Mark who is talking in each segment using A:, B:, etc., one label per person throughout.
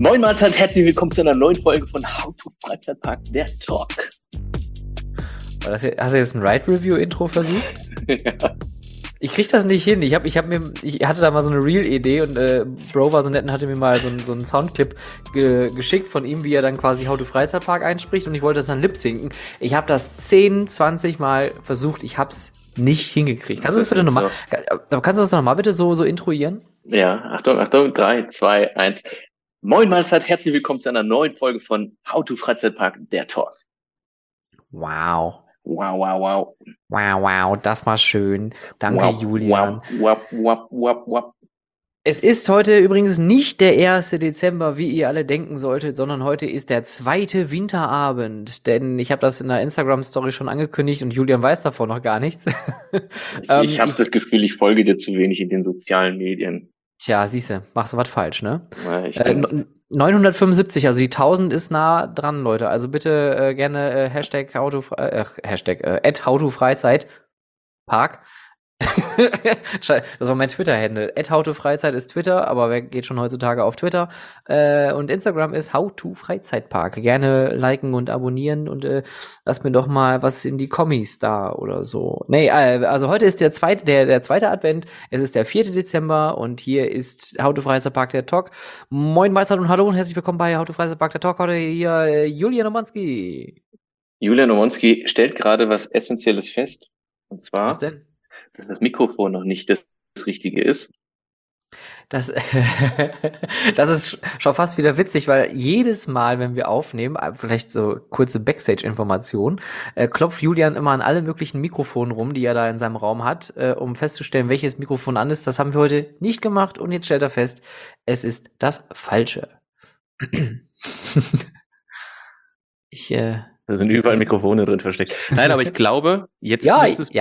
A: Moin Mahlzeit, herzlich willkommen zu einer neuen Folge von How to Freizeitpark, der Talk.
B: Hast du jetzt ein Ride-Review-Intro versucht?
A: Ja.
B: Ich krieg das nicht hin. Ich hatte da mal so eine Real-Idee und Bro war so nett und hatte mir mal so einen Soundclip geschickt von ihm, wie er dann quasi How to Freizeitpark einspricht und ich wollte das dann lip-sinken. Ich habe das 10, 20 Mal versucht, ich hab's nicht hingekriegt. Kannst du das bitte nochmal, kannst du das nochmal bitte so introieren?
A: Ja, Achtung, 3, 2, 1. Moin Mahlzeit, herzlich willkommen zu einer neuen Folge von How to Freizeitpark, der Talk.
B: Wow.
A: Wow.
B: Wow, das war schön. Danke, Julian.
A: Wow.
B: Es ist heute übrigens nicht der 1. Dezember, wie ihr alle denken solltet, sondern heute ist der 2. Winterabend. Denn ich habe das in der Instagram-Story schon angekündigt und Julian weiß davon noch gar nichts.
A: Ich habe das Gefühl, ich folge dir zu wenig in den sozialen Medien.
B: Tja, siehste, machst du was falsch, ne?
A: Ja,
B: 975, also die 1000 ist nah dran, Leute. Also bitte gerne Hashtag @HowToFreizeitPark. Das war mein Twitter-Handle. @HowToFreizeit ist Twitter, aber wer geht schon heutzutage auf Twitter? Und Instagram ist HowToFreizeitPark. Gerne liken und abonnieren und lasst mir doch mal was in die Kommis da oder so. Nee, also heute ist der zweite Advent. Es ist der 4. Dezember und hier ist HowToFreizeitPark, der Talk. Moin Meister und hallo und herzlich willkommen bei HowToFreizeitPark, der Talk. Heute hier Julian Omonski.
A: Julian Omonski stellt gerade was Essentielles fest. Und zwar,
B: Was denn?
A: dass das Mikrofon noch nicht das Richtige ist.
B: Das ist schon fast wieder witzig, weil jedes Mal, wenn wir aufnehmen, vielleicht so kurze Backstage-Information, klopft Julian immer an alle möglichen Mikrofonen rum, die er da in seinem Raum hat, um festzustellen, welches Mikrofon an ist. Das haben wir heute nicht gemacht und jetzt stellt er fest, es ist das Falsche.
A: Da sind überall Mikrofone drin versteckt. Nein, aber ich glaube, jetzt müsste es...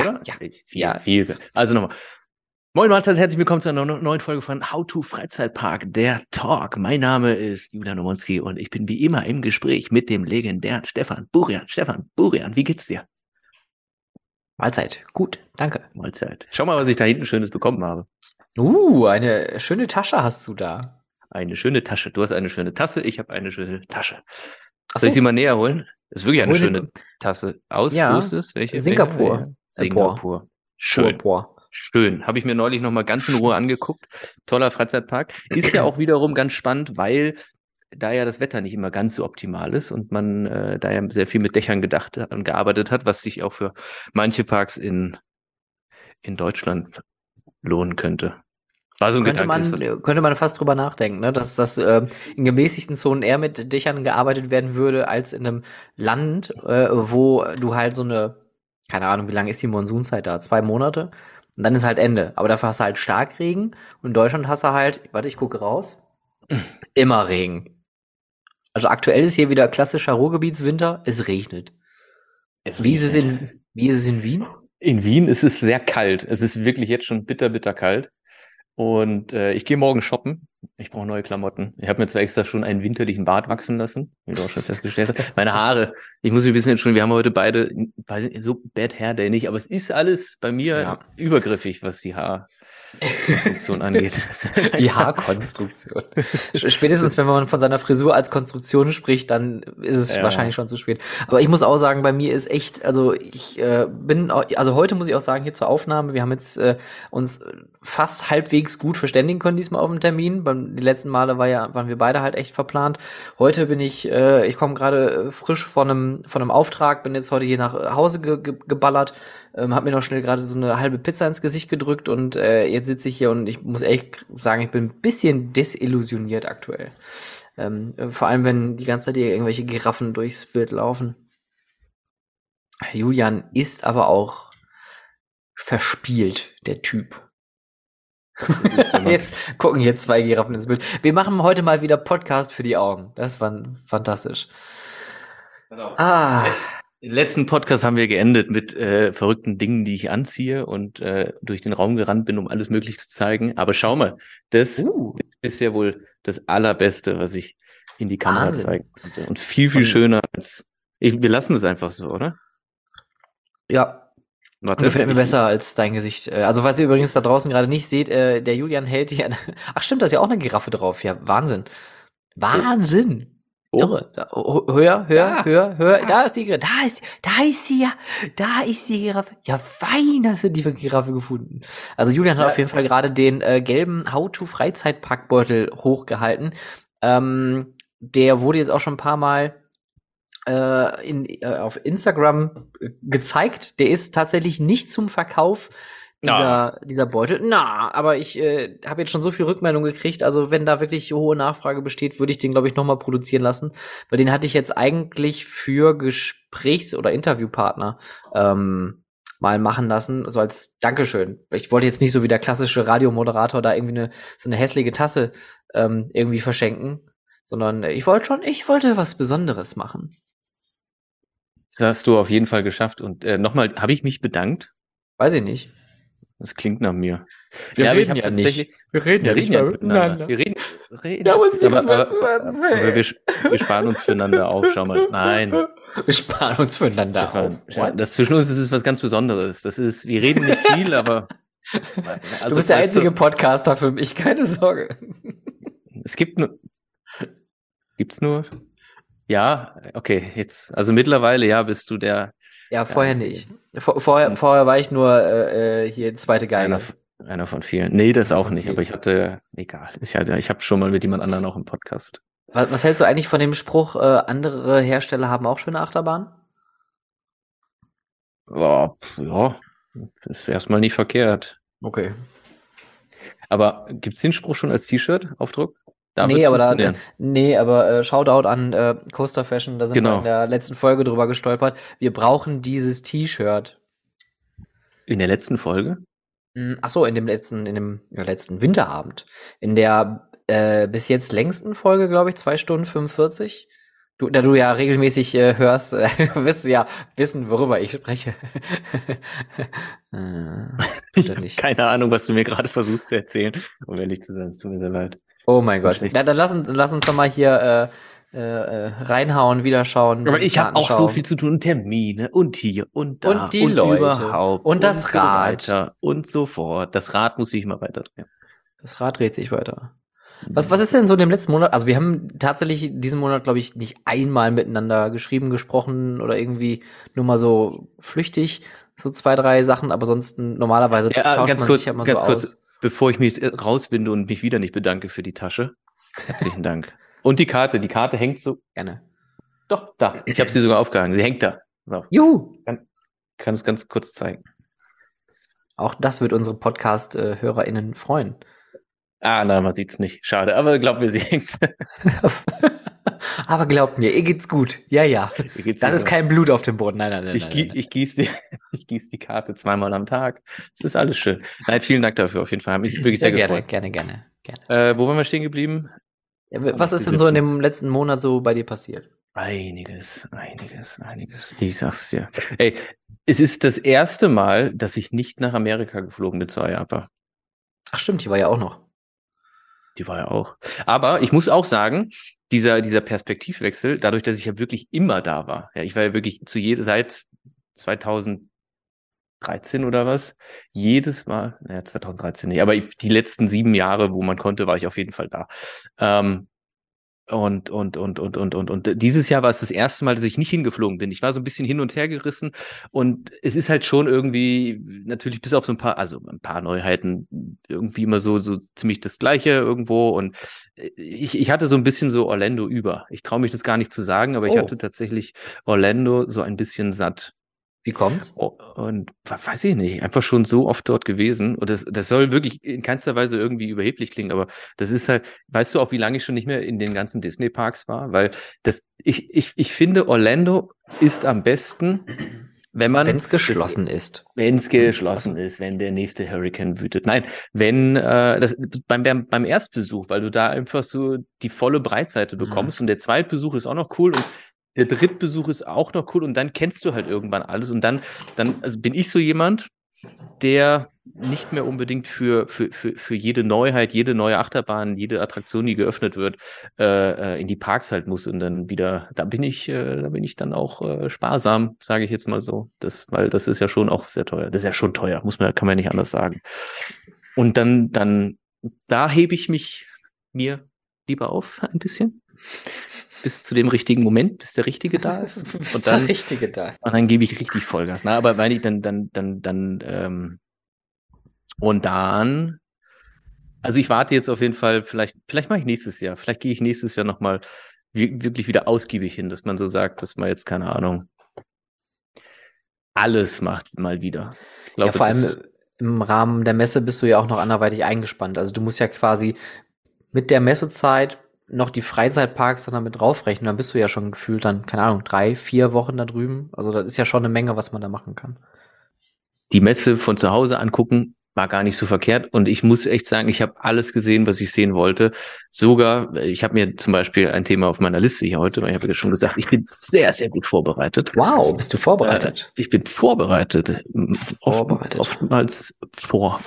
A: Viel. Also nochmal. Moin Mahlzeit, herzlich willkommen zu einer neuen Folge von How to Freizeitpark, der Talk. Mein Name ist Julian Omonski und ich bin wie immer im Gespräch mit dem legendären Stefan Burian. Stefan Burian, wie geht's dir?
B: Mahlzeit. Gut, danke.
A: Mahlzeit. Schau mal, was ich da hinten Schönes bekommen habe.
B: Eine schöne Tasche hast du da.
A: Eine schöne Tasche. Du hast eine schöne Tasse, ich habe eine schöne Tasche. Soll ich sie mal näher holen? Das ist wirklich eine schöne Tasse. Wo ist es? Welche?
B: Singapur.
A: Singapur. Schön. Habe ich mir neulich nochmal ganz in Ruhe angeguckt. Toller Freizeitpark. Ist ja auch wiederum ganz spannend, weil da ja das Wetter nicht immer ganz so optimal ist und man da ja sehr viel mit Dächern gedacht und gearbeitet hat, was sich auch für manche Parks in Deutschland lohnen könnte. War so ein
B: Könnte man fast drüber nachdenken, ne? Dass das in gemäßigten Zonen eher mit Dächern gearbeitet werden würde, als in einem Land, wo du halt so eine, keine Ahnung, wie lange ist die Monsunzeit da? 2 Monate? Und dann ist halt Ende. Aber dafür hast du halt Starkregen und in Deutschland hast du halt, warte, ich gucke raus, immer Regen. Also aktuell ist hier wieder klassischer Ruhrgebietswinter, es regnet. Wie ist es in Wien?
A: In Wien ist es sehr kalt. Es ist wirklich jetzt schon bitter kalt. Und ich gehe morgen shoppen. Ich brauche neue Klamotten. Ich habe mir zwar extra schon einen winterlichen Bart wachsen lassen, wie du auch schon festgestellt hast. Meine Haare, ich muss mich ein bisschen entschuldigen, wir haben heute beide, weiß nicht, so Bad Hair Day nicht, aber es ist alles bei mir übergriffig, was die Haarkonstruktion angeht.
B: Die Haarkonstruktion. Spätestens, wenn man von seiner Frisur als Konstruktion spricht, dann ist es wahrscheinlich schon zu spät. Aber ich muss auch sagen, bei mir ist echt, also heute muss ich auch sagen, hier zur Aufnahme, wir haben jetzt uns fast halbwegs gut verständigen können diesmal auf dem Termin. Die letzten Male waren wir beide halt echt verplant. Heute bin ich komme gerade frisch von einem Auftrag, bin jetzt heute hier nach Hause geballert, hab mir noch schnell gerade so eine halbe Pizza ins Gesicht gedrückt und jetzt sitze ich hier und ich muss echt sagen, ich bin ein bisschen desillusioniert aktuell. Vor allem, wenn die ganze Zeit hier irgendwelche Giraffen durchs Bild laufen. Julian ist aber auch verspielt, der Typ. Jetzt gucken hier 2 Giraffen ins Bild. Wir machen heute mal wieder Podcast für die Augen. Das war fantastisch.
A: Im letzten Podcast haben wir geendet mit verrückten Dingen, die ich anziehe und durch den Raum gerannt bin, um alles Mögliche zu zeigen. Aber schau mal, das ist ja wohl das Allerbeste, was ich in die Kamera zeigen konnte. Und viel schöner als... Wir lassen es einfach so, oder?
B: Ja. Warte, gefällt mir besser als dein Gesicht. Also, was ihr übrigens da draußen gerade nicht seht, der Julian hält hier Ach stimmt, da ist ja auch eine Giraffe drauf. Ja, Wahnsinn. Wahnsinn.
A: Oh.
B: Irre. Hör. Da ist die Giraffe. Da ist die Giraffe. Ja, fein, hast du die Giraffe gefunden. Also Julian hat auf jeden Fall gerade den gelben How-to-Freizeitparkbeutel hochgehalten. Der wurde jetzt auch schon ein paar Mal auf Instagram gezeigt. Der ist tatsächlich nicht zum Verkauf, dieser Beutel. Aber ich habe jetzt schon so viel Rückmeldung gekriegt. Also wenn da wirklich hohe Nachfrage besteht, würde ich den, glaube ich, noch mal produzieren lassen. Weil den hatte ich jetzt eigentlich für Gesprächs- oder Interviewpartner mal machen lassen, so als Dankeschön. Ich wollte jetzt nicht so wie der klassische Radiomoderator da irgendwie so eine hässliche Tasse irgendwie verschenken, sondern ich wollte was Besonderes machen.
A: Das hast du auf jeden Fall geschafft. Und nochmal, habe ich mich bedankt?
B: Weiß ich nicht.
A: Das klingt nach mir.
B: Wir reden ja nicht.
A: Wir reden ja miteinander. Wir reden.
B: Da muss ich
A: aber wir sparen uns füreinander auf, schau mal. Nein.
B: Wir sparen uns füreinander auf.
A: Das zwischen uns ist was ganz Besonderes. Wir reden nicht viel, aber.
B: Also, du bist der einzige Podcaster für mich, keine Sorge.
A: Gibt's nur? Ja, okay, jetzt, also mittlerweile, ja, bist du der.
B: Ja, vorher nicht. Vorher war ich nur hier zweite Geige.
A: Einer von vielen. Nee, das auch nicht, aber egal. Ich habe schon mal mit jemand anderem auch im Podcast.
B: Was hältst du eigentlich von dem Spruch, andere Hersteller haben auch schöne Achterbahnen?
A: Ja, das ist erstmal nicht verkehrt.
B: Okay.
A: Aber gibt's den Spruch schon als T-Shirt-Aufdruck?
B: Nee, aber Shoutout an Coaster Fashion, da sind wir in der letzten Folge drüber gestolpert. Wir brauchen dieses T-Shirt.
A: In der letzten Folge?
B: Ach so, in dem letzten Winterabend. In der bis jetzt längsten Folge, glaube ich, 2 Stunden 45. Da du ja regelmäßig hörst, wirst du ja wissen, worüber ich spreche.
A: Ich habe keine Ahnung, was du mir gerade versuchst zu erzählen. Um ehrlich zu sein, es tut mir sehr leid.
B: Oh mein Gott. Dann lass uns doch mal hier reinhauen, wieder schauen.
A: Aber ich habe auch so viel zu tun. Termine und hier und da.
B: Und die Leute.
A: Überhaupt.
B: Und das Rad.
A: So und so fort. Das Rad muss sich immer weiter drehen.
B: Das Rad dreht sich weiter. Was ist denn so in dem letzten Monat? Also wir haben tatsächlich diesen Monat, glaube ich, nicht einmal miteinander geschrieben, gesprochen oder irgendwie nur mal so flüchtig, so 2, 3 Sachen, aber sonst normalerweise
A: tauscht man sich ja mal so aus. Bevor ich mich rauswinde und mich wieder nicht bedanke für die Tasche. Herzlichen Dank. Und die Karte hängt so.
B: Gerne.
A: Doch, da. Ich habe sie sogar aufgehangen. Sie hängt da. So.
B: Juhu.
A: Kann es ganz kurz zeigen.
B: Auch das wird unsere Podcast-HörerInnen freuen.
A: Nein, man sieht's nicht. Schade, aber glaubt mir, sie hängt.
B: Aber glaubt mir, ihr geht's gut. Ja. Dann ist kein Blut auf dem Boden. Nein.
A: Ich gieß die Karte 2-mal am Tag. Es ist alles schön. Nein, vielen Dank dafür auf jeden Fall. Hat mich wirklich sehr gefreut.
B: Gerne.
A: Wo waren wir stehen geblieben?
B: Was ist denn so in dem letzten Monat so bei dir passiert?
A: Einiges. Ich sag's dir. Ey, es ist das erste Mal, dass ich nicht nach Amerika geflogen bin zu IAAPA.
B: Ach stimmt, die war ja auch noch.
A: Die war ja auch. Aber ich muss auch sagen, dieser Perspektivwechsel, dadurch, dass ich ja wirklich immer da war. Ja, ich war ja wirklich seit 2013 oder was, jedes Mal, 2013 nicht, aber die letzten 7 Jahre, wo man konnte, war ich auf jeden Fall da. Und dieses Jahr war es das erste Mal, dass ich nicht hingeflogen bin. Ich war so ein bisschen hin und her gerissen und es ist halt schon irgendwie, natürlich bis auf so ein paar Neuheiten, irgendwie immer so ziemlich das Gleiche irgendwo und ich hatte so ein bisschen so Orlando über. Ich traue mich das gar nicht zu sagen, aber ich hatte tatsächlich Orlando so ein bisschen satt.
B: Wie kommt's?
A: Und weiß ich nicht, einfach schon so oft dort gewesen. Und das soll wirklich in keinster Weise irgendwie überheblich klingen, aber das ist halt, weißt du auch, wie lange ich schon nicht mehr in den ganzen Disney-Parks war? Weil ich finde, Orlando ist am besten, wenn es
B: geschlossen ist.
A: Wenn es geschlossen ist, wenn der nächste Hurricane wütet. Nein, wenn beim Erstbesuch, weil du da einfach so die volle Breitseite bekommst und der Zweitbesuch ist auch noch cool und der Drittbesuch ist auch noch cool und dann kennst du halt irgendwann alles und dann also bin ich so jemand, der nicht mehr unbedingt für jede Neuheit, jede neue Achterbahn, jede Attraktion, die geöffnet wird, in die Parks halt muss und dann wieder, da bin ich dann auch sparsam, sage ich jetzt mal so, weil das ist ja schon auch sehr teuer. Das ist ja schon teuer, kann man nicht anders sagen. Und dann da hebe ich mir lieber auf ein bisschen. bis zu dem richtigen Moment, bis der Richtige da ist.
B: Und dann, der Richtige da.
A: Und dann gebe ich richtig Vollgas. Na, aber weil ich und dann, also ich warte jetzt auf jeden Fall, vielleicht mache ich nächstes Jahr, vielleicht gehe ich nächstes Jahr nochmal wirklich wieder ausgiebig hin, dass man so sagt, dass man jetzt, keine Ahnung, alles macht mal wieder.
B: Ich glaube, ja, vor allem im Rahmen der Messe bist du ja auch noch anderweitig eingespannt. Also du musst ja quasi mit der Messezeit noch die Freizeitparks dann damit draufrechnen. Dann bist du ja schon gefühlt dann, keine Ahnung, 3-4 Wochen da drüben. Also das ist ja schon eine Menge, was man da machen kann.
A: Die Messe von zu Hause angucken war gar nicht so verkehrt. Und ich muss echt sagen, ich habe alles gesehen, was ich sehen wollte. Sogar, ich habe mir zum Beispiel ein Thema auf meiner Liste hier heute, weil ich habe ja schon gesagt, ich bin sehr, sehr gut vorbereitet.
B: Wow, bist du vorbereitet?
A: Ich bin vorbereitet. Oftmals vor.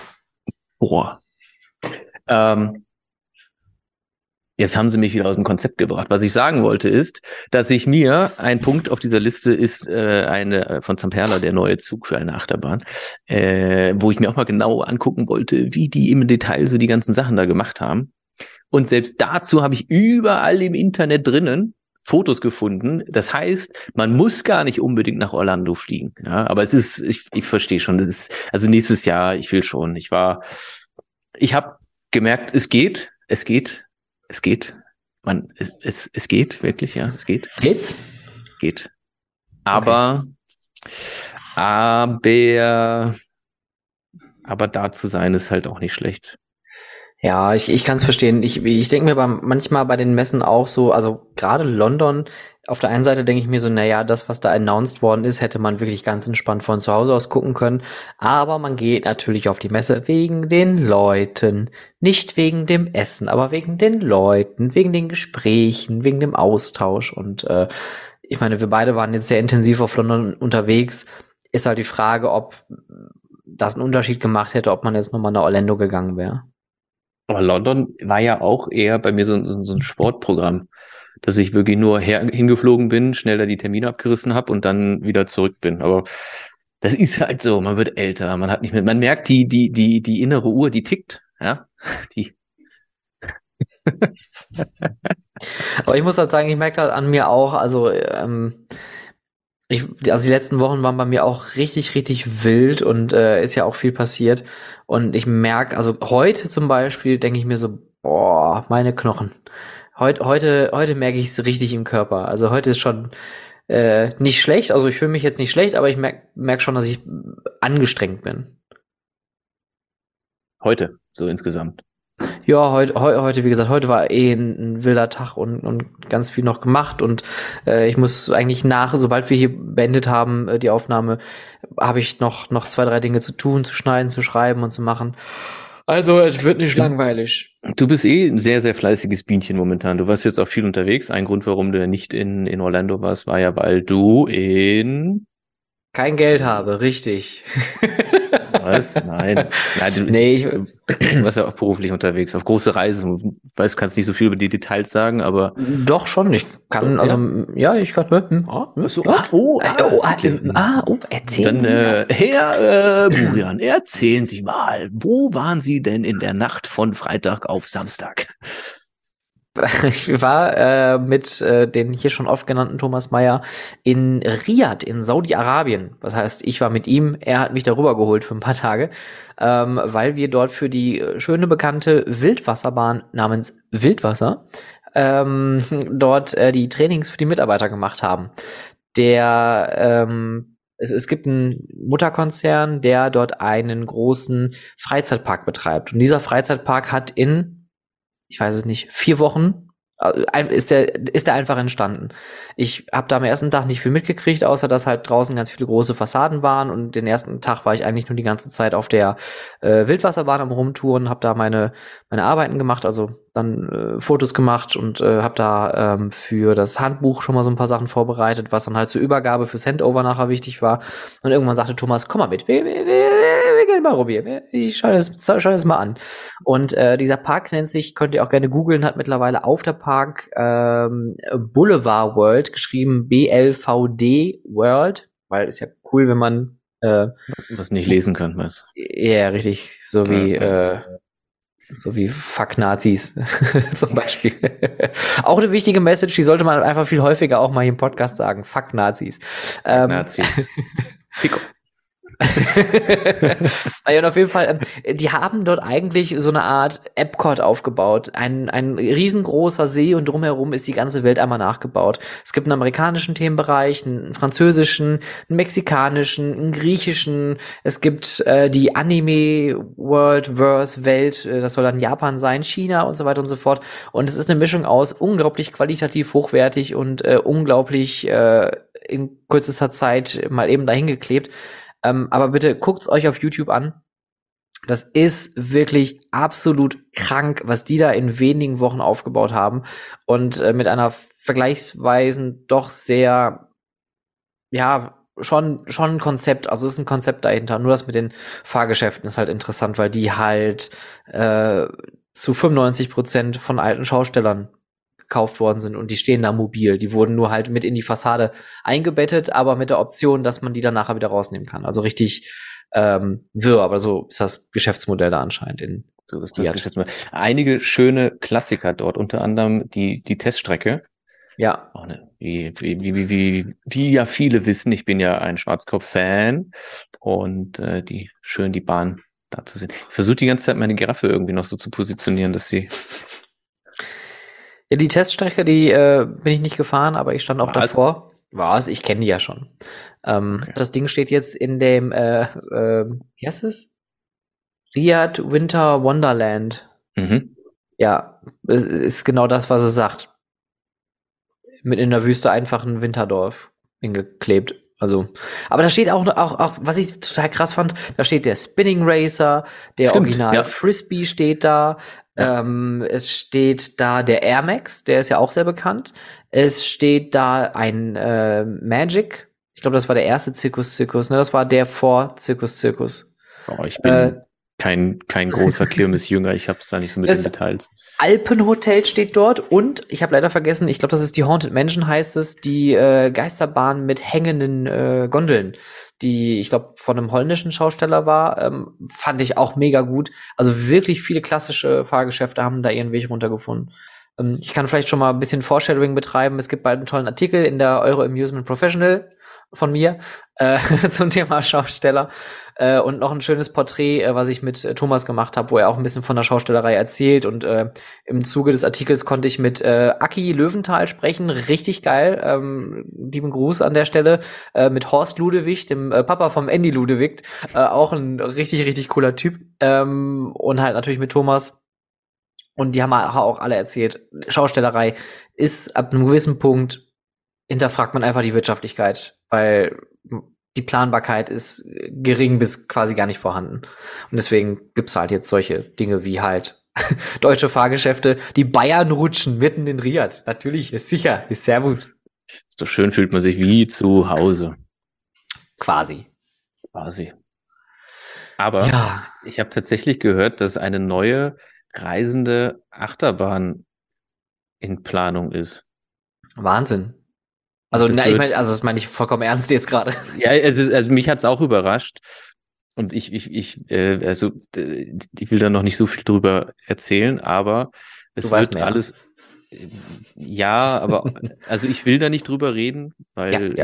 A: Jetzt haben sie mich wieder aus dem Konzept gebracht. Was ich sagen wollte ist, dass ich mir, ein Punkt auf dieser Liste ist eine von Zamperla, der neue Zug für eine Achterbahn, wo ich mir auch mal genau angucken wollte, wie die im Detail so die ganzen Sachen da gemacht haben. Und selbst dazu habe ich überall im Internet drinnen Fotos gefunden. Das heißt, man muss gar nicht unbedingt nach Orlando fliegen. Ja, aber es ist, ich verstehe schon, das ist, also nächstes Jahr, ich will schon. Ich habe gemerkt, es geht. Es geht, es geht wirklich, ja, es geht.
B: Geht's?
A: Geht. Aber da zu sein ist halt auch nicht schlecht.
B: Ja, ich kann es verstehen. Ich denke mir manchmal bei den Messen auch so, also gerade London, auf der einen Seite denke ich mir so, naja, das, was da announced worden ist, hätte man wirklich ganz entspannt von zu Hause aus gucken können. Aber man geht natürlich auf die Messe wegen den Leuten. Nicht wegen dem Essen, aber wegen den Leuten, wegen den Gesprächen, wegen dem Austausch. Und ich meine, wir beide waren jetzt sehr intensiv auf London unterwegs. Ist halt die Frage, ob das einen Unterschied gemacht hätte, ob man jetzt nochmal nach Orlando gegangen wäre.
A: Aber London war ja auch eher bei mir so ein Sportprogramm, dass ich wirklich nur hingeflogen bin, schnell da die Termine abgerissen habe und dann wieder zurück bin. Aber das ist halt so, man wird älter, man hat nicht mehr, man merkt die innere Uhr, die tickt, ja, die.
B: Aber ich muss halt sagen, ich merke halt an mir auch, also die letzten Wochen waren bei mir auch richtig, richtig wild und ist ja auch viel passiert. Und ich merke, also heute zum Beispiel denke ich mir so, boah, meine Knochen. Heute merke ich es richtig im Körper. Also heute ist schon nicht schlecht. Also ich fühle mich jetzt nicht schlecht, aber ich merk schon, dass ich angestrengt bin.
A: Heute, so insgesamt.
B: Ja, heute, wie gesagt, heute war ein wilder Tag und ganz viel noch gemacht und ich muss eigentlich sobald wir hier beendet haben, die Aufnahme, habe ich noch 2, 3 Dinge zu tun, zu schneiden, zu schreiben und zu machen. Also, es wird nicht langweilig.
A: Du bist ein sehr, sehr fleißiges Bienchen momentan. Du warst jetzt auch viel unterwegs. Ein Grund, warum du nicht in Orlando warst, war ja, weil du
B: kein Geld habe, richtig.
A: Was? Nein. Du warst ja auch beruflich unterwegs, auf große Reisen. Ich weiß, du kannst nicht so viel über die Details sagen, aber.
B: Doch schon, ich kann, ich kann. Erzählen Sie mal.
A: Herr Burian, erzählen Sie mal, wo waren Sie denn in der Nacht von Freitag auf Samstag?
B: Ich war mit den hier schon oft genannten Thomas Meyer in Riyadh in Saudi-Arabien. Das heißt, ich war mit ihm, er hat mich darüber geholt für ein paar Tage, weil wir dort für die schöne bekannte Wildwasserbahn namens Wildwasser dort die Trainings für die Mitarbeiter gemacht haben. Es gibt einen Mutterkonzern, der dort einen großen Freizeitpark betreibt. Und dieser Freizeitpark hat ich weiß es nicht, 4 Wochen ist der einfach entstanden. Ich habe da am ersten Tag nicht viel mitgekriegt, außer dass halt draußen ganz viele große Fassaden waren und den ersten Tag war ich eigentlich nur die ganze Zeit auf der Wildwasserbahn am Rumtouren, habe da meine Arbeiten gemacht, also dann Fotos gemacht und habe da für das Handbuch schon mal so ein paar Sachen vorbereitet, was dann halt zur Übergabe fürs Handover nachher wichtig war. Und irgendwann sagte Thomas, komm mal mit, wir gehen mal, Robby, ich schau das mal an. Und dieser Park nennt sich, könnt ihr auch gerne googeln, hat mittlerweile auf der Park Boulevard World, geschrieben BLVD World, weil ist ja cool, wenn man
A: was nicht lesen kann, was?
B: Ja, richtig, so wie So wie Fuck Nazis zum Beispiel. Auch eine wichtige Message, die sollte man einfach viel häufiger auch mal hier im Podcast sagen. Fuck Nazis.
A: Fuck Nazis. Fico.
B: Naja, und auf jeden Fall, die haben dort eigentlich so eine Art Epcot aufgebaut. Ein riesengroßer See und drumherum ist die ganze Welt einmal nachgebaut. Es gibt einen amerikanischen Themenbereich, einen französischen, einen mexikanischen, einen griechischen. Es gibt die Anime World Verse Welt, das soll dann Japan sein, China und so weiter und so fort. Und es ist eine Mischung aus unglaublich qualitativ hochwertig und unglaublich in kürzester Zeit mal eben dahin geklebt. Aber bitte guckt's euch auf YouTube an. Das ist wirklich absolut krank, was die da in wenigen Wochen aufgebaut haben. Und mit einer vergleichsweise doch sehr, ja, schon ein Konzept. Also es ist ein Konzept dahinter. Nur das mit den Fahrgeschäften ist halt interessant, weil die halt zu 95% von alten Schaustellern gekauft worden sind und die stehen da mobil. Die wurden nur halt mit in die Fassade eingebettet, aber mit der Option, dass man die dann nachher wieder rausnehmen kann. Also richtig wirr, aber so ist das Geschäftsmodell da anscheinend in
A: so ist das Geschäftsmodell. Einige schöne Klassiker dort, unter anderem die Teststrecke.
B: Ja.
A: Oh, ne, wie ja viele wissen, ich bin ja ein Schwarzkopf-Fan und die Bahn da zu sehen. Ich versuche die ganze Zeit meine Giraffe irgendwie noch so zu positionieren, dass sie
B: Ja, die Teststrecke, die bin ich nicht gefahren, aber ich stand auch davor. Was? Ich kenne die ja schon. Okay. Das Ding steht jetzt in dem, wie heißt es? Riyadh Winter Wonderland.
A: Mhm.
B: Ja, ist genau das, was es sagt. Mit in der Wüste einfach ein Winterdorf hingeklebt. Also, aber da steht auch, was ich total krass fand, da steht der Spinning Racer, der
A: Stimmt,
B: Original
A: ja.
B: Frisbee steht da. Ja. Es steht da der Air Max, der ist ja auch sehr bekannt. Es steht da ein Magic. Ich glaube, das war der erste Zirkus, ne? Das war der vor Zirkus.
A: Oh, ich bin kein großer Kirmesjünger, ich hab's da nicht so mit den Details.
B: Alpenhotel steht dort und ich habe leider vergessen, ich glaube, das ist die Haunted Mansion, heißt es, die Geisterbahn mit hängenden Gondeln, die, ich glaube, von einem holländischen Schausteller war, fand ich auch mega gut. Also wirklich viele klassische Fahrgeschäfte haben da ihren Weg runtergefunden. Ich kann vielleicht schon mal ein bisschen Foreshadowing betreiben. Es gibt bald einen tollen Artikel in der Euro Amusement Professional von mir zum Thema Schausteller und noch ein schönes Porträt, was ich mit Thomas gemacht habe, wo er auch ein bisschen von der Schaustellerei erzählt und im Zuge des Artikels konnte ich mit Aki Löwenthal sprechen, richtig geil, lieben Gruß an der Stelle, mit Horst Ludewig, dem Papa vom Andy Ludewig, auch ein richtig, richtig cooler Typ und halt natürlich mit Thomas. Und die haben auch alle erzählt, Schaustellerei ist ab einem gewissen Punkt, hinterfragt man einfach die Wirtschaftlichkeit, weil die Planbarkeit ist gering bis quasi gar nicht vorhanden. Und deswegen gibt's halt jetzt solche Dinge wie halt deutsche Fahrgeschäfte, die Bayern rutschen mitten in Riyadh. Natürlich, ist sicher, ist Servus.
A: Ist doch schön, fühlt man sich wie zu Hause.
B: Quasi.
A: Aber ja. Ich habe tatsächlich gehört, dass eine neue reisende Achterbahn in Planung ist.
B: Wahnsinn. Also, das meine ich vollkommen ernst jetzt gerade.
A: Ja, also mich hat's auch überrascht. Und ich will da noch nicht so viel drüber erzählen, aber es wird alles. Ja, aber also ich will da nicht drüber reden, weil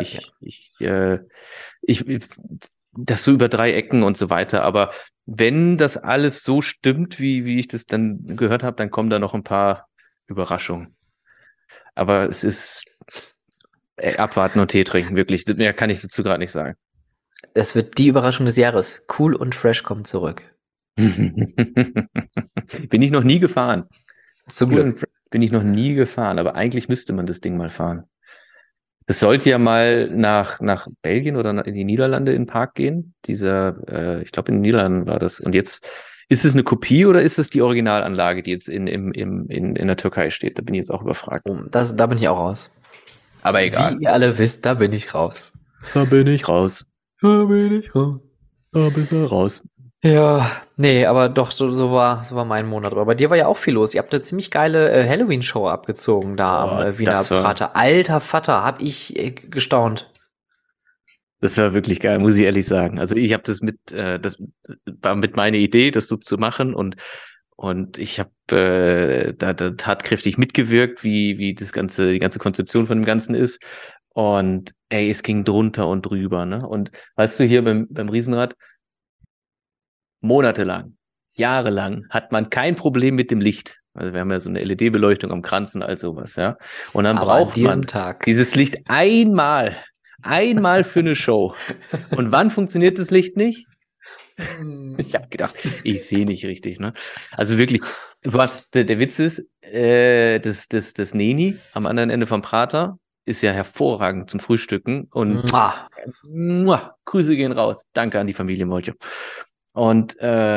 A: ich das so über 3 Ecken und so weiter. Aber wenn das alles so stimmt, wie ich das dann gehört habe, dann kommen da noch ein paar Überraschungen. Aber es ist abwarten und Tee trinken, wirklich. Mehr kann ich dazu gerade nicht sagen.
B: Es wird die Überraschung des Jahres. Cool und Fresh kommt zurück.
A: Bin ich noch nie gefahren.
B: Zum Glück.
A: Bin ich noch nie gefahren, aber eigentlich müsste man das Ding mal fahren. Es sollte ja mal nach Belgien oder in die Niederlande in den Park gehen. Ich glaube in den Niederlanden war das. Und jetzt, ist es eine Kopie oder ist es die Originalanlage, die jetzt in der Türkei steht? Da bin ich jetzt auch überfragt.
B: Da bin ich auch raus.
A: Aber egal.
B: Wie ihr alle wisst, da bin ich raus.
A: Da bin ich raus. Da bist du raus.
B: Ja, nee, aber doch, so war mein Monat. Aber bei dir war ja auch viel los. Ihr habt eine ziemlich geile Halloween-Show abgezogen da am Wiener Prater. Alter Vater, hab ich gestaunt.
A: Das war wirklich geil, muss ich ehrlich sagen. Also ich habe das war mit meiner Idee, das so zu machen und Und ich habe da tatkräftig mitgewirkt, wie die ganze Konzeption von dem Ganzen ist. Und ey, es ging drunter und drüber, ne? Und weißt du, hier beim Riesenrad, monatelang, jahrelang hat man kein Problem mit dem Licht. Also wir haben ja so eine LED-Beleuchtung am Kranz und all sowas, ja. Und dann
B: Aber an
A: braucht
B: diesem
A: man
B: Tag.
A: dieses Licht einmal für eine Show. Und wann funktioniert das Licht nicht? Ich habe gedacht, ich sehe nicht richtig, ne? Also wirklich, der Witz ist, das Neni am anderen Ende vom Prater ist ja hervorragend zum Frühstücken und
B: Mua.
A: Grüße gehen raus. Danke an die Familie Molcho. Und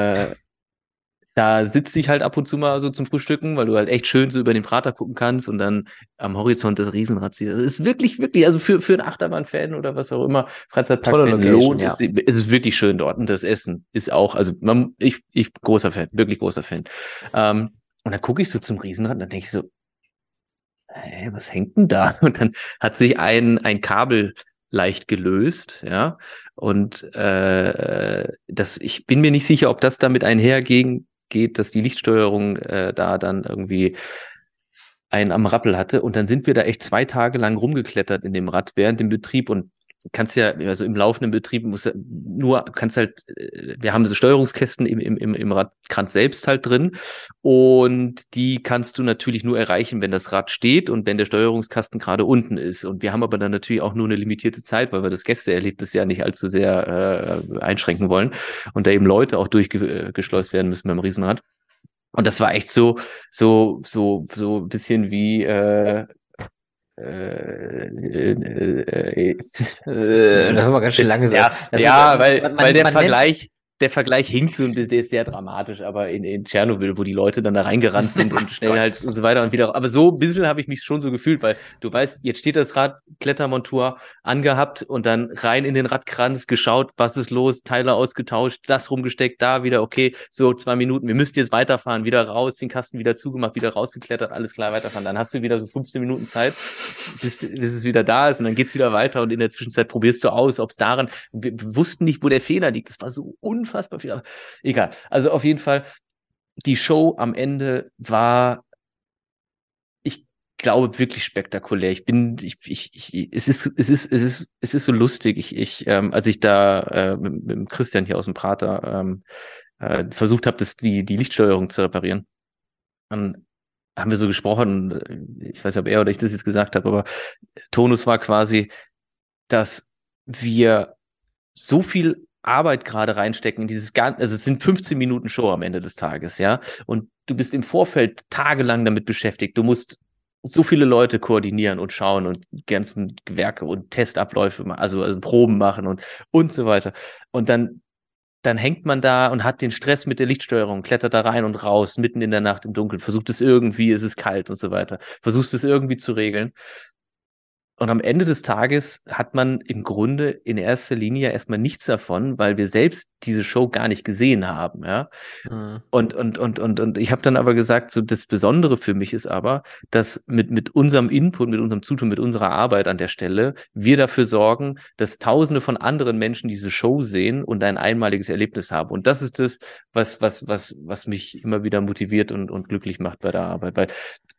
A: da sitze ich halt ab und zu mal so zum Frühstücken, weil du halt echt schön so über den Prater gucken kannst und dann am Horizont das Riesenrad siehst. Also es ist wirklich, also für einen Achterbahn-Fan oder was auch immer,
B: Tolle
A: Freizeitpark-Fan
B: Location,
A: lohnt
B: ja.
A: es ist wirklich schön dort. Und das Essen ist auch, also ich großer Fan, wirklich großer Fan. Und dann gucke ich so zum Riesenrad und dann denke ich so, was hängt denn da? Und dann hat sich ein Kabel leicht gelöst, ja. Und ich bin mir nicht sicher, ob das damit einhergeht, dass die Lichtsteuerung da dann irgendwie einen am Rappel hatte. Und dann sind wir da echt 2 Tage lang rumgeklettert in dem Rad während dem Betrieb und kannst ja, also im laufenden Betrieb kannst halt, wir haben so Steuerungskästen im Radkranz selbst halt drin und die kannst du natürlich nur erreichen, wenn das Rad steht und wenn der Steuerungskasten gerade unten ist. Und wir haben aber dann natürlich auch nur eine limitierte Zeit, weil wir das Gästeerlebnis ja nicht allzu sehr einschränken wollen und da eben Leute auch durchgeschleust werden müssen beim Riesenrad. Und das war echt so ein bisschen wie
B: Das war mal ganz schön lange so.
A: ja,
B: Das
A: ja,
B: ist,
A: weil
B: man nennt,
A: der Vergleich hinkt so ein bisschen, der ist sehr dramatisch, aber in Tschernobyl, wo die Leute dann da reingerannt sind und schnell
B: Gott.
A: halt und so weiter und wieder. Aber so ein bisschen habe ich mich schon so gefühlt, weil du weißt, jetzt steht das Rad, Klettermontur angehabt und dann rein in den Radkranz, geschaut, was ist los, Teile ausgetauscht, das rumgesteckt, da wieder, okay, so 2 Minuten, wir müsst jetzt weiterfahren, wieder raus, den Kasten wieder zugemacht, wieder rausgeklettert, alles klar, weiterfahren. Dann hast du wieder so 15 Minuten Zeit, bis es wieder da ist und dann geht's wieder weiter und in der Zwischenzeit probierst du aus, ob es daran, wir wussten nicht, wo der Fehler liegt. Das war so unfassbar viel. Aber egal. Also auf jeden Fall, die Show am Ende war, ich glaube, wirklich spektakulär. Es ist so lustig. Als ich da mit dem Christian hier aus dem Prater versucht habe, die Lichtsteuerung zu reparieren, dann haben wir so gesprochen, ich weiß nicht, ob er oder ich das jetzt gesagt habe, aber Tonus war quasi, dass wir so viel Arbeit gerade reinstecken in also es sind 15 Minuten Show am Ende des Tages, ja. Und du bist im Vorfeld tagelang damit beschäftigt. Du musst so viele Leute koordinieren und schauen und die ganzen Gewerke und Testabläufe, also Proben machen und so weiter. Und dann hängt man da und hat den Stress mit der Lichtsteuerung, klettert da rein und raus, mitten in der Nacht im Dunkeln, versucht es irgendwie, es ist kalt und so weiter, versuchst es irgendwie zu regeln. Und am Ende des Tages hat man im Grunde in erster Linie erstmal nichts davon, weil wir selbst diese Show gar nicht gesehen haben, ja.
B: Mhm.
A: Und ich habe dann aber gesagt, so das Besondere für mich ist aber, dass mit unserem Input, mit unserem Zutun, mit unserer Arbeit an der Stelle, wir dafür sorgen, dass Tausende von anderen Menschen diese Show sehen und ein einmaliges Erlebnis haben. Und das ist das, was mich immer wieder motiviert und glücklich macht bei der Arbeit. Weil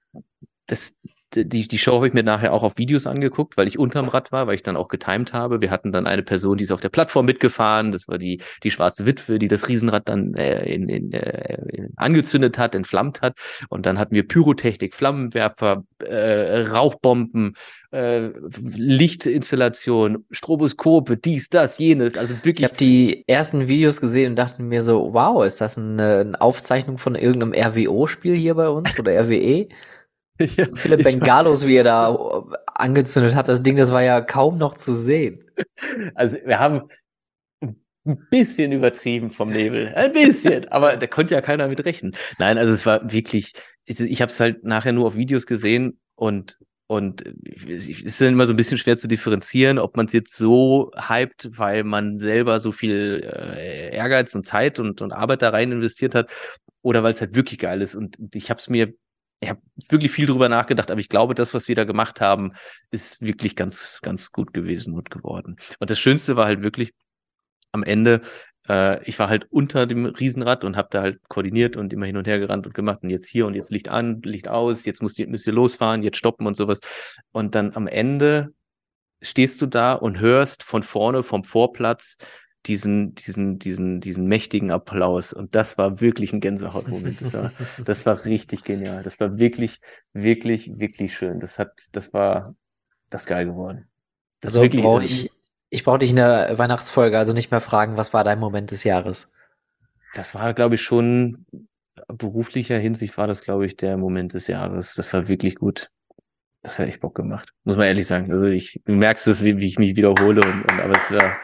A: die Show habe ich mir nachher auch auf Videos angeguckt, weil ich unterm Rad war, weil ich dann auch getimed habe. Wir hatten dann eine Person, die ist auf der Plattform mitgefahren. Das war die schwarze Witwe, die das Riesenrad dann angezündet hat, entflammt hat. Und dann hatten wir Pyrotechnik, Flammenwerfer, Rauchbomben, Lichtinstallation, Stroboskope, dies, das, jenes. Also
B: Ich
A: wirklich.
B: habe die ersten Videos gesehen und dachte mir so, wow, ist das eine Aufzeichnung von irgendeinem RWO-Spiel hier bei uns oder RWE?
A: Ja,
B: So viele
A: ich
B: Bengalos, wie ihr da angezündet habt, das Ding, das war ja kaum noch zu sehen.
A: Also wir haben ein bisschen übertrieben vom Nebel. Ein bisschen, aber da konnte ja keiner mit rechnen. Nein, also es war wirklich, ich habe es halt nachher nur auf Videos gesehen und es ist dann immer so ein bisschen schwer zu differenzieren, ob man es jetzt so hypt, weil man selber so viel Ehrgeiz und Zeit und Arbeit da rein investiert hat oder weil es halt wirklich geil ist. Und ich habe wirklich viel drüber nachgedacht, aber ich glaube, das, was wir da gemacht haben, ist wirklich ganz, ganz gut gewesen und geworden. Und das Schönste war halt wirklich, am Ende Ich war halt unter dem Riesenrad und habe da halt koordiniert und immer hin und her gerannt und gemacht und jetzt hier und jetzt Licht an, Licht aus, jetzt müsst ihr losfahren, jetzt stoppen und sowas. Und dann am Ende stehst du da und hörst von vorne vom Vorplatz diesen mächtigen Applaus. Und das war wirklich ein Gänsehautmoment. Das war richtig genial. Das war wirklich, wirklich, wirklich schön. Das geil geworden. Das ist
B: Also
A: wirklich,
B: ich brauche dich in der Weihnachtsfolge also nicht mehr fragen, was war dein Moment des Jahres?
A: das war, glaube ich, schon beruflicher Hinsicht war das, glaube ich, der Moment des Jahres. Das war wirklich gut. Das hat echt Bock gemacht. Muss man ehrlich sagen. Also du merkst es, wie ich mich wiederhole aber es war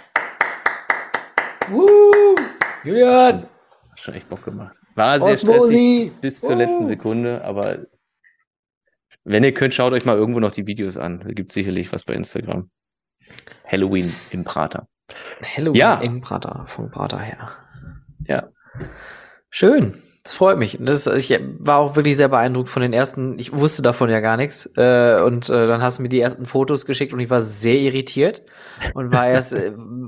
B: Julian!
A: schon echt Bock gemacht. War sehr
B: Osmosi!
A: stressig bis zur letzten Sekunde, aber wenn ihr könnt, schaut euch mal irgendwo noch die Videos an. Da gibt es sicherlich was bei Instagram. Halloween im Prater.
B: Halloween
A: Ja.
B: im Prater, vom Prater her.
A: Ja.
B: Schön. Das freut mich. Ich war auch wirklich sehr beeindruckt von den ersten, ich wusste davon ja gar nichts. Dann hast du mir die ersten Fotos geschickt und ich war sehr irritiert und war erst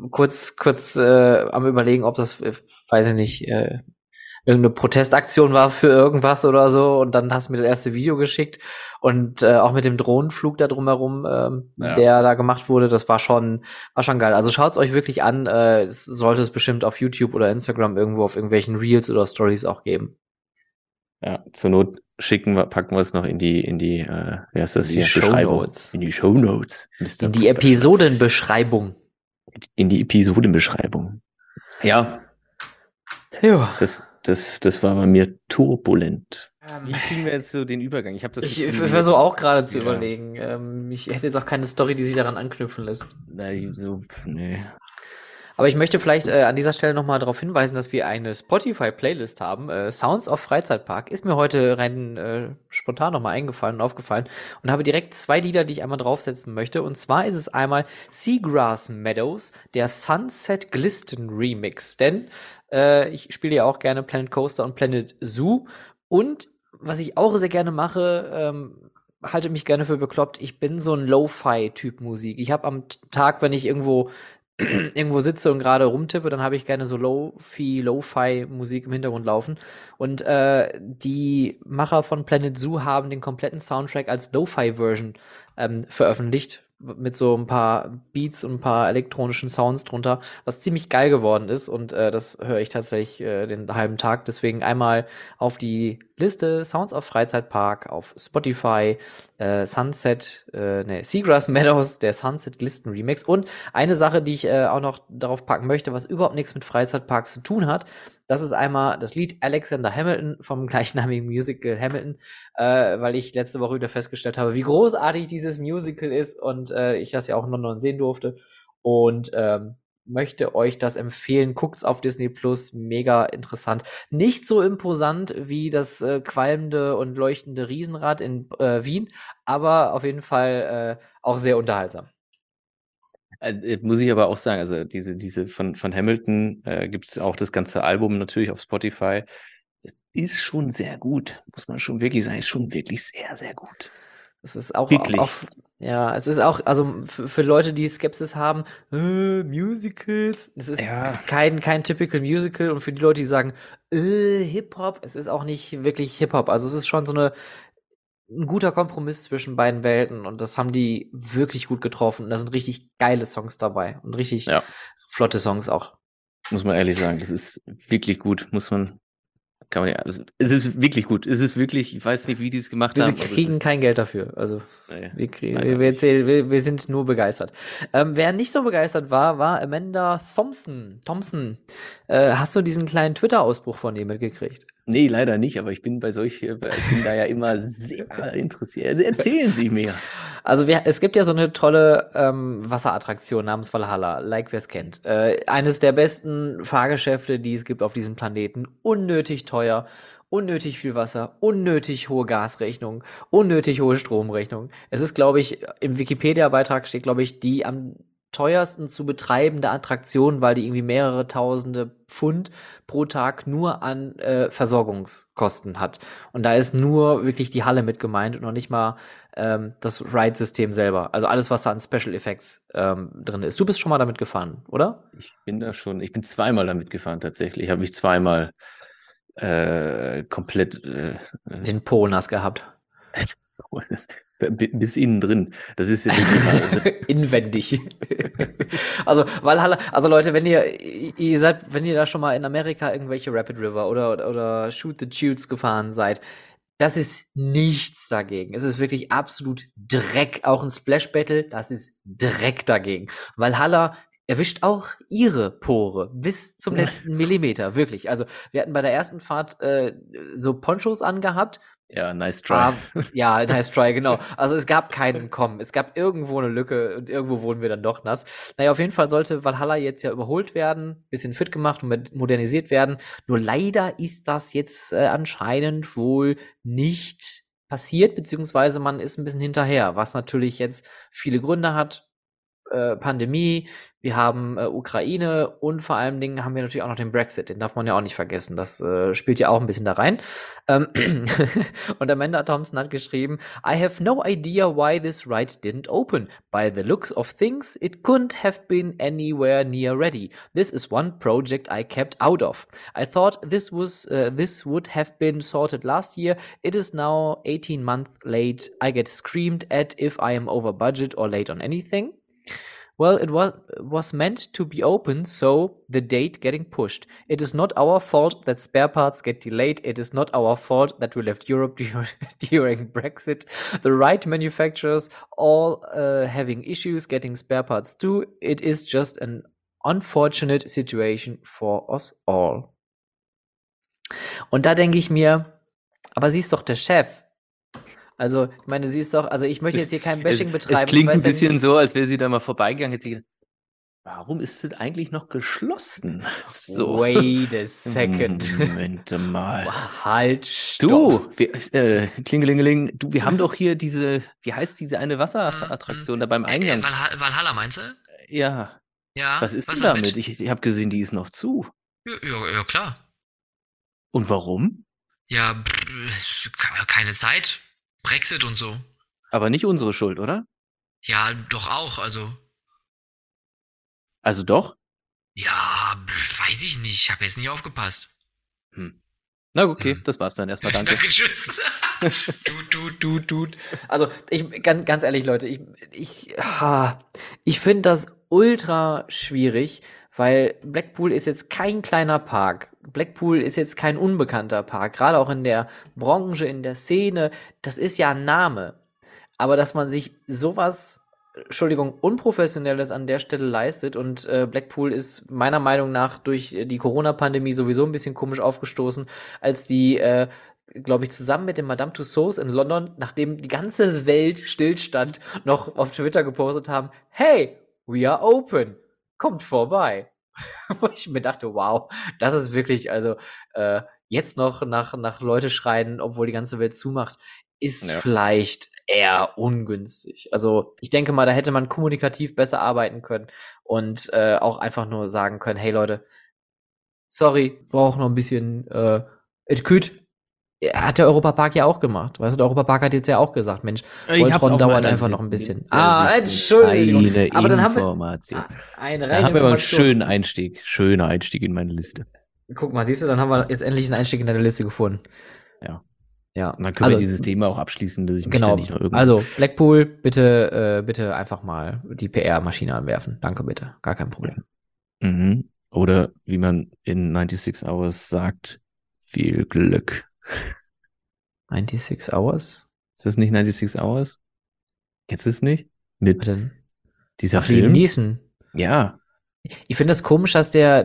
B: kurz am Überlegen, ob das, weiß ich nicht, irgendeine Protestaktion war für irgendwas oder so. Und dann hast du mir das erste Video geschickt und auch mit dem Drohnenflug da drumherum, der da gemacht wurde, das war schon geil. Also schaut's euch wirklich an. Es sollte es bestimmt auf YouTube oder Instagram irgendwo auf irgendwelchen Reels oder Stories auch geben.
A: Ja, zur Not packen wir es noch in die wie heißt das
B: In die
A: hier? Beschreibung.
B: Shownotes.
A: In die Shownotes.
B: In die Episodenbeschreibung.
A: In die Episodenbeschreibung. Ja.
B: Ja.
A: Das war bei mir turbulent. Wie kriegen wir jetzt so den Übergang? Ich
B: versuche auch gerade zu überlegen. Ich hätte jetzt auch keine Story, die sich daran anknüpfen lässt.
A: Nee.
B: Aber ich möchte vielleicht an dieser Stelle nochmal darauf hinweisen, dass wir eine Spotify-Playlist haben. Sounds of Freizeitpark ist mir heute rein spontan nochmal eingefallen und aufgefallen und habe direkt 2 Lieder, die ich einmal draufsetzen möchte. Und zwar ist es einmal Seagrass Meadows, der Sunset Glisten Remix. Denn ich spiele ja auch gerne Planet Coaster und Planet Zoo. Und was ich auch sehr gerne mache, halte mich gerne für bekloppt, ich bin so ein Lo-Fi-Typ Musik. Ich habe am Tag, wenn ich irgendwo sitze und gerade rumtippe, dann habe ich gerne so Lo-Fi-Musik im Hintergrund laufen. Und die Macher von Planet Zoo haben den kompletten Soundtrack als Lo-Fi-Version veröffentlicht. Mit so ein paar Beats und ein paar elektronischen Sounds drunter, was ziemlich geil geworden ist. Und das höre ich tatsächlich den halben Tag. Deswegen einmal auf die Liste Sounds of Freizeitpark auf Spotify, Seagrass Meadows, der Sunset Glisten Remix. Und eine Sache, die ich auch noch darauf packen möchte, was überhaupt nichts mit Freizeitparks zu tun hat, das ist einmal das Lied Alexander Hamilton vom gleichnamigen Musical Hamilton, weil ich letzte Woche wieder festgestellt habe, wie großartig dieses Musical ist und ich das ja auch in London sehen durfte und möchte euch das empfehlen. Guckt's auf Disney Plus, mega interessant. Nicht so imposant wie das qualmende und leuchtende Riesenrad in Wien, aber auf jeden Fall auch sehr unterhaltsam.
A: Muss ich aber auch sagen, also diese von Hamilton gibt es auch das ganze Album natürlich auf Spotify. Es ist schon sehr gut, muss man schon wirklich sagen, ist schon wirklich sehr, sehr gut.
B: Es ist auch
A: Wirklich.
B: es ist auch, also für Leute, die Skepsis haben, Musicals, es ist kein typical Musical und für die Leute, die sagen, Hip-Hop, es ist auch nicht wirklich Hip-Hop. Also es ist schon ein guter Kompromiss zwischen beiden Welten und das haben die wirklich gut getroffen. Und da sind richtig geile Songs dabei und richtig flotte Songs auch.
A: Muss man ehrlich sagen, das ist wirklich gut, es ist wirklich gut. Es ist wirklich, ich weiß nicht, wie die es gemacht haben.
B: Wir kriegen kein Geld dafür. Also wir sind nur begeistert. Wer nicht so begeistert war Amanda Thompson. Hast du diesen kleinen Twitter-Ausbruch von ihr mitgekriegt?
A: Nee, leider nicht, aber ich bin da ja immer sehr interessiert. Erzählen Sie mir.
B: Also es gibt ja so eine tolle Wasserattraktion namens Valhalla, like wer es kennt. Eines der besten Fahrgeschäfte, die es gibt auf diesem Planeten. Unnötig teuer, unnötig viel Wasser, unnötig hohe Gasrechnung, unnötig hohe Stromrechnung. Es ist, glaube ich, im Wikipedia-Beitrag steht, glaube ich, die am teuersten zu betreibende Attraktion, weil die irgendwie mehrere tausende Pfund pro Tag nur an Versorgungskosten hat. Und da ist nur wirklich die Halle mit gemeint und noch nicht mal das Ride-System selber. Also alles, was da an Special Effects drin ist. Du bist schon mal damit gefahren, oder?
A: Ich bin zweimal damit gefahren tatsächlich. Ich habe mich zweimal komplett
B: den Po nass gehabt.
A: Bis innen drin. Das ist ja nicht
B: inwendig. Also Valhalla, also Leute, wenn ihr da schon mal in Amerika irgendwelche Rapid River oder Shoot the Chutes gefahren seid, das ist nichts dagegen. Es ist wirklich absolut Dreck. Auch ein Splash Battle, das ist Dreck dagegen. Valhalla erwischt auch ihre Pore bis zum letzten Millimeter, wirklich. Also wir hatten bei der ersten Fahrt so Ponchos angehabt.
A: Ja, nice try.
B: Ja, nice try, genau. Also es gab keinen Kommen. Es gab irgendwo eine Lücke und irgendwo wurden wir dann doch nass. Naja, auf jeden Fall sollte Valhalla jetzt ja überholt werden, bisschen fit gemacht und modernisiert werden. Nur leider ist das jetzt anscheinend wohl nicht passiert, beziehungsweise man ist ein bisschen hinterher, was natürlich jetzt viele Gründe hat. Pandemie, wir haben Ukraine und vor allen Dingen haben wir natürlich auch noch den Brexit, den darf man ja auch nicht vergessen, das spielt ja auch ein bisschen da rein. Und Amanda Thompson hat geschrieben, I have no idea why this ride didn't open. By the looks of things, it couldn't have been anywhere near ready. This is one project I kept out of. I thought this would have been sorted last year. It is now 18 months late. I get screamed at if I am over budget or late on anything. Well, it was meant to be open, so the date getting pushed. It is not our fault that spare parts get delayed. It is not our fault that we left Europe during Brexit. The right manufacturers all having issues getting spare parts too. It is just an unfortunate situation for us all. Und da denke ich mir, aber sie ist doch der Chef. Also, ich meine, sie ist doch, also ich möchte jetzt hier kein Bashing betreiben.
A: Es klingt ein bisschen so, als wäre sie da mal vorbeigegangen. Jetzt sie, warum ist das eigentlich noch geschlossen?
B: So. Wait a second.
A: Moment mal.
B: Halt, stopp.
A: Du, Klingelingeling, du, wir haben doch hier diese, wie heißt diese eine Wasserattraktion da beim Eingang?
C: Valhalla meinst du?
A: Ja.
C: Ja.
A: Was ist denn damit? Ich habe gesehen, die ist noch zu.
C: Ja, klar.
A: Und warum?
C: Ja, keine Zeit. Brexit und so.
A: Aber nicht unsere Schuld, oder?
C: Ja, doch auch, also.
A: Also doch?
C: Ja, weiß ich nicht. Ich habe jetzt nicht aufgepasst.
A: Na okay, das war's dann erstmal. Danke.
C: Danke, tschüss.
B: Du. Also, ganz ehrlich, Leute, ich finde das ultra schwierig, weil Blackpool ist jetzt kein kleiner Park. Blackpool ist jetzt kein unbekannter Park. Gerade auch in der Branche, in der Szene. Das ist ja ein Name. Aber dass man sich sowas, Unprofessionelles an der Stelle leistet und Blackpool ist meiner Meinung nach durch die Corona-Pandemie sowieso ein bisschen komisch aufgestoßen, als die, glaube ich, zusammen mit dem Madame Tussauds in London, nachdem die ganze Welt stillstand, noch auf Twitter gepostet haben, hey, we are open. Kommt vorbei. Wo ich mir dachte, wow, das ist wirklich, also jetzt noch nach Leute schreien, obwohl die ganze Welt zumacht, ist vielleicht eher ungünstig. Also ich denke mal, da hätte man kommunikativ besser arbeiten können und auch einfach nur sagen können, hey Leute, sorry, brauche noch ein bisschen Etküt. Hat der Europapark ja auch gemacht. Weißt du, der Europapark hat jetzt ja auch gesagt, Mensch, Voltron dauert einfach noch ein bisschen.
A: Entschuldigung.
B: Aber dann haben wir
A: da haben wir mal einen schönen Einstieg. Schöner Einstieg in meine Liste.
B: Guck mal, siehst du, dann haben wir jetzt endlich einen Einstieg in deine Liste gefunden.
A: Ja. Und dann können wir dieses Thema auch abschließen, dass ich mich da nicht noch irgendwie...
B: Also, Blackpool, bitte einfach mal die PR-Maschine anwerfen. Danke, bitte. Gar kein Problem.
A: Mhm. Oder, wie man in 96 Hours sagt, viel Glück.
B: 96 Hours?
A: Ist das nicht 96 Hours? Kennst du es nicht? Mit dieser
B: Film?
A: Film?
B: Neeson.
A: Ja.
B: Ich finde das komisch, dass der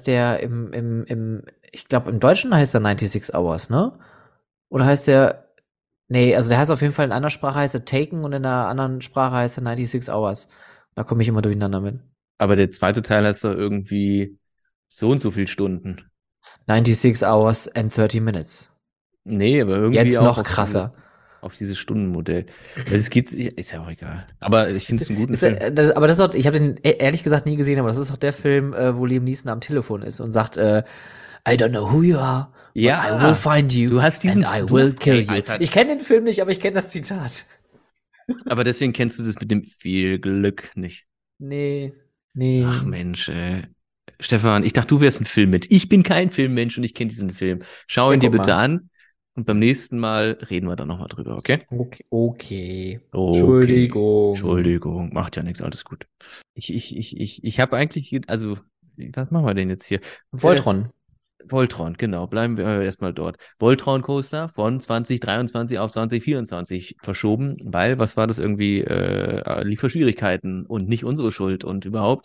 B: ich glaube, im Deutschen heißt er 96 Hours, ne? Oder heißt der, nee, also der heißt auf jeden Fall in einer Sprache heißt er Taken und in einer anderen Sprache heißt er 96 Hours. Da komme ich immer durcheinander mit.
A: Aber der zweite Teil heißt doch irgendwie so und so viel Stunden.
B: 96 Hours and 30 Minutes.
A: Nee, aber irgendwie
B: jetzt
A: auch
B: noch krasser.
A: auf dieses Stundenmodell. Es geht, ist ja auch egal. Aber ich finde es einen guten Film.
B: Aber das ist doch, ich habe den ehrlich gesagt nie gesehen, aber das ist doch der Film, wo Liam Neeson am Telefon ist und sagt, I don't know who you are, but I will find you
A: du hast diesen
B: and I will kill you.
A: Alter.
B: Ich kenne den Film nicht, aber ich kenne das Zitat.
A: Aber deswegen kennst du das mit dem viel Glück nicht.
B: Nee.
A: Ach Mensch, Stefan, ich dachte, du wärst ein Filmmensch. Ich bin kein Filmmensch und ich kenne diesen Film. Schau ihn dir bitte an und beim nächsten Mal reden wir dann nochmal drüber, okay?
B: Okay.
A: Entschuldigung, macht ja nichts, alles gut. Ich habe eigentlich, also, was machen wir denn jetzt hier?
B: Voltron,
A: genau, bleiben wir erstmal dort. Voltron Coaster von 2023 auf 2024 verschoben, weil, was war das irgendwie, Lieferschwierigkeiten und nicht unsere Schuld und überhaupt.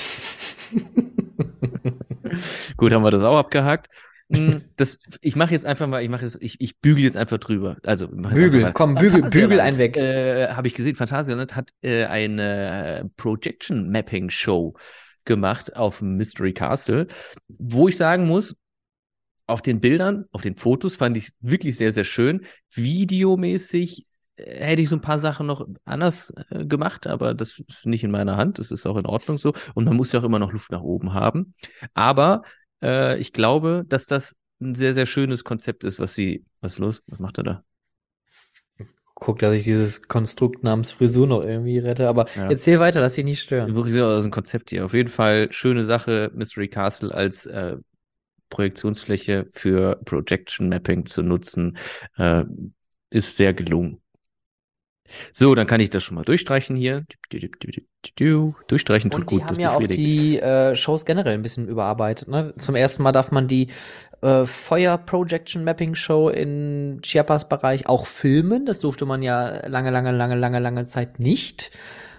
A: Gut, haben wir das auch abgehakt. Ich mache jetzt einfach mal, ich bügel jetzt einfach drüber. Also
B: bügel einen weg.
A: Habe ich gesehen, Phantasialand hat eine Projection Mapping Show gemacht auf Mystery Castle, wo ich sagen muss, auf den Bildern, auf den Fotos fand ich es wirklich sehr, sehr schön. Videomäßig hätte ich so ein paar Sachen noch anders gemacht, aber das ist nicht in meiner Hand. Das ist auch in Ordnung so. Und man muss ja auch immer noch Luft nach oben haben. Aber ich glaube, dass das ein sehr, sehr schönes Konzept ist, was ist los? Was macht er da?
B: Guck, dass ich dieses Konstrukt namens Frisur noch irgendwie rette, aber erzähl weiter, lass dich nicht stören.
A: Wirklich so aus dem Konzept hier. Auf jeden Fall schöne Sache, Mystery Castle als Projektionsfläche für Projection Mapping zu nutzen, ist sehr gelungen. So, dann kann ich das schon mal durchstreichen hier. Durchstreichen tut gut.
B: Und die haben ja auch die Shows generell ein bisschen überarbeitet. Ne? Zum ersten Mal darf man die Feuer-Projection-Mapping-Show in Chiapas-Bereich auch filmen. Das durfte man ja lange Zeit nicht.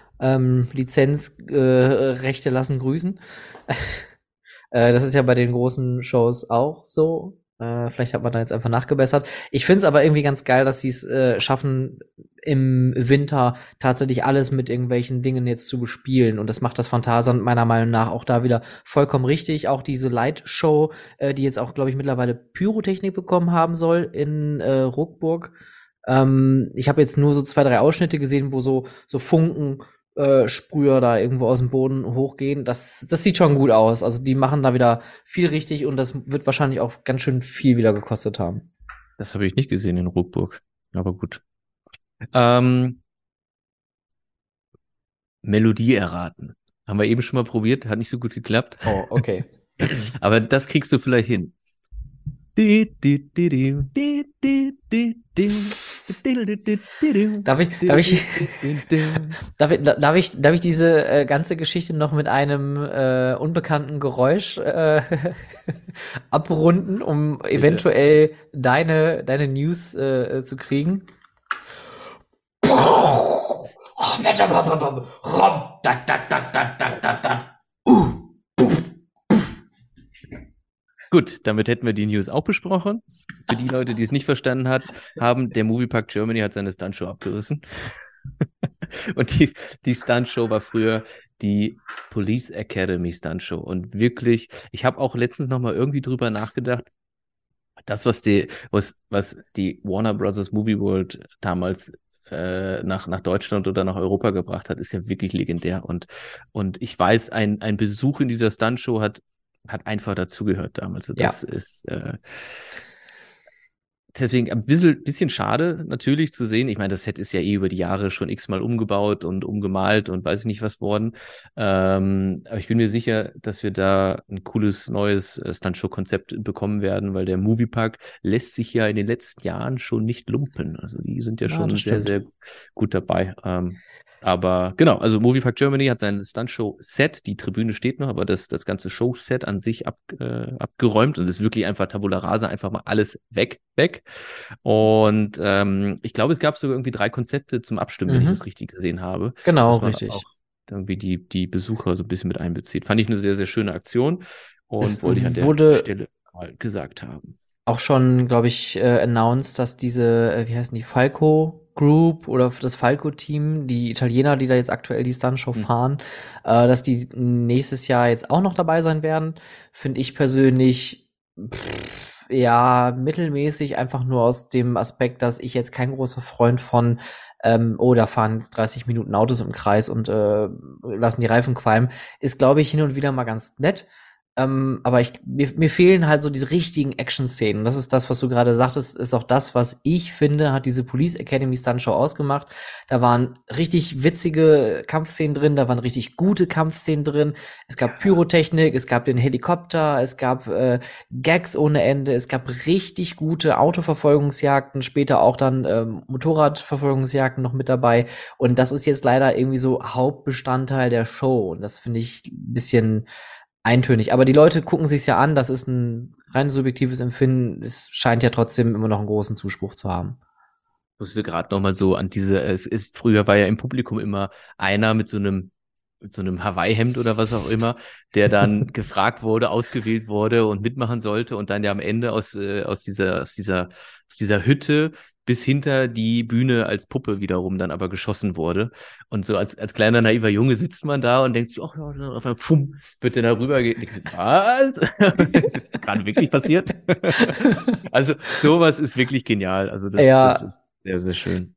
B: Lizenzrechte lassen grüßen. Das ist ja bei den großen Shows auch so. Vielleicht hat man da jetzt einfach nachgebessert. Ich finde es aber irgendwie ganz geil, dass sie es schaffen, im Winter tatsächlich alles mit irgendwelchen Dingen jetzt zu bespielen. Und das macht das Phantasialand meiner Meinung nach auch da wieder vollkommen richtig. Auch diese Lightshow, die jetzt auch, glaube ich, mittlerweile Pyrotechnik bekommen haben soll in Ruckburg. Ich habe jetzt nur so 2, 3 Ausschnitte gesehen, wo so Funken Sprüher da irgendwo aus dem Boden hochgehen. Das sieht schon gut aus. Also die machen da wieder viel richtig und das wird wahrscheinlich auch ganz schön viel wieder gekostet haben.
A: Das habe ich nicht gesehen in Ruckburg. Aber gut. Melodie erraten. Haben wir eben schon mal probiert, hat nicht so gut geklappt.
B: Oh, okay.
A: Aber das kriegst du vielleicht hin.
B: Darf ich diese ganze Geschichte noch mit einem unbekannten Geräusch abrunden, um eventuell deine News zu kriegen?
A: Gut, damit hätten wir die News auch besprochen. Für die Leute, die es nicht verstanden haben, der Moviepark Germany hat seine Stuntshow abgerissen. Und die Stuntshow war früher die Police Academy Stuntshow. Und wirklich, ich habe auch letztens nochmal irgendwie drüber nachgedacht, das, was die Warner Brothers Movie World damals nach Deutschland oder nach Europa gebracht hat, ist ja wirklich legendär. Und ich weiß, ein Besuch in dieser Stuntshow hat einfach dazugehört damals. Das ist deswegen ein bisschen schade natürlich zu sehen. Ich meine, das Set ist ja über die Jahre schon x-mal umgebaut und umgemalt und weiß ich nicht was worden. Aber ich bin mir sicher, dass wir da ein cooles neues Stuntshow-Konzept bekommen werden, weil der Moviepark lässt sich ja in den letzten Jahren schon nicht lumpen. Also die sind ja schon sehr, sehr gut dabei. Aber genau, also Moviepark Germany hat sein Stuntshow-Set, die Tribüne steht noch, aber das ganze Show-Set an sich abgeräumt und ist wirklich einfach Tabula Rasa, einfach mal alles weg. Und ich glaube, es gab sogar irgendwie 3 Konzepte zum Abstimmen, wenn ich das richtig gesehen habe.
B: Genau, richtig.
A: Auch irgendwie die Besucher so ein bisschen mit einbezieht. Fand ich eine sehr, sehr schöne Aktion und wollte ich an der Stelle mal gesagt haben.
B: Auch schon, glaube ich, announced, dass diese, wie heißen die, Falco Group oder das Falco-Team, die Italiener, die da jetzt aktuell die Stuntshow fahren, dass die nächstes Jahr jetzt auch noch dabei sein werden. Finde ich persönlich Ja, mittelmäßig, einfach nur aus dem Aspekt, dass ich jetzt kein großer Freund von, da fahren jetzt 30 Minuten Autos im Kreis und lassen die Reifen qualmen, ist, glaube ich, hin und wieder mal ganz nett. Aber mir fehlen halt so diese richtigen Action-Szenen. Das ist das, was du gerade sagtest, ist auch das, was ich finde, hat diese Police Academy Stunt Show ausgemacht. Da waren richtig witzige Kampfszenen drin, da waren richtig gute Kampfszenen drin. Es gab Pyrotechnik, es gab den Helikopter, es gab Gags ohne Ende, es gab richtig gute Autoverfolgungsjagden, später auch dann Motorradverfolgungsjagden noch mit dabei. Und das ist jetzt leider irgendwie so Hauptbestandteil der Show. Und das finde ich ein bisschen eintönig. Aber die Leute gucken sich's ja an, das ist ein rein subjektives Empfinden. Es scheint ja trotzdem immer noch einen großen Zuspruch zu haben.
A: Musste gerade noch mal so an früher war ja im Publikum immer einer mit so einem Hawaii-Hemd oder was auch immer, der dann gefragt wurde, ausgewählt wurde und mitmachen sollte und dann ja am Ende aus dieser Hütte bis hinter die Bühne als Puppe wiederum dann aber geschossen wurde. Und so als kleiner naiver Junge sitzt man da und denkt sich, oh ja, auf einmal, pfumm, wird der da rüber was? Das ist gerade wirklich passiert. Also sowas ist wirklich genial. Also das ist sehr, sehr schön.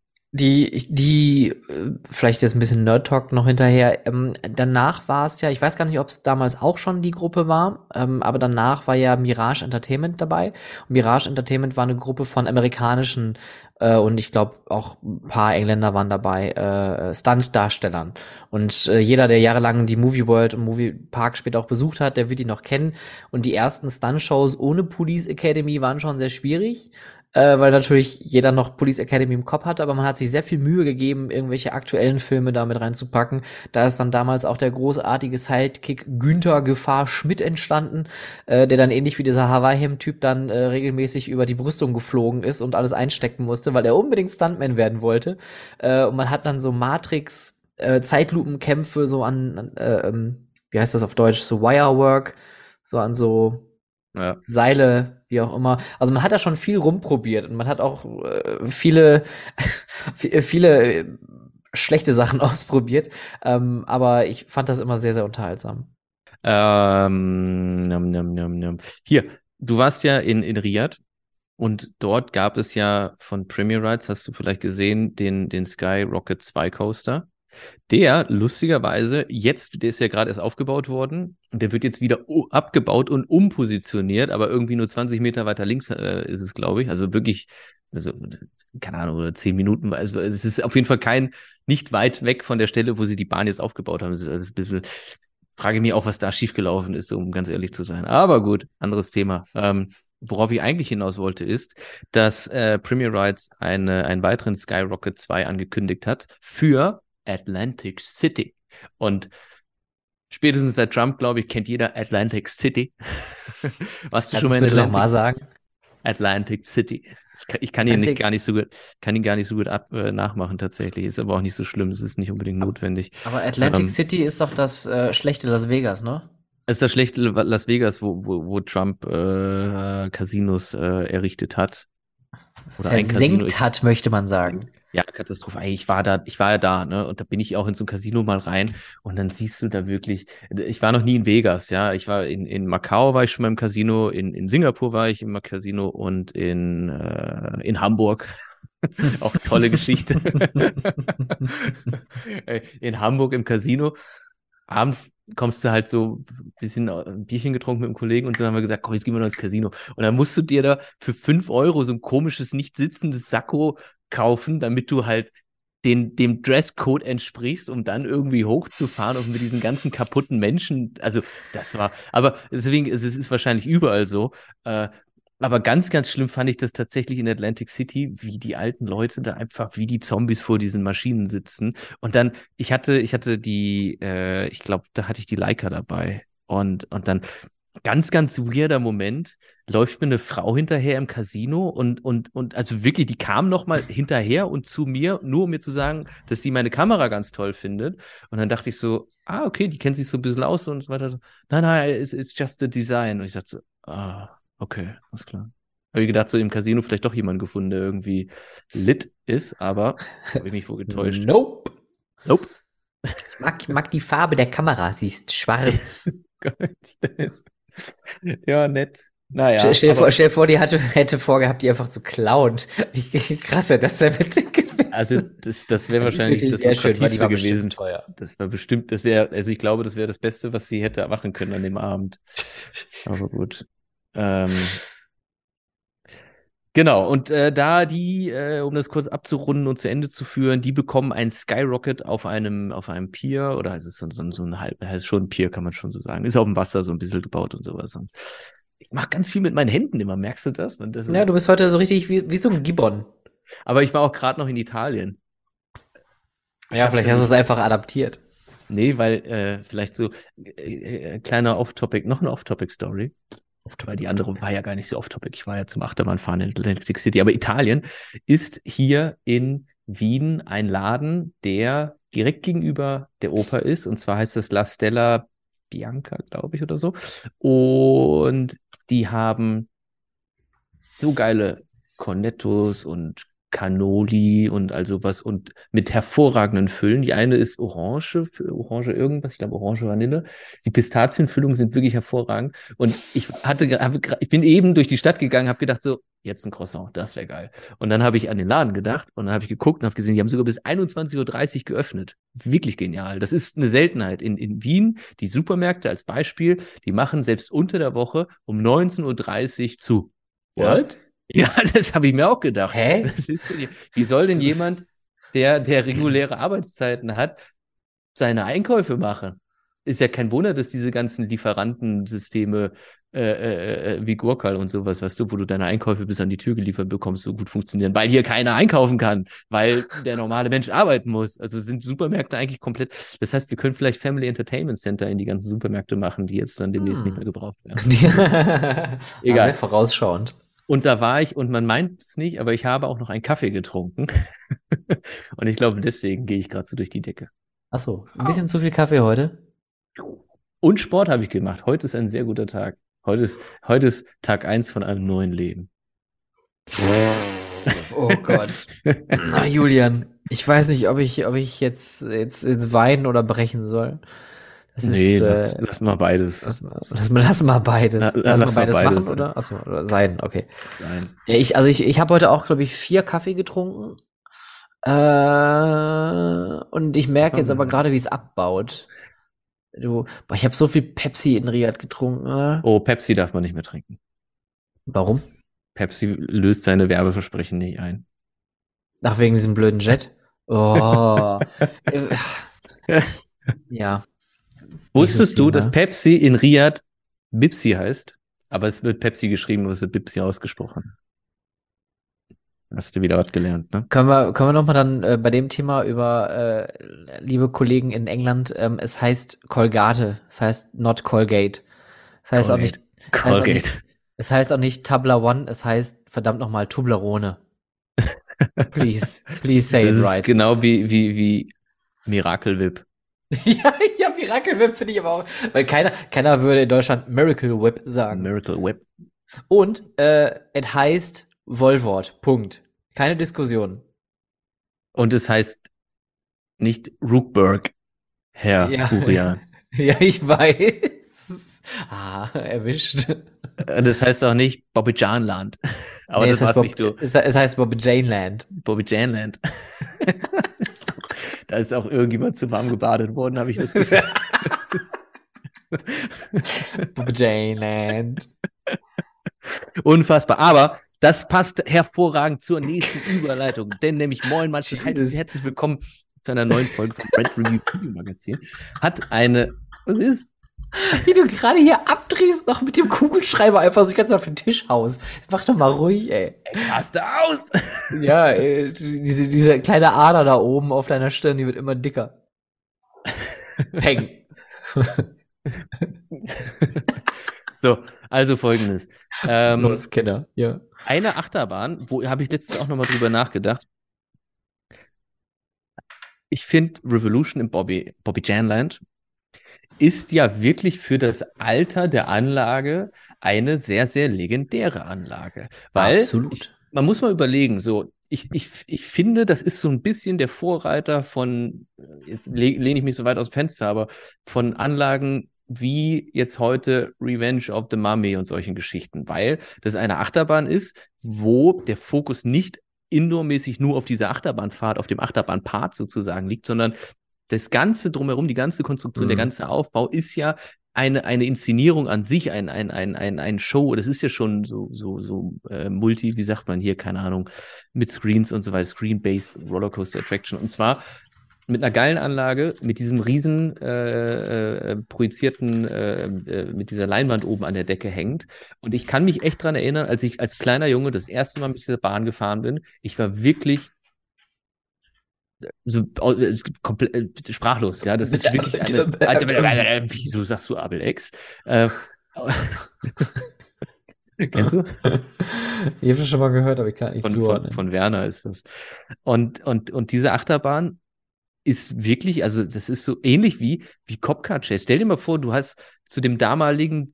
B: Vielleicht jetzt ein bisschen Nerd-Talk noch hinterher. Danach war es ja, ich weiß gar nicht, ob es damals auch schon die Gruppe war, aber danach war ja Mirage Entertainment dabei. Und Mirage Entertainment war eine Gruppe von amerikanischen und ich glaube auch ein paar Engländer waren dabei, Stunt-Darstellern. Und jeder, der jahrelang die Movie World und Movie Park später auch besucht hat, der wird die noch kennen. Und die ersten Stunt-Shows ohne Police Academy waren schon sehr schwierig. Weil natürlich jeder noch Police Academy im Kopf hatte, aber man hat sich sehr viel Mühe gegeben, irgendwelche aktuellen Filme da mit reinzupacken. Da ist dann damals auch der großartige Sidekick Günther Gefahr Schmidt entstanden, der dann ähnlich wie dieser Hawaii-Hemd-Typ dann regelmäßig über die Brüstung geflogen ist und alles einstecken musste, weil er unbedingt Stuntman werden wollte. Und man hat dann so Matrix Zeitlupenkämpfe so wie heißt das auf Deutsch, so Wirework, so an so Seile, wie auch immer. Also man hat da schon viel rumprobiert und man hat auch viele schlechte Sachen ausprobiert. Aber ich fand das immer sehr, sehr unterhaltsam.
A: Hier, du warst ja in Riyadh und dort gab es ja von Premier Rides, hast du vielleicht gesehen, den Sky Rocket 2 Coaster. Der, lustigerweise, der ist ja gerade erst aufgebaut worden und der wird jetzt wieder abgebaut und umpositioniert, aber irgendwie nur 20 Meter weiter links ist es, glaube ich. Also wirklich, keine Ahnung, oder 10 Minuten. Also es ist auf jeden Fall nicht weit weg von der Stelle, wo sie die Bahn jetzt aufgebaut haben. Also ein bisschen, frage mich auch, was da schiefgelaufen ist, um ganz ehrlich zu sein. Aber gut, anderes Thema. Worauf ich eigentlich hinaus wollte, ist, dass Premier Rides einen weiteren Skyrocket 2 angekündigt hat für Atlantic City. Und spätestens seit Trump, glaube ich, kennt jeder Atlantic City. Warst du schon mal in
B: Atlantic? Mal sagen?
A: Atlantic City. Ich kann ihn gar nicht so gut nachmachen tatsächlich. Ist aber auch nicht so schlimm. Es ist nicht unbedingt notwendig.
B: Aber Atlantic City ist doch das schlechte Las Vegas, ne?
A: Es ist das schlechte Las Vegas, wo Trump Casinos errichtet hat.
B: Oder versenkt hat, möchte man sagen.
A: Ja, Katastrophe. Ich war ja da, ne? Und da bin ich auch in so ein Casino mal rein und dann siehst du da wirklich, ich war noch nie in Vegas, ja. Ich war in Macau war ich schon mal im Casino, in Singapur war ich im Casino und in Hamburg. Auch tolle Geschichte. In Hamburg im Casino. Abends kommst du halt so ein bisschen ein Bierchen getrunken mit einem Kollegen und so haben wir gesagt, komm, jetzt gehen wir noch ins Casino. Und dann musst du dir da für 5 Euro so ein komisches, nicht sitzendes Sakko kaufen, damit du halt dem Dresscode entsprichst, um dann irgendwie hochzufahren und mit diesen ganzen kaputten Menschen, also aber deswegen, es ist wahrscheinlich überall so, aber ganz, ganz schlimm fand ich das tatsächlich in Atlantic City, wie die alten Leute da einfach wie die Zombies vor diesen Maschinen sitzen. Und dann, ich hatte ich glaube, da hatte ich die Leica dabei. Und dann ganz, ganz weirder Moment, läuft mir eine Frau hinterher im Casino und also wirklich, die kam nochmal hinterher und zu mir, nur um mir zu sagen, dass sie meine Kamera ganz toll findet. Und dann dachte ich so, okay, die kennt sich so ein bisschen aus und so weiter. Nein, it's just the design. Und ich sagte so, okay, alles klar. Habe ich gedacht, so im Casino vielleicht doch jemand gefunden, der irgendwie lit ist, aber habe ich mich wohl getäuscht.
B: Nope. Ich mag die Farbe der Kamera, sie ist schwarz.
A: Ja, nett. Naja.
B: Stell dir vor, die hätte vorgehabt, die einfach zu klauen. Wie krass wäre das denn bitte gewesen?
A: Also das wäre wahrscheinlich das
B: sehr schön, weil die
A: Lukrativste
B: war
A: gewesen.
B: teuer.
A: Das war bestimmt, das wäre, also ich glaube, das wäre das Beste, was sie hätte machen können an dem Abend. Aber gut. Genau, und da die, um das kurz abzurunden und zu Ende zu führen, die bekommen ein Skyrocket auf einem Pier, oder es ist so ein heißt schon ein Pier, kann man schon so sagen. Ist auf dem Wasser so ein bisschen gebaut und sowas. Und ich mache ganz viel mit meinen Händen immer, merkst du das? Und das
B: Ja, du bist heute so richtig wie so ein Gibbon.
A: Aber ich war auch gerade noch in Italien.
B: Ja, vielleicht hast du es einfach adaptiert.
A: Nee, weil vielleicht so kleiner Off-Topic, noch eine Off-Topic-Story. Weil die andere war ja gar nicht so off-topic. Ich war ja zum Achterbahnfahren in Atlantic City. Aber Italien ist hier in Wien ein Laden, der direkt gegenüber der Oper ist. Und zwar heißt das La Stella Bianca, glaube ich, oder so. Und die haben so geile Cornettos und Cannoli und all sowas und mit hervorragenden Füllen. Die eine ist Orange irgendwas, ich glaube Orange Vanille. Die Pistazienfüllungen sind wirklich hervorragend. Und ich bin eben durch die Stadt gegangen, habe gedacht so, jetzt ein Croissant, das wäre geil. Und dann habe ich an den Laden gedacht und dann habe ich geguckt und habe gesehen, die haben sogar bis 21:30 Uhr geöffnet. Wirklich genial. Das ist eine Seltenheit. In Wien, die Supermärkte als Beispiel, die machen selbst unter der Woche um 19:30 Uhr zu.
B: What?
A: Ja, das habe ich mir auch gedacht.
B: Hä?
A: Wie soll denn jemand, der reguläre Arbeitszeiten hat, seine Einkäufe machen? Ist ja kein Wunder, dass diese ganzen Lieferantensysteme wie Gurkal und sowas, weißt du, wo du deine Einkäufe bis an die Tür geliefert bekommst, so gut funktionieren, weil hier keiner einkaufen kann, weil der normale Mensch arbeiten muss. Also sind Supermärkte eigentlich komplett. Das heißt, wir können vielleicht Family Entertainment Center in die ganzen Supermärkte machen, die jetzt dann demnächst nicht mehr gebraucht werden.
B: Egal. Sehr vorausschauend.
A: Und da war ich, und man meint es nicht, aber ich habe auch noch einen Kaffee getrunken. Und ich glaube, deswegen gehe ich gerade so durch die Decke.
B: Ach so, ein bisschen zu viel Kaffee heute.
A: Und Sport habe ich gemacht. Heute ist ein sehr guter Tag. Heute ist Tag 1 von einem neuen Leben.
B: Oh Gott. Na, Julian, ich weiß nicht, ob ich jetzt weinen oder brechen soll.
A: Lass mal beides.
B: Lass mal beides. Lass mal beides machen, oder? Achso, oder sein, okay.
A: Sein.
B: Ja, ich habe heute auch, glaube ich, 4 Kaffee getrunken. Und ich merke jetzt aber gerade, wie es abbaut. Ich habe so viel Pepsi in Riyadh getrunken. Oder?
A: Oh, Pepsi darf man nicht mehr trinken.
B: Warum?
A: Pepsi löst seine Werbeversprechen nicht ein.
B: Ach, wegen diesem blöden Jet? Oh. Ja.
A: Wusstest du, dass Pepsi in Riyadh Bipsi heißt? Aber es wird Pepsi geschrieben, aber es wird Bipsi ausgesprochen. Hast du wieder was gelernt, ne?
B: Können wir noch mal dann bei dem Thema über liebe Kollegen in England, es heißt Colgate, es heißt not Colgate. Es heißt
A: Colgate.
B: auch nicht
A: Colgate.
B: Es heißt auch nicht Tabla One, es heißt verdammt nochmal Toblerone. Please say it right.
A: Das ist genau wie Miracle Whip.
B: ja, Miracle Whip finde ich aber auch, weil keiner würde in Deutschland Miracle Whip sagen.
A: Miracle Whip.
B: Und es heißt Wohlwort. Punkt. Keine Diskussion.
A: Und es heißt nicht Rookberg, Herr Kurian.
B: Ja, ich weiß. Erwischt.
A: Das heißt auch nicht Bobby-Jan-Land. Aber das war's nicht du.
B: Es heißt Bobby-Jane-Land.
A: Bobby-Jan-Land. Da ist auch irgendjemand zu warm gebadet worden, habe ich das Gefühl.
B: Bobby-Jane-Land.
A: Unfassbar. Aber das passt hervorragend zur nächsten Überleitung. Denn nämlich moin, Menschen, herzlich willkommen zu einer neuen Folge vom Red Review TV Magazin. Was ist?
B: Wie du gerade hier abdrehst, noch mit dem Kugelschreiber einfach so ganz auf den Tisch haust. Mach doch mal ruhig, ey.
A: Raste aus!
B: Ja, diese kleine Ader da oben auf deiner Stirn, die wird immer dicker. Peng.
A: So, also Folgendes.
B: Los, Kinder. Ja.
A: Eine Achterbahn, wo habe ich letztens auch nochmal drüber nachgedacht. Ich finde Revolution im Bobby-Jan-Land ist ja wirklich für das Alter der Anlage eine sehr, sehr legendäre Anlage. Weil
B: Absolut.
A: Man muss mal überlegen, so, ich finde, das ist so ein bisschen der Vorreiter von, jetzt lehne ich mich so weit aus dem Fenster, aber von Anlagen wie jetzt heute Revenge of the Mummy und solchen Geschichten, weil das eine Achterbahn ist, wo der Fokus nicht indoormäßig nur auf dieser Achterbahnfahrt, auf dem Achterbahnpart sozusagen liegt, sondern das Ganze drumherum, die ganze Konstruktion, der ganze Aufbau ist ja eine Inszenierung an sich, ein Show. Das ist ja schon so Multi, wie sagt man hier, keine Ahnung, mit Screens und so weiter, Screen-based Rollercoaster Attraction. Und zwar mit einer geilen Anlage, mit diesem riesen projizierten, mit dieser Leinwand oben an der Decke hängt. Und ich kann mich echt dran erinnern, als ich als kleiner Junge das erste Mal mit dieser Bahn gefahren bin, ich war wirklich so komplett sprachlos. Ja, das ist wirklich eine. Wieso sagst du Abel X? Kennst du?
B: Ich habe das schon mal gehört, aber ich kann nicht zuordnen.
A: Von Werner ist das. Und diese Achterbahn ist wirklich, also das ist so ähnlich wie Cop Car Chase. Stell dir mal vor, du hast zur damaligen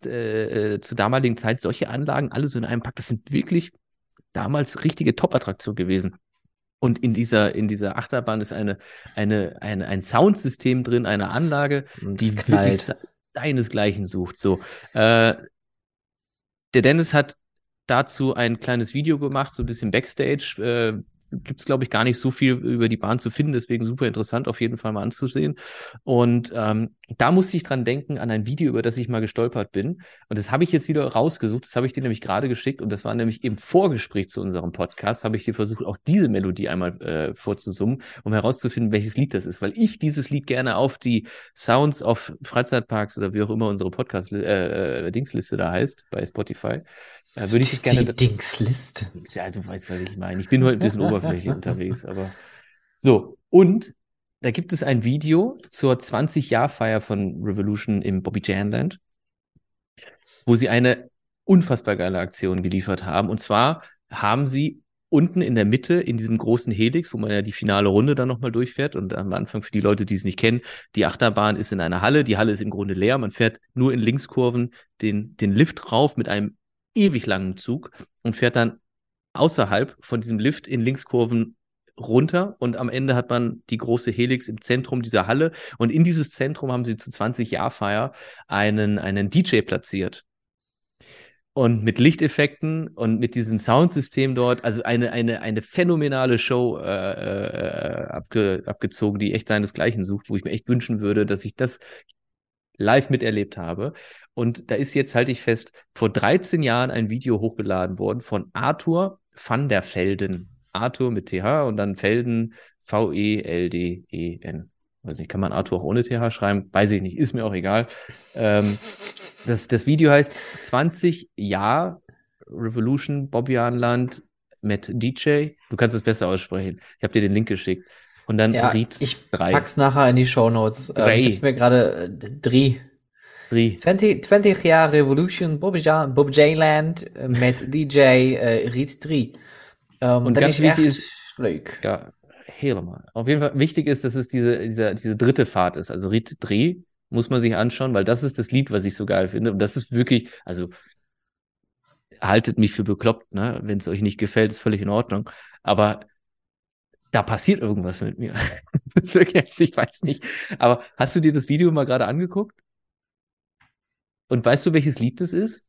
A: Zeit solche Anlagen alle so in einem Pack. Das sind wirklich damals richtige Top-Attraktionen gewesen. Und in dieser Achterbahn ist ein Soundsystem drin, eine Anlage, die wirklich seinesgleichen sucht. So, der Dennis hat dazu ein kleines Video gemacht, so ein bisschen Backstage. Gibt es, glaube ich, gar nicht so viel über die Bahn zu finden, deswegen super interessant, auf jeden Fall mal anzusehen. Und da musste ich dran denken, an ein Video, über das ich mal gestolpert bin. Und das habe ich jetzt wieder rausgesucht, das habe ich dir nämlich gerade geschickt und das war nämlich im Vorgespräch zu unserem Podcast, habe ich dir versucht, auch diese Melodie einmal vorzusummen, um herauszufinden, welches Lied das ist, weil ich dieses Lied gerne auf die Sounds of Freizeitparks oder wie auch immer unsere Podcast-Dingsliste da heißt, bei Spotify, würde ich das gerne...
B: Die Dingsliste.
A: Ja, du weißt, was ich meine. Ich bin heute ein bisschen oberflächlich unterwegs, aber so. Und da gibt es ein Video zur 20-Jahr-Feier von Revolution im Bobbejaanland, wo sie eine unfassbar geile Aktion geliefert haben. Und zwar haben sie unten in der Mitte, in diesem großen Helix, wo man ja die finale Runde dann nochmal durchfährt. Und am Anfang, für die Leute, die es nicht kennen, die Achterbahn ist in einer Halle. Die Halle ist im Grunde leer. Man fährt nur in Linkskurven den Lift rauf mit einem ewig langen Zug und fährt dann außerhalb von diesem Lift in Linkskurven runter und am Ende hat man die große Helix im Zentrum dieser Halle und in dieses Zentrum haben sie zu 20-Jahr-Feier einen DJ platziert. Und mit Lichteffekten und mit diesem Soundsystem dort, also eine phänomenale Show abgezogen, die echt seinesgleichen sucht, wo ich mir echt wünschen würde, dass ich das live miterlebt habe. Und da ist jetzt, halte ich fest, vor 13 Jahren ein Video hochgeladen worden von Arthur van der Velden. Arthur mit TH und dann Velden, Velden. Weiß nicht, kann man Arthur auch ohne TH schreiben? Weiß ich nicht, ist mir auch egal. Das Video heißt 20 Jahre Revolution Bobbejaanland mit DJ. Du kannst es besser aussprechen. Ich habe dir den Link geschickt. Und dann
B: ich pack's nachher in die Shownotes. Ich habe mir gerade 20 Jahre Revolution Bobbejaanland mit DJ Riet 3.
A: Und ganz wichtig ist, ja, helemaal. Auf jeden Fall wichtig ist, dass es diese dritte Fahrt ist. Also Riet 3 muss man sich anschauen, weil das ist das Lied, was ich so geil finde. Und das ist wirklich, also haltet mich für bekloppt, ne? Wenn es euch nicht gefällt, ist völlig in Ordnung. Aber da passiert irgendwas mit mir. Das ist wirklich, ich weiß nicht. Aber hast du dir das Video mal gerade angeguckt? Und weißt du, welches Lied das ist?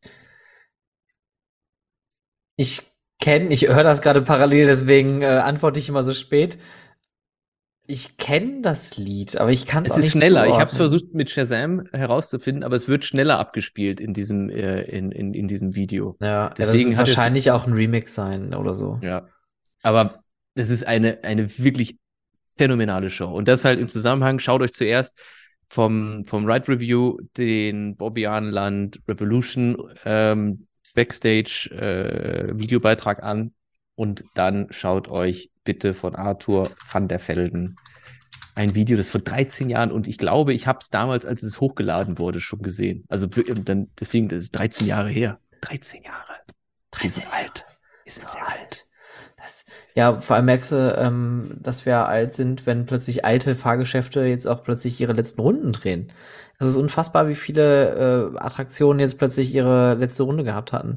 B: Ich höre das gerade parallel, deswegen antworte ich immer so spät. Ich kenne das Lied, aber ich kann es auch nicht
A: schneller. Ich habe es versucht mit Shazam herauszufinden, aber es wird schneller abgespielt in diesem Video.
B: Ja, deswegen das wird wahrscheinlich auch ein Remix sein oder so.
A: Ja, aber das ist eine wirklich phänomenale Show. Und das halt im Zusammenhang, schaut euch zuerst vom Ride Review den Bobbejaanland Revolution Backstage Videobeitrag an und dann schaut euch bitte von Arthur van der Velden ein Video, das vor 13 Jahren und ich glaube, ich habe es damals, als es hochgeladen wurde, schon gesehen. Also deswegen, das ist 13 Jahre her. 13 Jahre. 13 Jahre. Alt. Ist sehr alt.
B: Ja, vor allem merkst du, dass wir alt sind, wenn plötzlich alte Fahrgeschäfte jetzt auch plötzlich ihre letzten Runden drehen. Es ist unfassbar, wie viele Attraktionen jetzt plötzlich ihre letzte Runde gehabt hatten.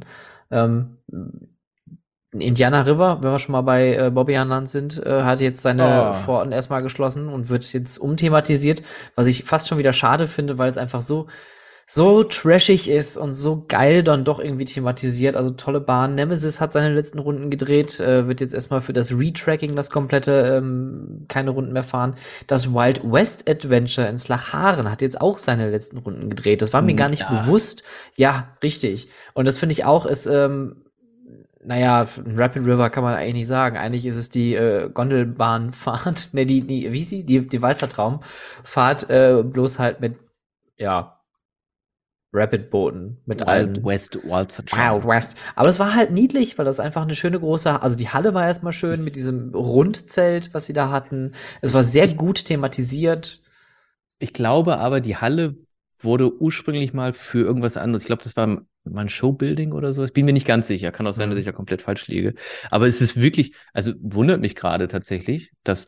B: Indiana River, wenn wir schon mal bei Bobbejaanland sind, hat jetzt seine Pforten erstmal geschlossen und wird jetzt umthematisiert, was ich fast schon wieder schade finde, weil es einfach so so trashig ist und so geil dann doch irgendwie thematisiert. Also tolle Bahn. Nemesis hat seine letzten Runden gedreht, wird jetzt erstmal für das Retracking das komplette keine Runden mehr fahren. Das Wild West Adventure in Slacharen hat jetzt auch seine letzten Runden gedreht. Das war mir gar nicht bewusst. Ja, richtig. Und das finde ich auch ist naja, Rapid River kann man eigentlich nicht sagen. Eigentlich ist es die Gondelbahnfahrt, ne, wie hieß sie? Die Walzertraumfahrt, bloß halt mit, ja, Rapid-Booten. Mit
A: Wild West Walzertraum.
B: Wild West. Aber es war halt niedlich, weil das einfach eine schöne große, also die Halle war erstmal schön mit diesem Rundzelt, was sie da hatten. Es war sehr gut thematisiert.
A: Ich glaube aber, die Halle wurde ursprünglich mal für irgendwas anderes. Ich glaube, das war ein Showbuilding oder so. Ich bin mir nicht ganz sicher. Kann auch sein, dass ich ja komplett falsch liege. Aber es ist wirklich, also wundert mich gerade tatsächlich, dass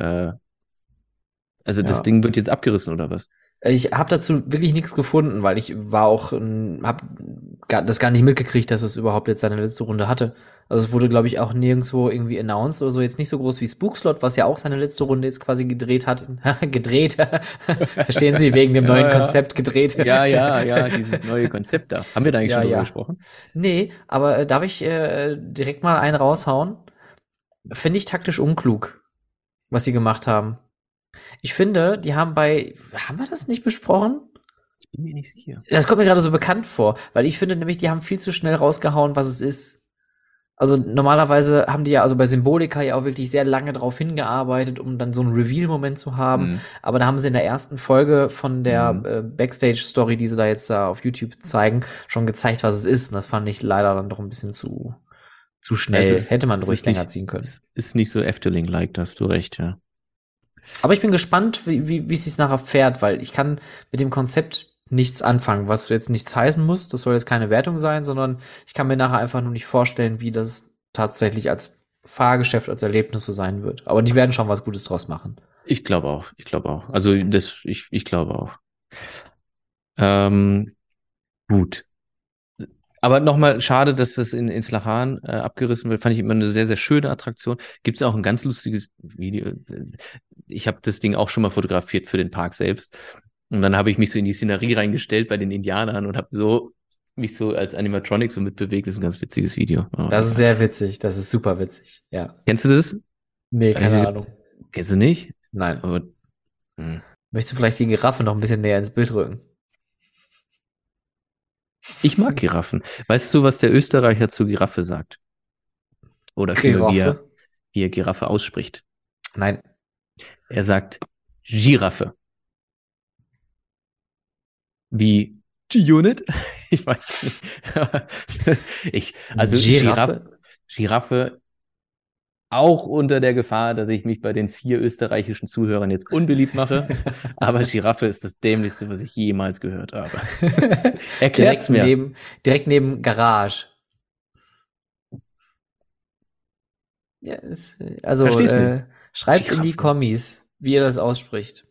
A: das Ding wird jetzt abgerissen oder was?
B: Ich habe dazu wirklich nichts gefunden, weil ich war auch, habe das gar nicht mitgekriegt, dass es überhaupt jetzt seine letzte Runde hatte. Also es wurde, glaube ich, auch nirgendwo irgendwie announced oder so. Jetzt nicht so groß wie Spookslot, was ja auch seine letzte Runde jetzt quasi gedreht hat. Gedreht. Verstehen Sie, wegen dem neuen Konzept gedreht.
A: Ja, dieses neue Konzept da. Haben wir da eigentlich schon drüber gesprochen?
B: Nee, aber darf ich direkt mal einen raushauen? Finde ich taktisch unklug, was sie gemacht haben. Ich finde, die haben wir das nicht besprochen?
A: Ich bin mir nicht sicher.
B: Das kommt mir gerade so bekannt vor, weil ich finde nämlich, die haben viel zu schnell rausgehauen, was es ist. Also normalerweise haben die ja, also bei Symbolika ja auch wirklich sehr lange drauf hingearbeitet, um dann so einen Reveal-Moment zu haben. Aber da haben sie in der ersten Folge von der Backstage-Story, die sie da jetzt da auf YouTube zeigen, schon gezeigt, was es ist. Und das fand ich leider dann doch ein bisschen zu schnell. Hätte man ruhig länger ziehen können.
A: Ist nicht so Efteling-like, da hast du recht, ja.
B: Aber ich bin gespannt, wie es sich nachher fährt, weil ich kann mit dem Konzept nichts anfangen, was jetzt nichts heißen muss. Das soll jetzt keine Wertung sein, sondern ich kann mir nachher einfach nur nicht vorstellen, wie das tatsächlich als Fahrgeschäft, als Erlebnis so sein wird. Aber die werden schon was Gutes draus machen.
A: Ich glaube auch. Also ich glaube auch. Gut. Aber nochmal, schade, dass das in Slachan abgerissen wird. Fand ich immer eine sehr, sehr schöne Attraktion. Gibt es auch ein ganz lustiges Video. Ich habe das Ding auch schon mal fotografiert für den Park selbst. Und dann habe ich mich so in die Szenerie reingestellt bei den Indianern und habe mich so als Animatronic so mitbewegt. Das ist ein ganz witziges Video.
B: Das ist sehr witzig. Das ist super witzig. Ja.
A: Kennst du das?
B: Nee, keine Ahnung.
A: Kennst du nicht?
B: Nein. Aber, möchtest du vielleicht die Giraffe noch ein bisschen näher ins Bild rücken?
A: Ich mag Giraffen. Weißt du, was der Österreicher zu Giraffe sagt? Oder wie er Giraffe ausspricht?
B: Nein.
A: Er sagt Giraffe. Wie G-Unit? Ich weiß nicht. Also Giraffe auch unter der Gefahr, dass ich mich bei den 4 österreichischen Zuhörern jetzt unbeliebt mache. Aber Giraffe ist das Dämlichste, was ich jemals gehört habe. Erklärt's mir.
B: Direkt neben Garage. Ja, also schreibt in die Kommis, wie ihr das ausspricht.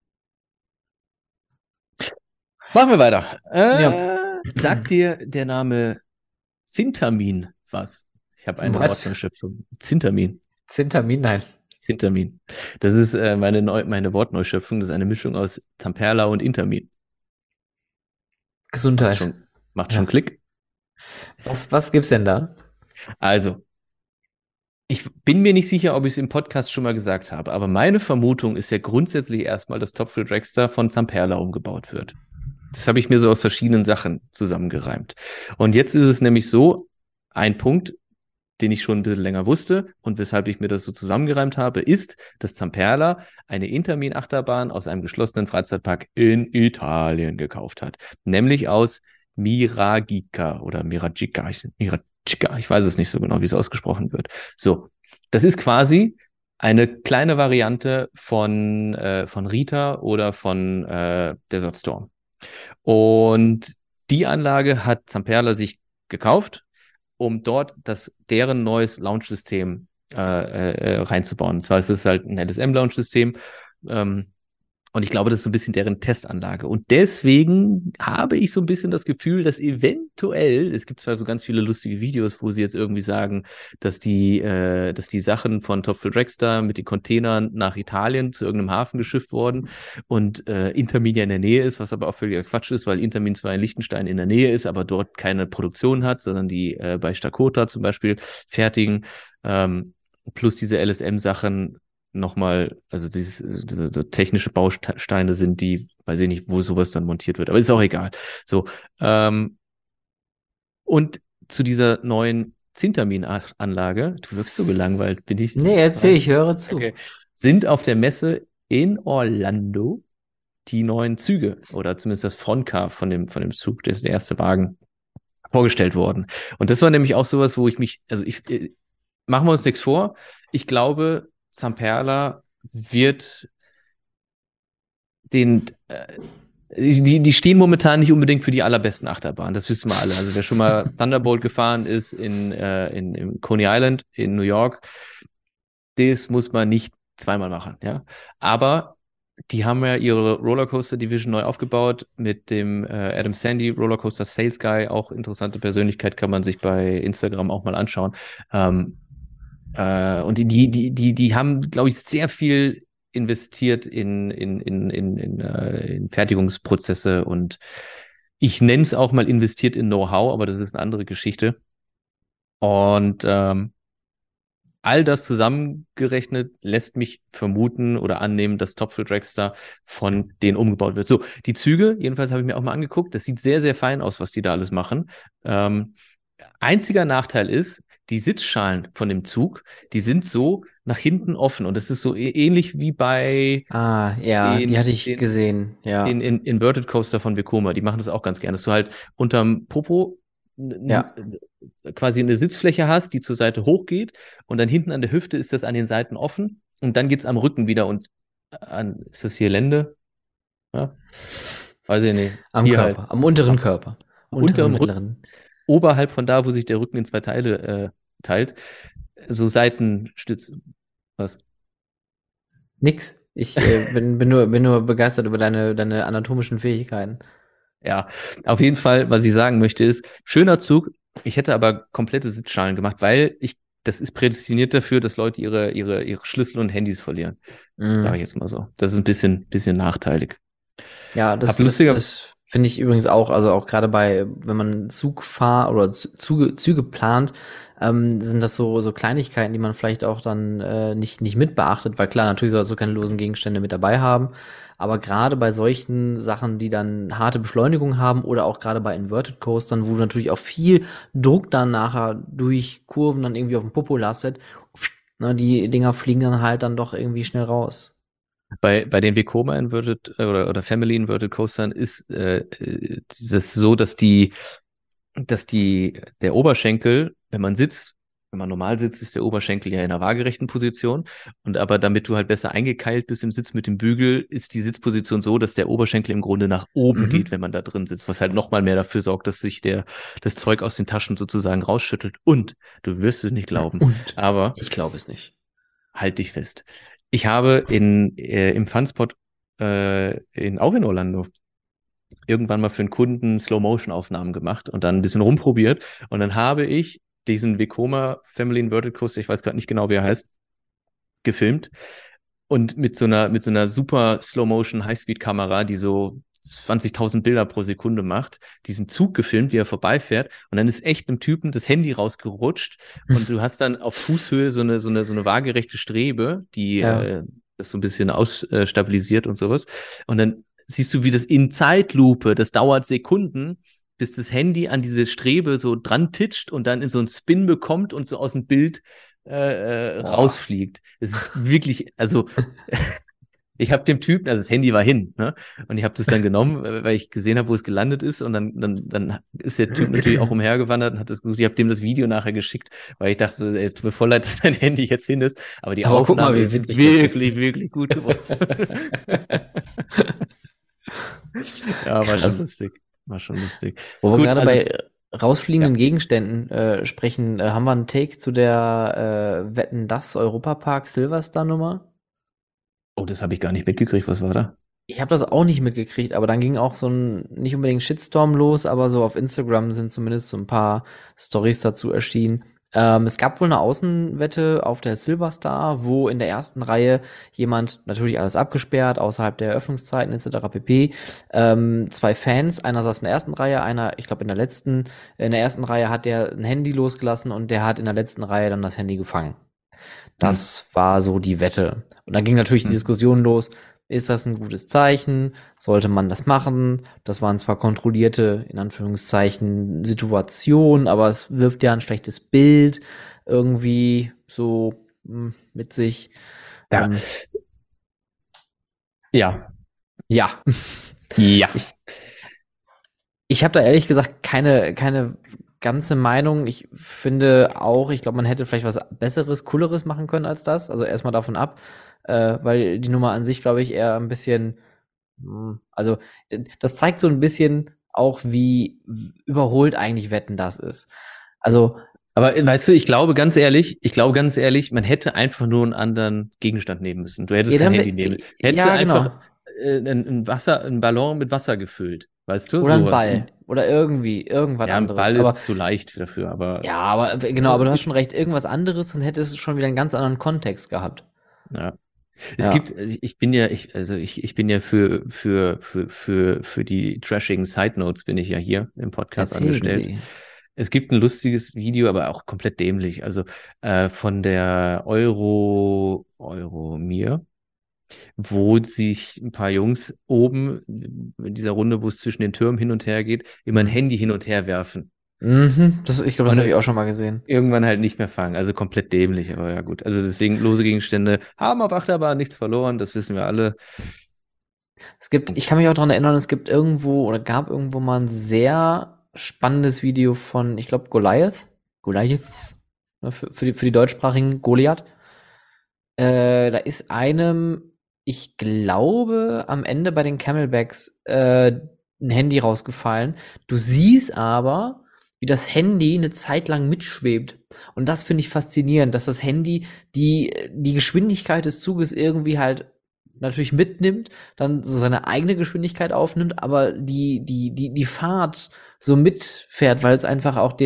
A: Machen wir weiter. Sagt dir der Name Zintamin was? Ich habe eine Wortneuschöpfung. Zintamin.
B: Zintamin, nein.
A: Zintamin. Das ist meine Wortneuschöpfung. Das ist eine Mischung aus Zamperla und Intermin.
B: Gesundheit.
A: Macht schon Klick.
B: Was gibt's denn da?
A: Also, ich bin mir nicht sicher, ob ich es im Podcast schon mal gesagt habe, aber meine Vermutung ist ja grundsätzlich erstmal, dass Top Thrill Dragster von Zamperla umgebaut wird. Das habe ich mir so aus verschiedenen Sachen zusammengereimt. Und jetzt ist es nämlich so, ein Punkt, den ich schon ein bisschen länger wusste und weshalb ich mir das so zusammengereimt habe, ist, dass Zamperla eine Intermin-Achterbahn aus einem geschlossenen Freizeitpark in Italien gekauft hat. Nämlich aus Miragica oder Miragica. Ich weiß es nicht so genau, wie es ausgesprochen wird. So, das ist quasi eine kleine Variante von Rita oder von Desert Storm. Und die Anlage hat Zamperla sich gekauft, um dort deren neues Launch-System reinzubauen. Und zwar ist es halt ein LSM-Launch-System, Und ich glaube, das ist so ein bisschen deren Testanlage. Und deswegen habe ich so ein bisschen das Gefühl, dass eventuell, es gibt zwar so ganz viele lustige Videos, wo sie jetzt irgendwie sagen, dass die Sachen von Top Fuel Dragster mit den Containern nach Italien zu irgendeinem Hafen geschifft wurden und Intermin ja in der Nähe ist, was aber auch völliger Quatsch ist, weil Intermin zwar in Liechtenstein in der Nähe ist, aber dort keine Produktion hat, sondern die bei Stakota zum Beispiel fertigen. Plus diese LSM-Sachen nochmal, also diese technische Bausteine sind, die, weiß ich nicht, wo sowas dann montiert wird, aber ist auch egal. So, und zu dieser neuen Zintermin-Anlage, du wirkst so gelangweilt, bin ich?
B: Nee, erzähl, ich höre zu.
A: Okay. Sind auf der Messe in Orlando die neuen Züge oder zumindest das Frontcar von dem Zug, der erste Wagen, vorgestellt worden. Und das war nämlich auch sowas, wo ich mich, also machen wir uns nichts vor, ich glaube, Zamperla wird die stehen momentan nicht unbedingt für die allerbesten Achterbahnen, das wissen wir alle. Also wer schon mal Thunderbolt gefahren ist in Coney Island in New York, das muss man nicht zweimal machen, ja. Aber die haben ja ihre Rollercoaster Division neu aufgebaut mit dem Adam Sandy Rollercoaster Sales Guy, auch interessante Persönlichkeit, kann man sich bei Instagram auch mal anschauen. Und die haben, glaube ich, sehr viel investiert in Fertigungsprozesse und ich nenne es auch mal investiert in Know-how, aber das ist eine andere Geschichte. Und all das zusammengerechnet lässt mich vermuten oder annehmen, dass Top Fuel Dragster von denen umgebaut wird. So, die Züge, jedenfalls habe ich mir auch mal angeguckt, das sieht sehr, sehr fein aus, was die da alles machen. Einziger Nachteil ist, die Sitzschalen von dem Zug, die sind so nach hinten offen und das ist so ähnlich wie bei
B: ja, die hatte ich gesehen, ja.
A: den Inverted Coaster von Vekoma. Die machen das auch ganz gerne, dass du halt unterm Popo
B: Ja.
A: quasi eine Sitzfläche hast, die zur Seite hochgeht und dann hinten an der Hüfte ist das an den Seiten offen und dann geht's am Rücken wieder und ist das hier Lende? Ja? Weiß ich nicht.
B: Am
A: Hier
B: Körper,
A: halt.
B: am unteren Körper.
A: Unteren
B: mittleren.
A: Oberhalb von da, wo sich der Rücken in zwei Teile teilt. So Seitenstützen. Was?
B: Nix. Ich bin nur begeistert über deine anatomischen Fähigkeiten.
A: Ja, auf jeden Fall, was ich sagen möchte, ist, schöner Zug. Ich hätte aber komplette Sitzschalen gemacht, weil das ist prädestiniert dafür, dass Leute ihre Schlüssel und Handys verlieren. Sage ich jetzt mal so. Das ist ein bisschen nachteilig.
B: Ja, das finde ich übrigens auch, also auch gerade wenn man Züge plant, sind das so Kleinigkeiten, die man vielleicht auch dann nicht mit beachtet, weil klar, natürlich sollst du keine losen Gegenstände mit dabei haben, aber gerade bei solchen Sachen, die dann harte Beschleunigung haben oder auch gerade bei Inverted Coastern, wo du natürlich auch viel Druck dann nachher durch Kurven dann irgendwie auf dem Popo lastet, ne, die Dinger fliegen dann halt dann doch irgendwie schnell raus.
A: Bei den Vekoma Inverted oder Family Inverted Coastern ist das so, dass der Oberschenkel, wenn man normal sitzt, ist der Oberschenkel ja in einer waagerechten Position. Und aber damit du halt besser eingekeilt bist im Sitz mit dem Bügel, ist die Sitzposition so, dass der Oberschenkel im Grunde nach oben geht, wenn man da drin sitzt, was halt nochmal mehr dafür sorgt, dass sich das Zeug aus den Taschen sozusagen rausschüttelt. Und du wirst es nicht glauben, aber
B: ich glaube es nicht.
A: Halt dich fest. Ich habe im Funspot auch in Orlando irgendwann mal für einen Kunden Slow-Motion-Aufnahmen gemacht und dann ein bisschen rumprobiert. Und dann habe ich diesen Vekoma Family Inverted Coaster, ich weiß gerade nicht genau, wie er heißt, gefilmt. Und mit so einer super Slow-Motion Highspeed-Kamera, die so 20.000 Bilder pro Sekunde macht, diesen Zug gefilmt, wie er vorbeifährt. Und dann ist echt einem Typen das Handy rausgerutscht und du hast dann auf Fußhöhe so eine waagerechte Strebe, die das so ein bisschen ausstabilisiert und sowas. Und dann siehst du, wie das in Zeitlupe, das dauert Sekunden, bis das Handy an diese Strebe so dran titscht und dann in so einen Spin bekommt und so aus dem Bild rausfliegt. Es ist wirklich, also ich habe dem Typen, also das Handy war hin, ne? Und ich habe das dann genommen, weil ich gesehen habe, wo es gelandet ist. Und dann ist der Typ natürlich auch umhergewandert und hat das gesucht. Ich habe dem das Video nachher geschickt, weil ich dachte, so, ey, tut mir voll leid, dass dein Handy jetzt hin ist. Aber die Aufnahme ist wirklich gut geworden. Ja, war schon lustig.
B: Wo wir gerade bei rausfliegenden Gegenständen sprechen, haben wir einen Take zu der Wetten, das Europapark Silverstar Nummer?
A: Oh, das habe ich gar nicht mitgekriegt. Was war da?
B: Ich habe das auch nicht mitgekriegt, aber dann ging auch so ein, nicht unbedingt Shitstorm los, aber so auf Instagram sind zumindest so ein paar Stories dazu erschienen. Es gab wohl eine Außenwette auf der Silverstar, wo in der ersten Reihe jemand, natürlich alles abgesperrt, außerhalb der Eröffnungszeiten etc. pp. Zwei Fans, einer saß in der ersten Reihe, einer, ich glaube in der ersten Reihe hat der ein Handy losgelassen und der hat in der letzten Reihe dann das Handy gefangen. Das war so die Wette. Und dann ging natürlich die Diskussion los, ist das ein gutes Zeichen? Sollte man das machen? Das waren zwar kontrollierte, in Anführungszeichen, Situationen, aber es wirft ja ein schlechtes Bild irgendwie so mit sich.
A: Ja. Ja.
B: Ja.
A: Ja.
B: Ich habe da ehrlich gesagt keine ganze Meinung. Ich finde auch, ich glaube, man hätte vielleicht was Besseres, Cooleres machen können als das. Also erstmal davon ab, weil die Nummer an sich, glaube ich, eher ein bisschen, also das zeigt so ein bisschen auch, wie überholt eigentlich Wetten das ist. Also,
A: Aber weißt du, ich glaube ganz ehrlich, man hätte einfach nur einen anderen Gegenstand nehmen müssen. Du hättest
B: ja,
A: kein
B: dann,
A: Handy nehmen. Hättest
B: ja,
A: du einfach
B: genau.
A: einen Ballon mit Wasser gefüllt, weißt du?
B: Oder ein
A: Sowas.
B: Ball. Oder irgendwie, irgendwas
A: Ja, ein
B: anderes.
A: Ball
B: Aber
A: ist zu leicht dafür, aber
B: ja, aber genau, aber du hast schon recht, irgendwas anderes, dann hätte es schon wieder einen ganz anderen Kontext gehabt.
A: ja. Es
B: Ja.
A: gibt, ich bin ja für die trashigen Side Notes bin ich ja hier im Podcast
B: Erzählen
A: angestellt.
B: Sie.
A: Es gibt ein lustiges Video, aber auch komplett dämlich. Also von der Euromir, wo sich ein paar Jungs oben in dieser Runde, wo es zwischen den Türmen hin und her geht, immer ein Handy hin und her werfen.
B: Ich glaube, das
A: Und
B: habe ich auch schon mal gesehen.
A: irgendwann halt nicht mehr fangen. Also komplett dämlich, aber ja gut. Also deswegen lose Gegenstände haben auf Achterbahn nichts verloren, das wissen wir alle.
B: Ich kann mich auch daran erinnern, es gibt irgendwo oder gab irgendwo mal ein sehr spannendes Video von, ich glaube, Goliath, ne, für die deutschsprachigen Goliath. Da ist einem, ich glaube, am Ende bei den Camelbacks ein Handy rausgefallen. Du siehst aber, wie das Handy eine Zeit lang mitschwebt. Und das finde ich faszinierend, dass das Handy die Geschwindigkeit des Zuges irgendwie halt natürlich mitnimmt, dann so seine eigene Geschwindigkeit aufnimmt, aber die Fahrt so mitfährt, weil es einfach auch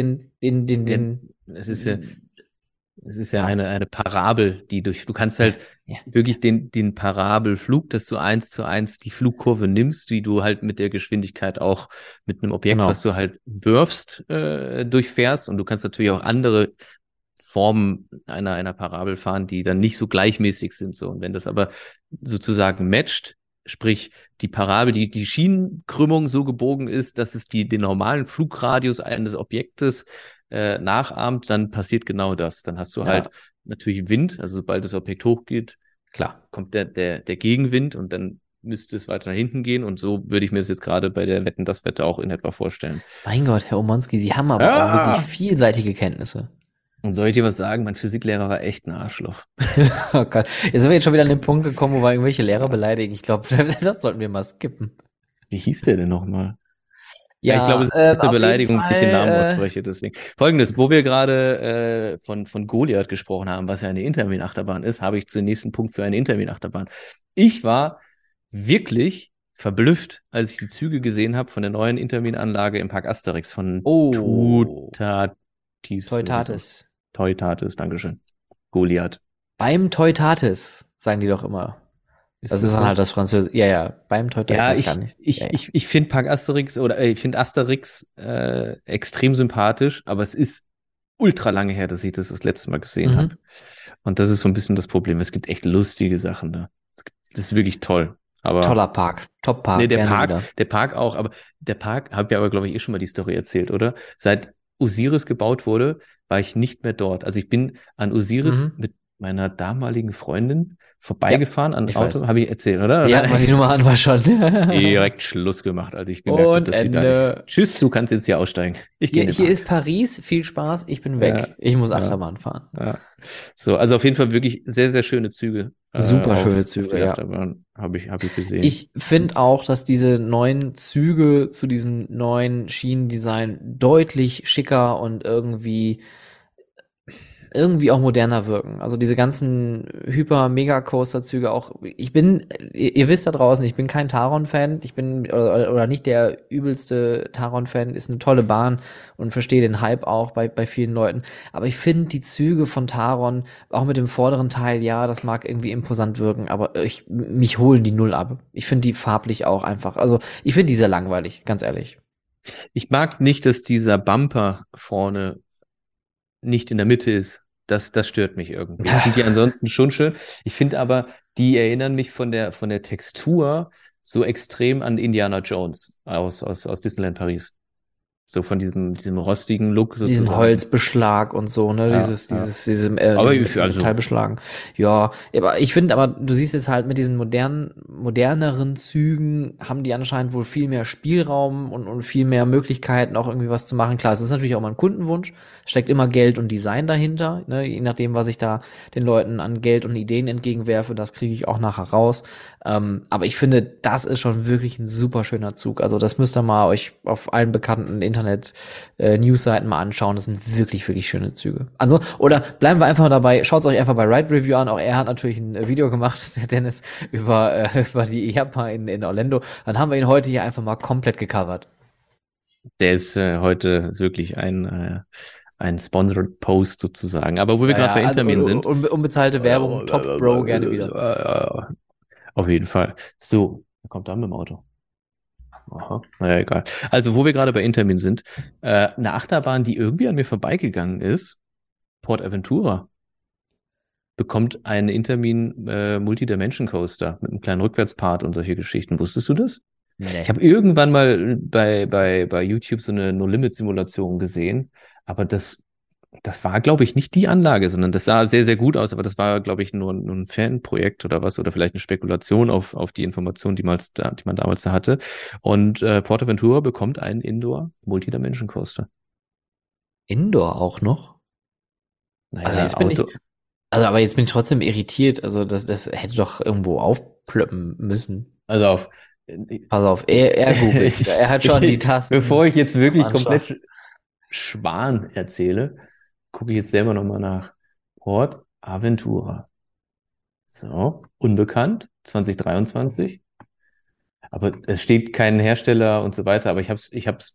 A: Es ist ja, es ist ja eine Parabel, du kannst halt
B: Ja.
A: wirklich den Parabelflug, dass du 1:1 die Flugkurve nimmst, die du halt mit der Geschwindigkeit auch mit einem Objekt,
B: Genau.
A: was du halt wirfst, durchfährst. Und du kannst natürlich auch andere Formen einer Parabel fahren, die dann nicht so gleichmäßig sind. So. Und wenn das aber sozusagen matcht, sprich die Parabel, die Schienenkrümmung so gebogen ist, dass es den normalen Flugradius eines Objektes nachahmt, dann passiert genau das. Dann hast du halt natürlich Wind, also sobald das Objekt hochgeht, klar, kommt der Gegenwind und dann müsste es weiter nach hinten gehen. Und so würde ich mir das jetzt gerade bei der Wetten, das Wette auch in etwa vorstellen.
B: Mein Gott, Herr Omonski, Sie haben aber auch wirklich vielseitige Kenntnisse.
A: Und soll ich dir was sagen? Mein Physiklehrer war echt ein Arschloch.
B: Oh Gott. Jetzt sind wir jetzt schon wieder an den Punkt gekommen, wo wir irgendwelche Lehrer beleidigen. Ich glaube, das sollten wir mal skippen.
A: Wie hieß der denn nochmal?
B: Ja,
A: ich glaube, es ist eine Beleidigung, wenn ich den Namen
B: Fall,
A: ausspreche, deswegen. Folgendes, wo wir gerade von Goliath gesprochen haben, was ja eine Intermin-Achterbahn ist, habe ich den nächsten Punkt für eine Intermin-Achterbahn. Ich war wirklich verblüfft, als ich die Züge gesehen habe von der neuen Intermin-Anlage im Park Asterix von Toitatis, Dankeschön. Goliath.
B: Beim Toitatis, sagen die doch immer. Das ist dann halt das Französische. Ja, beim Toitatis
A: kann ich. Ich finde Park Asterix ich finde Asterix extrem sympathisch, aber es ist ultra lange her, dass ich das letzte Mal gesehen habe. Und das ist so ein bisschen das Problem. Es gibt echt lustige Sachen da. Das ist wirklich toll. Aber
B: toller Park, Top-Park.
A: Nee, der Park auch, aber der Park, habe ich aber, glaube ich, schon mal die Story erzählt, oder? Seit Osiris gebaut wurde, war ich nicht mehr dort. Also ich bin an Osiris mit meiner damaligen Freundin vorbeigefahren an Auto, habe ich erzählt, oder?
B: Ja, die Nummer an war schon.
A: Direkt Schluss gemacht, als ich gemerkt habe, dass sie da nicht. Tschüss, du kannst jetzt hier aussteigen.
B: Hier ist Paris, viel Spaß, ich bin weg.
A: Ja,
B: ich muss Achterbahn fahren.
A: Ja. So, also auf jeden Fall wirklich sehr, sehr schöne Züge.
B: Super schöne Züge, ja.
A: Habe ich gesehen.
B: Ich finde auch, dass diese neuen Züge zu diesem neuen Schienendesign deutlich schicker und irgendwie irgendwie auch moderner wirken. Also diese ganzen Hyper-Mega-Coaster-Züge auch. Ihr wisst da draußen, ich bin kein Taron-Fan. Ich bin, oder nicht der übelste Taron-Fan. Ist eine tolle Bahn und verstehe den Hype auch bei vielen Leuten. Aber ich finde die Züge von Taron, auch mit dem vorderen Teil, ja, das mag irgendwie imposant wirken, aber mich holen die null ab. Ich finde die farblich auch einfach. Also ich finde die sehr langweilig, ganz ehrlich.
A: Ich mag nicht, dass dieser Bumper vorne nicht in der Mitte ist. Das stört mich irgendwie. Ich finde die ansonsten schon schön. Ich finde aber, die erinnern mich von der Textur so extrem an Indiana Jones aus Disneyland Paris. So von diesem rostigen Look sozusagen.
B: Diesen Holzbeschlag und so, ne?
A: Ja,
B: diese
A: aber
B: Metallbeschlagen. Ja, aber ich finde, aber du siehst jetzt halt mit diesen moderneren Zügen haben die anscheinend wohl viel mehr Spielraum und viel mehr Möglichkeiten, auch irgendwie was zu machen. Klar, es ist natürlich auch mal ein Kundenwunsch, steckt immer Geld und Design dahinter, ne? Je nachdem, was ich da den Leuten an Geld und Ideen entgegenwerfe, das kriege ich auch nachher raus. Aber ich finde, das ist schon wirklich ein super schöner Zug. Also das müsst ihr mal euch auf allen bekannten Internet-Newsseiten mal anschauen. Das sind wirklich, wirklich schöne Züge. Also, oder bleiben wir einfach dabei, schaut es euch einfach bei Ride Review an. Auch er hat natürlich ein Video gemacht, der Dennis, über die IAPA in Orlando. Dann haben wir ihn heute hier einfach mal komplett gecovert.
A: Der ist heute ist wirklich ein Sponsored Post sozusagen. Aber wo wir gerade bei Intermin sind.
B: Unbezahlte Werbung, Top Bro, gerne wieder.
A: Auf jeden Fall. So, wer kommt da mit dem Auto? Aha, naja, egal. Also, wo wir gerade bei Intermin sind, eine Achterbahn, die irgendwie an mir vorbeigegangen ist, Port Aventura, bekommt einen Intermin Multi-Dimension Coaster mit einem kleinen Rückwärtspart und solche Geschichten. Wusstest du das?
B: Nee.
A: Ich habe irgendwann mal bei YouTube so eine No-Limit-Simulation gesehen, aber das war, glaube ich, nicht die Anlage, sondern das sah sehr, sehr gut aus, aber das war, glaube ich, nur ein Fanprojekt oder was, oder vielleicht eine Spekulation auf die Information, die man damals da hatte. Und PortAventura bekommt einen Indoor Multi-Dimension Coaster.
B: Indoor auch noch?
A: Naja,
B: aber jetzt bin ich trotzdem irritiert. Also das hätte doch irgendwo aufplöppen müssen.
A: Also
B: Pass auf, er googelt. Er hat schon die Tasten.
A: Bevor ich jetzt wirklich komplett Schwan erzähle, gucke ich jetzt selber nochmal nach. Port Aventura. So, unbekannt, 2023. Aber es steht kein Hersteller und so weiter, aber ich hab's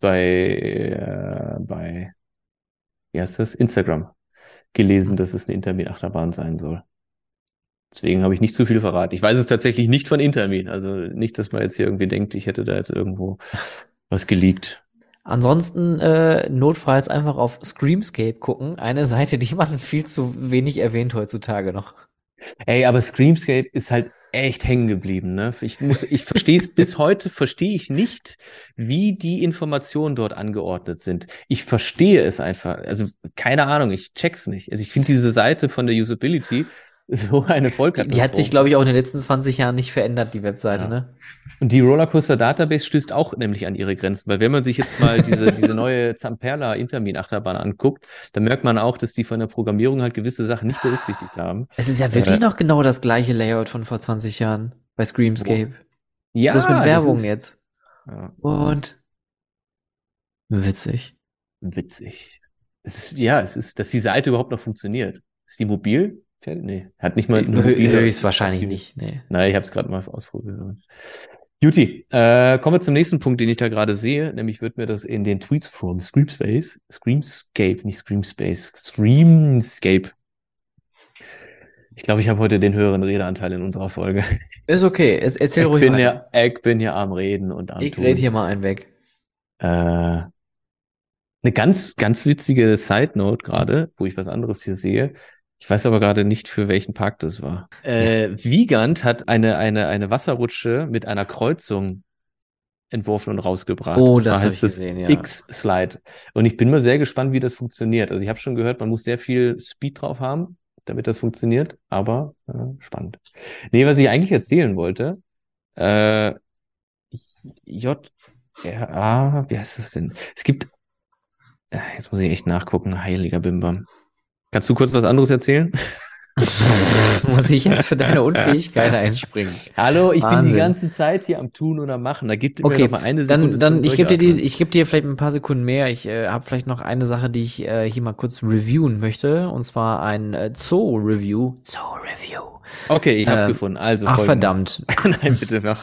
A: bei, wie heißt das? Instagram gelesen, dass es eine Intermin-Achterbahn sein soll. Deswegen habe ich nicht zu viel verraten. Ich weiß es tatsächlich nicht von Intermin. Also nicht, dass man jetzt hier irgendwie denkt, ich hätte da jetzt irgendwo was geleakt.
B: Ansonsten notfalls einfach auf Screamscape gucken. Eine Seite, die man viel zu wenig erwähnt heutzutage noch.
A: Ey, aber Screamscape ist halt echt hängen geblieben, ne? Ich verstehe es bis heute, verstehe ich nicht, wie die Informationen dort angeordnet sind. Ich verstehe es einfach. Also, keine Ahnung, ich check's nicht. Also, ich finde diese Seite von der Usability so eine Vollkatastrophe.
B: Die hat sich, glaube ich, auch in den letzten 20 Jahren nicht verändert, die Webseite,
A: Ja.
B: ne?
A: Und die Rollercoaster Database stößt auch nämlich an ihre Grenzen, weil wenn man sich jetzt mal diese neue Zamperla Intermin Achterbahn anguckt, dann merkt man auch, dass die von der Programmierung halt gewisse Sachen nicht berücksichtigt haben.
B: Es ist ja wirklich noch genau das gleiche Layout von vor 20 Jahren bei Screamscape.
A: Ja,
B: bloß mit Werbung jetzt.
A: Ja,
B: Und witzig.
A: Es ist, dass die Seite überhaupt noch funktioniert. Ist die mobil? Nee, hat nicht mal eine mobile.
B: Höchstwahrscheinlich nicht, nee.
A: Nein, ich habe es gerade mal ausprobiert. Juti, kommen wir zum nächsten Punkt, den ich da gerade sehe. Nämlich wird mir das in den Tweets from Screamscape, nicht Screamspace, Screamscape. Ich glaube, ich habe heute den höheren Redeanteil in unserer Folge.
B: Ist okay, erzähl ruhig mal.
A: Ich bin ja am Reden und am
B: Ich rede hier mal einen weg.
A: Eine ganz, ganz witzige Side-Note gerade, wo ich was anderes hier sehe. Ich weiß aber gerade nicht, für welchen Park das war. Wiegand hat eine Wasserrutsche mit einer Kreuzung entworfen und rausgebracht.
B: Oh,
A: das
B: habe
A: heißt
B: ich gesehen, ja.
A: X-Slide. Und ich bin mal sehr gespannt, wie das funktioniert. Also ich habe schon gehört, man muss sehr viel Speed drauf haben, damit das funktioniert, aber spannend. Nee, was ich eigentlich erzählen wollte, wie heißt das denn? Es gibt, jetzt muss ich echt nachgucken, heiliger Bimbam. Kannst du kurz was anderes erzählen?
B: Muss ich jetzt für deine Unfähigkeit einspringen?
A: Hallo, ich bin die
B: Wahnsinn.
A: ganze Zeit hier am Tun und am Machen. Da gibt mir
B: Okay,
A: noch mal eine Sekunde
B: dann
A: zum
B: ich gebe dir
A: Durchatmen.
B: ich gebe dir vielleicht ein paar Sekunden mehr. Ich habe vielleicht noch eine Sache, die ich hier mal kurz reviewen möchte, und zwar ein Zoo-Review. Zoo-Review.
A: Okay, ich hab's gefunden. Also
B: Ach,
A: Folgendes.
B: verdammt.
A: Nein, bitte noch.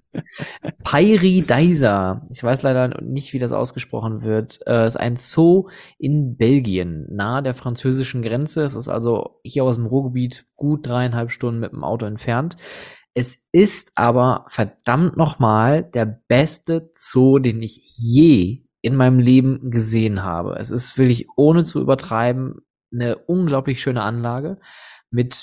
B: Pairidaisa. Ich weiß leider nicht, wie das ausgesprochen wird. Ist ein Zoo in Belgien, nahe der französischen Grenze. Es ist also hier aus dem Ruhrgebiet gut 3,5 Stunden mit dem Auto entfernt. Es ist aber verdammt nochmal der beste Zoo, den ich je in meinem Leben gesehen habe. Es ist wirklich, ohne zu übertreiben, eine unglaublich schöne Anlage mit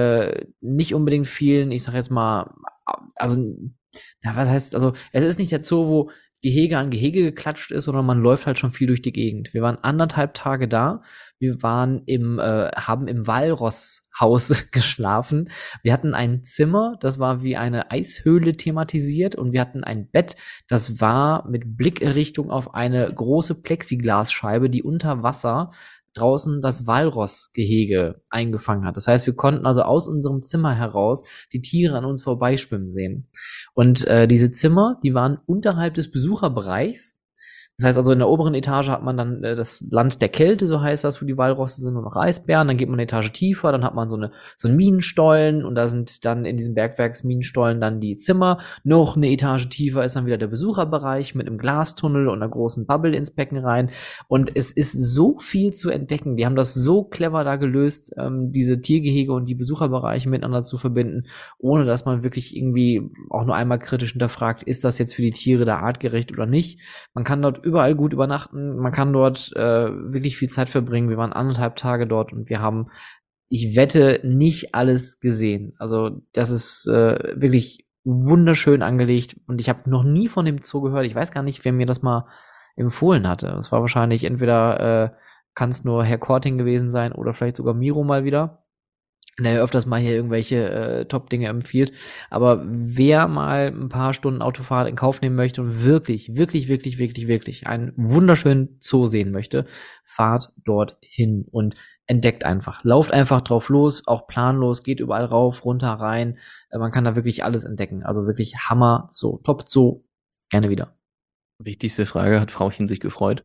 B: nicht unbedingt vielen, ich sag jetzt mal, also, ja, was heißt, also es ist nicht der Zoo, wo Gehege an Gehege geklatscht ist, sondern man läuft halt schon viel durch die Gegend. Wir waren 1,5 Tage da. Wir waren haben im Walrosshaus geschlafen. Wir hatten ein Zimmer, das war wie eine Eishöhle thematisiert, und wir hatten ein Bett, das war mit Blickrichtung auf eine große Plexiglasscheibe, die unter Wasser draußen das Walrossgehege eingefangen hat. Das heißt, wir konnten also aus unserem Zimmer heraus die Tiere an uns vorbeischwimmen sehen. Und diese Zimmer, die waren unterhalb des Besucherbereichs. Das heißt also, in der oberen Etage hat man dann das Land der Kälte, so heißt das, wo die Walrosse sind, und noch Eisbären. Dann geht man eine Etage tiefer, dann hat man so einen Minenstollen, und da sind dann in diesem Bergwerksminenstollen dann die Zimmer. Noch eine Etage tiefer ist dann wieder der Besucherbereich mit einem Glastunnel und einer großen Bubble ins Becken rein. Und es ist so viel zu entdecken. Die haben das so clever da gelöst, diese Tiergehege und die Besucherbereiche miteinander zu verbinden, ohne dass man wirklich irgendwie auch nur einmal kritisch hinterfragt, ist das jetzt für die Tiere da artgerecht oder nicht. Man kann dort überall gut übernachten, man kann dort wirklich viel Zeit verbringen. Wir waren 1,5 Tage dort, und wir haben, ich wette, nicht alles gesehen. Also das ist wirklich wunderschön angelegt, und ich habe noch nie von dem Zoo gehört. Ich weiß gar nicht, wer mir das mal empfohlen hatte. Das war wahrscheinlich entweder kann es nur Herr Korting gewesen sein oder vielleicht sogar Miro mal wieder, der öfters mal hier irgendwelche Top-Dinge empfiehlt. Aber wer mal ein paar Stunden Autofahrt in Kauf nehmen möchte und wirklich, wirklich, wirklich, wirklich, wirklich einen wunderschönen Zoo sehen möchte, fahrt dorthin und entdeckt einfach. Lauft einfach drauf los, auch planlos, geht überall rauf, runter, rein. Man kann da wirklich alles entdecken. Also wirklich Hammer Zoo, Top Zoo. Gerne wieder.
A: Wichtigste Frage, hat Frauchen sich gefreut?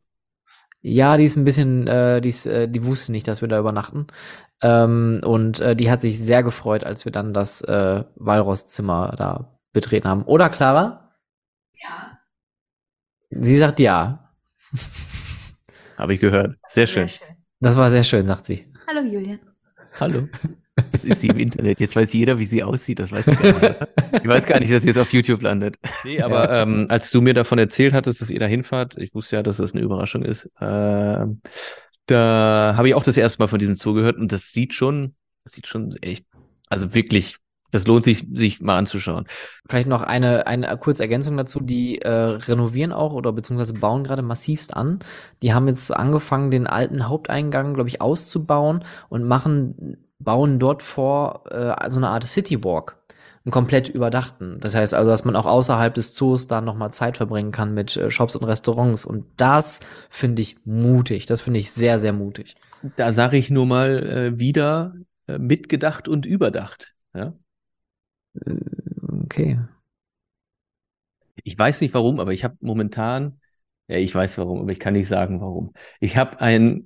B: Ja, die ist ein bisschen, die wusste nicht, dass wir da übernachten. Und die hat sich sehr gefreut, als wir dann das Walrosszimmer da betreten haben. Oder, Clara?
D: Ja.
B: Sie sagt ja.
A: Habe ich gehört. Sehr schön.
D: Sehr schön.
B: Das war sehr schön, sagt sie.
D: Hallo Julian.
A: Hallo. Jetzt ist sie im Internet. Jetzt weiß jeder, wie sie aussieht. Das weiß ich gar nicht. Ich weiß gar nicht, dass sie jetzt auf YouTube landet. Nee, aber als du mir davon erzählt hattest, dass ihr da hinfahrt, ich wusste ja, dass das eine Überraschung ist, da habe ich auch das erste Mal von diesem Zoo gehört, und das sieht schon echt, also wirklich, das lohnt sich mal anzuschauen.
B: Vielleicht noch eine kurze Ergänzung dazu. Die renovieren auch oder beziehungsweise bauen gerade massivst an. Die haben jetzt angefangen, den alten Haupteingang, glaube ich, auszubauen, und bauen dort vor so eine Art Citywalk. Einen komplett überdachten. Das heißt also, dass man auch außerhalb des Zoos da nochmal Zeit verbringen kann mit Shops und Restaurants. Und das finde ich mutig. Das finde ich sehr, sehr mutig.
A: Da sage ich nur mal wieder mitgedacht und überdacht. Ja?
B: Okay.
A: Ich weiß nicht warum, aber ich habe momentan, ja, ich weiß warum, aber ich kann nicht sagen warum. Ich habe ein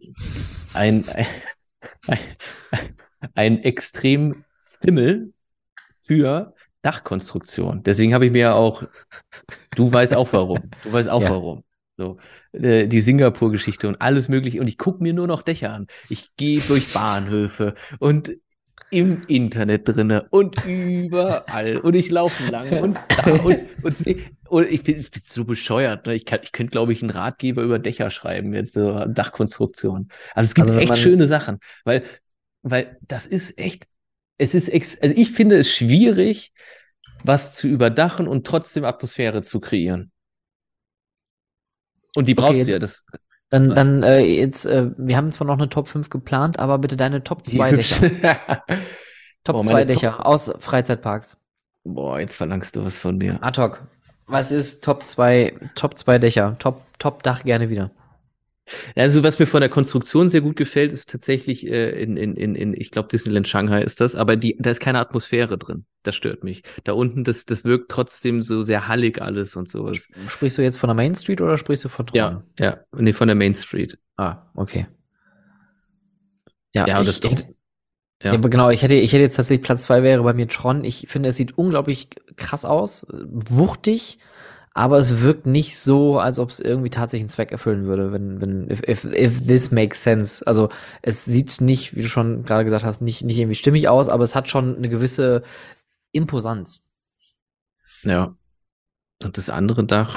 A: extrem Fimmel für Dachkonstruktion. Deswegen habe ich mir ja auch, du weißt auch warum. Du weißt auch
B: Ja.
A: warum. So, die Singapur-Geschichte und alles mögliche. Und ich gucke mir nur noch Dächer an. Ich gehe durch Bahnhöfe und im Internet drinne und überall. Und ich laufe lang und da und sehe. Und ich bin so bescheuert. Ne? Ich könnte, glaube ich, einen Ratgeber über Dächer schreiben, jetzt so Dachkonstruktion. Also es gibt
B: Also wenn
A: echt
B: man-
A: schöne Sachen, weil das ist echt, also ich finde es schwierig, was zu überdachen und trotzdem Atmosphäre zu kreieren. Und die
B: Okay,
A: brauchst
B: jetzt-
A: du ja. Das
B: Dann jetzt, wir haben zwar noch eine Top 5 geplant, aber bitte deine Top 2 Dächer. Top
A: Boah,
B: 2
A: meine
B: Dächer aus Freizeitparks.
A: Boah, jetzt verlangst du was von mir.
B: Ad hoc. Was ist Top 2 Dächer? Top Dach gerne wieder.
A: Also was mir von der Konstruktion sehr gut gefällt, ist tatsächlich ich glaube Disneyland Shanghai ist das, aber da ist keine Atmosphäre drin. Das stört mich. Da unten, das wirkt trotzdem so sehr hallig alles und sowas.
B: Sprichst du jetzt von der Main Street oder sprichst du von Tron?
A: Ja, nee, von der Main Street.
B: Ah, okay. Ja,
A: Ja, und das
B: ja, aber genau, ich hätte jetzt tatsächlich Platz 2 wäre bei mir Tron. Ich finde, es sieht unglaublich krass aus, wuchtig, aber es wirkt nicht so, als ob es irgendwie tatsächlich einen Zweck erfüllen würde, if this makes sense. Also es sieht nicht, wie du schon gerade gesagt hast, nicht irgendwie stimmig aus, aber es hat schon eine gewisse Imposanz.
A: Ja. Und das andere Dach,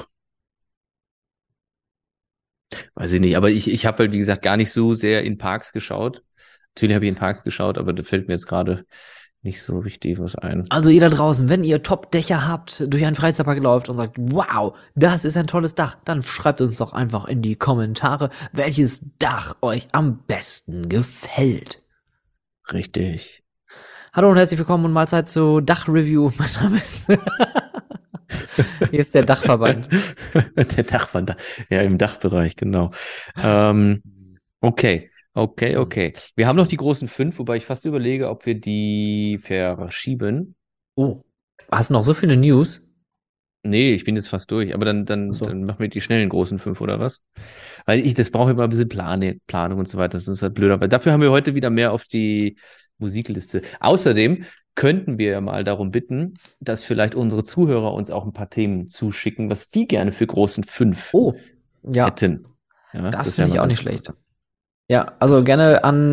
A: weiß ich nicht, aber ich habe halt, wie gesagt, gar nicht so sehr in Parks geschaut. Natürlich habe ich in Parks geschaut, aber da fällt mir jetzt gerade nicht so richtig was ein.
B: Also ihr da draußen, wenn ihr Top-Dächer habt, durch einen Freizeitpark läuft und sagt, wow, das ist ein tolles Dach, dann schreibt uns doch einfach in die Kommentare, welches Dach euch am besten gefällt.
A: Richtig.
B: Hallo und herzlich willkommen und Mahlzeit zu Dach-Review. Mein Name ist hier ist der Dachverband.
A: Der Dachverband, ja, im Dachbereich, genau. Okay. Wir haben noch die großen 5, wobei ich fast überlege, ob wir die verschieben.
B: Oh, hast du noch so viele News?
A: Nee, ich bin jetzt fast durch, aber dann machen wir die schnellen großen 5 oder was? Weil das brauche immer ein bisschen Planung und so weiter. Das ist halt blöd. Aber dafür haben wir heute wieder mehr auf die Musikliste. Außerdem könnten wir ja mal darum bitten, dass vielleicht unsere Zuhörer uns auch ein paar Themen zuschicken, was die gerne für großen 5 hätten. Ja,
B: das finde ich auch nicht schlecht.
A: interessant.
B: Ja, also gerne an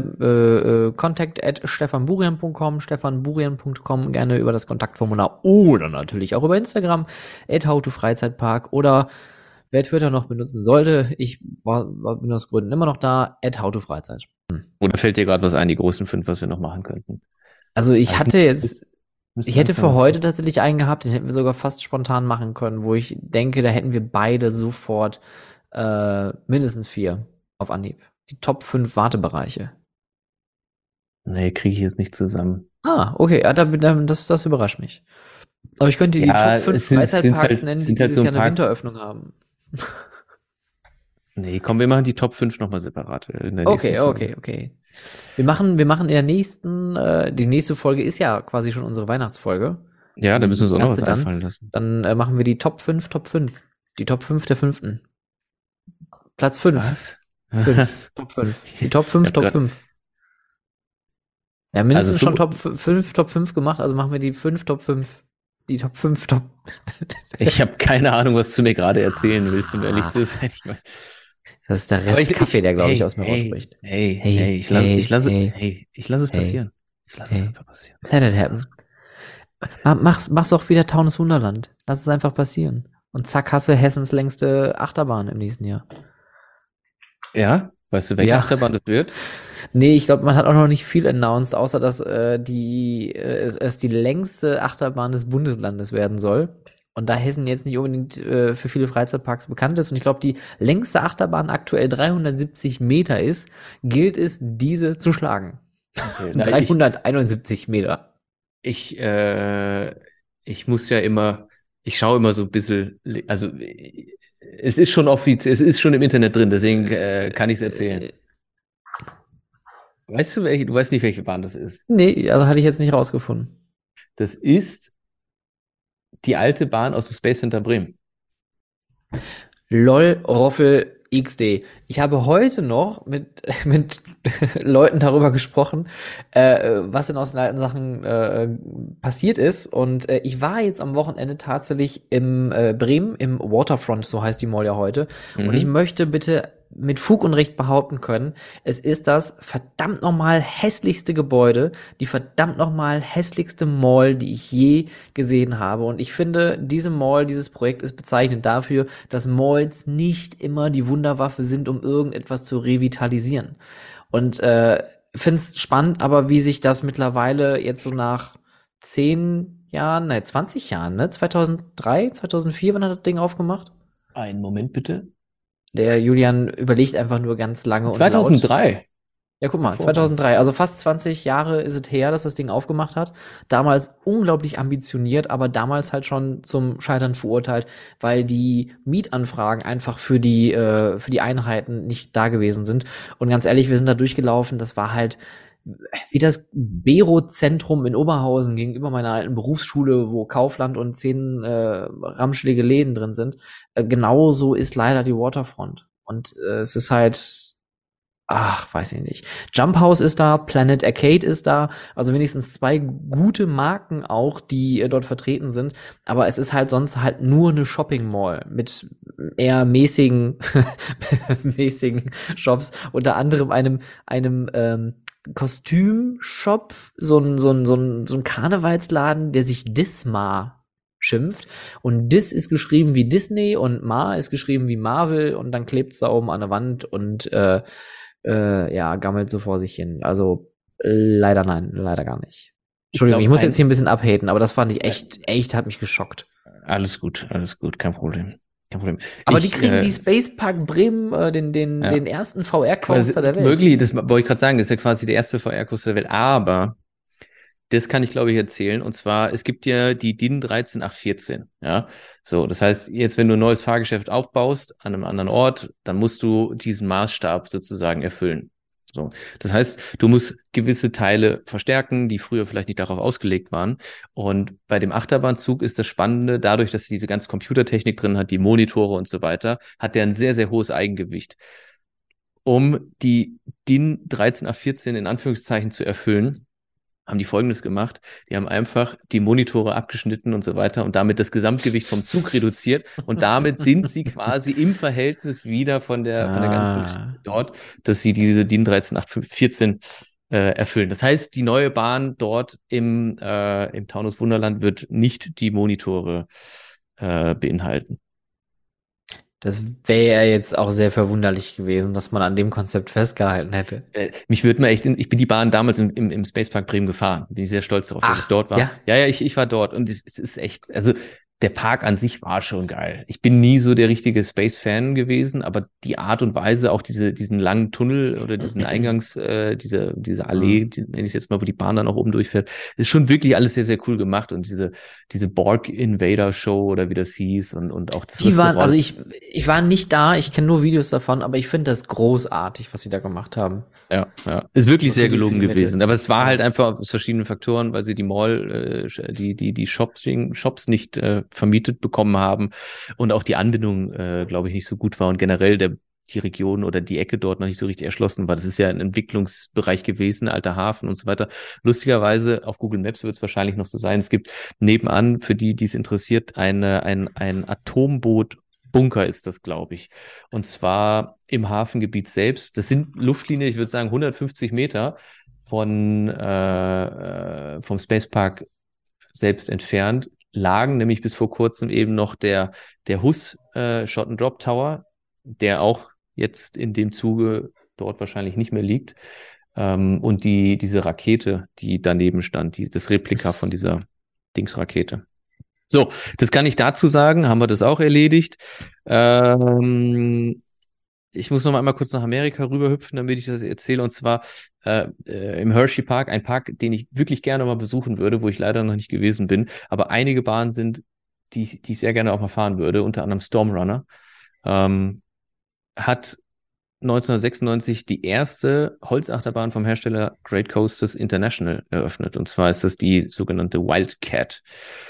B: contact@stefanburian.com, stefanburian.com, gerne über das Kontaktformular oder natürlich auch über Instagram @howtofreizeitpark oder wer Twitter noch benutzen sollte, bin aus Gründen immer noch da, @howtofreizeit.
A: Oder fällt dir gerade was ein, die großen 5, was wir noch machen könnten?
B: Also ich hätte für heute
A: das
B: tatsächlich einen gehabt, den hätten wir sogar fast spontan machen können, wo ich denke, da hätten wir beide sofort mindestens 4 auf Anhieb. Die Top 5 Wartebereiche.
A: Nee, kriege ich jetzt nicht zusammen.
B: Ah, okay, ja, das überrascht mich. Aber ich könnte die
A: Ja,
B: Top 5
A: es sind
B: Freizeitparks
A: halt-
B: nennen, die
A: sind halt
B: dieses
A: so ein
B: Jahr eine
A: paar-
B: Winteröffnung haben.
A: Nee, komm, wir machen die Top 5 nochmal separat in der nächsten Folge.
B: Okay. Wir machen in der nächsten, die nächste Folge ist ja quasi schon unsere Weihnachtsfolge.
A: Ja, da müssen wir uns auch noch was
B: Erste dann.
A: einfallen lassen.
B: Dann machen wir die Top 5. Die Top 5 der 5. Platz 5.
A: Was?
B: Top 5. Die Top 5,
A: Ich hab
B: Top 5. Ja, mindestens
A: Also
B: schon Top 5 gemacht, also machen wir die 5 Top 5. Die Top 5 Top.
A: Ich habe keine Ahnung, was du mir gerade erzählen willst, um ehrlich zu sein.
B: Das ist der Rest Kaffee, der, glaube ich, aus mir rausspricht.
A: Ich lasse es passieren. Ich lasse es einfach passieren.
B: Let it happen. Mach's doch wieder Taunus Wunderland. Lass es einfach passieren. Und zack, hast du Hessens längste Achterbahn im nächsten Jahr.
A: Ja? Weißt du, welche
B: Ja.
A: Achterbahn das wird?
B: Nee, ich glaube, man hat auch noch nicht viel announced, außer dass es die längste Achterbahn des Bundeslandes werden soll. Und da Hessen jetzt nicht unbedingt für viele Freizeitparks bekannt ist und ich glaube, die längste Achterbahn aktuell 370 Meter ist, gilt es, diese zu schlagen.
A: Okay,
B: 371 Meter.
A: Ich muss ja immer, ich schaue immer so ein bisschen, also es ist schon offiziell, es ist schon im Internet drin, deswegen kann ich es erzählen. Weißt du, du weißt nicht, welche Bahn das ist?
B: Nee, also hatte ich jetzt nicht rausgefunden.
A: Das ist die alte Bahn aus dem Space Center Bremen.
B: LOL Roffel XD. Ich habe heute noch mit Leuten darüber gesprochen, was denn aus den alten Sachen passiert ist. Und ich war jetzt am Wochenende tatsächlich im Bremen, im Waterfront, so heißt die Mall ja heute. Und ich möchte bitte mit Fug und Recht behaupten können, es ist das verdammt nochmal hässlichste Gebäude, die verdammt nochmal hässlichste Mall, die ich je gesehen habe. Und ich finde, diese Mall, dieses Projekt ist bezeichnend dafür, dass Malls nicht immer die Wunderwaffe sind, um irgendetwas zu revitalisieren. Und finde es spannend, aber wie sich das mittlerweile jetzt so nach 10 Jahren, 20 Jahren, ne? 2003, 2004, wann hat das Ding aufgemacht?
A: Einen Moment bitte.
B: Der Julian überlegt einfach nur ganz lange und laut.
A: 2003.
B: Ja, guck mal, 2003, also fast 20 Jahre ist es her, dass das Ding aufgemacht hat. Damals unglaublich ambitioniert, aber damals halt schon zum Scheitern verurteilt, weil die Mietanfragen einfach für die Einheiten nicht da gewesen sind. Und ganz ehrlich, wir sind da durchgelaufen, das war halt wie das Bero-Zentrum in Oberhausen gegenüber meiner alten Berufsschule, wo Kaufland und 10 ramschlige Läden drin sind. Genauso ist leider die Waterfront. Und es ist halt, weiß ich nicht. Jump House ist da, Planet Arcade ist da, also wenigstens 2 gute Marken auch, die dort vertreten sind. Aber es ist halt sonst halt nur eine Shopping Mall mit eher mäßigen Shops, unter anderem einem Kostümshop, so ein Karnevalsladen, der sich Dismar schimpft. Und Dis ist geschrieben wie Disney und Mar ist geschrieben wie Marvel und dann klebt's da oben an der Wand und gammelt so vor sich hin. Also leider nein, leider gar nicht. Entschuldigung, ich muss jetzt hier ein bisschen abhaten, aber das fand ich echt, hat mich geschockt.
A: Alles gut, kein Problem.
B: Aber die kriegen die Space Park Bremen, den ersten VR-Coaster der Welt.
A: Wirklich, das wollte ich gerade sagen, das ist ja quasi der erste VR-Coaster der Welt, aber das kann ich, glaube ich, erzählen. Und zwar, es gibt ja die DIN 13814, ja. So, das heißt, jetzt, wenn du ein neues Fahrgeschäft aufbaust an einem anderen Ort, dann musst du diesen Maßstab sozusagen erfüllen. So, das heißt, du musst gewisse Teile verstärken, die früher vielleicht nicht darauf ausgelegt waren. Und bei dem Achterbahnzug ist das Spannende, dadurch, dass sie diese ganze Computertechnik drin hat, die Monitore und so weiter, hat der ein sehr, sehr hohes Eigengewicht. Um die DIN 13814 in Anführungszeichen zu erfüllen, haben die Folgendes gemacht. Die haben einfach die Monitore abgeschnitten und so weiter und damit das Gesamtgewicht vom Zug reduziert und damit sind sie quasi im Verhältnis wieder von der ganzen Geschichte dort, dass sie diese DIN 13814 erfüllen. Das heißt, die neue Bahn dort im Taunus Wunderland wird nicht die Monitore beinhalten.
B: Das wäre ja jetzt auch sehr verwunderlich gewesen, dass man an dem Konzept festgehalten hätte.
A: Mich würde mal echt, ich bin die Bahn damals im Spacepark Bremen gefahren. Bin ich sehr stolz darauf, dass ich dort war. Ja, ich war dort und es ist echt, also der Park an sich war schon geil. Ich bin nie so der richtige Space-Fan gewesen, aber die Art und Weise, auch diesen langen Tunnel oder diesen Eingangs, diese Allee, nenne ich es jetzt mal, wo die Bahn dann auch oben durchfährt, ist schon wirklich alles sehr, sehr cool gemacht und diese Borg-Invader-Show oder wie das hieß und auch das
B: Restaurant. Also ich war nicht da, ich kenne nur Videos davon, aber ich finde das großartig, was sie da gemacht haben.
A: Ja. Ist wirklich sehr gelungen gewesen. Aber es war halt einfach aus verschiedenen Faktoren, weil sie die Mall, die Shops nicht vermietet bekommen haben und auch die Anbindung, glaube ich, nicht so gut war und generell die Region oder die Ecke dort noch nicht so richtig erschlossen war. Das ist ja ein Entwicklungsbereich gewesen, alter Hafen und so weiter. Lustigerweise, auf Google Maps wird es wahrscheinlich noch so sein, es gibt nebenan, für die es interessiert, ein Atomboot Bunker ist das, glaube ich. Und zwar im Hafengebiet selbst. Das sind Luftlinie, ich würde sagen 150 Meter vom Spacepark selbst entfernt, lagen nämlich bis vor kurzem eben noch der Hus Shot and Drop Tower, der auch jetzt in dem Zuge dort wahrscheinlich nicht mehr liegt. Und diese Rakete, die daneben stand, das Replika von dieser Dingsrakete. So, das kann ich dazu sagen, haben wir das auch erledigt. Ich muss noch mal einmal kurz nach Amerika rüberhüpfen, damit ich das erzähle. Und zwar im Hershey Park, ein Park, den ich wirklich gerne mal besuchen würde, wo ich leider noch nicht gewesen bin. Aber einige Bahnen sind, die ich sehr gerne auch mal fahren würde, unter anderem Stormrunner. Hat 1996 die erste Holzachterbahn vom Hersteller Great Coasters International eröffnet. Und zwar ist das die sogenannte Wildcat,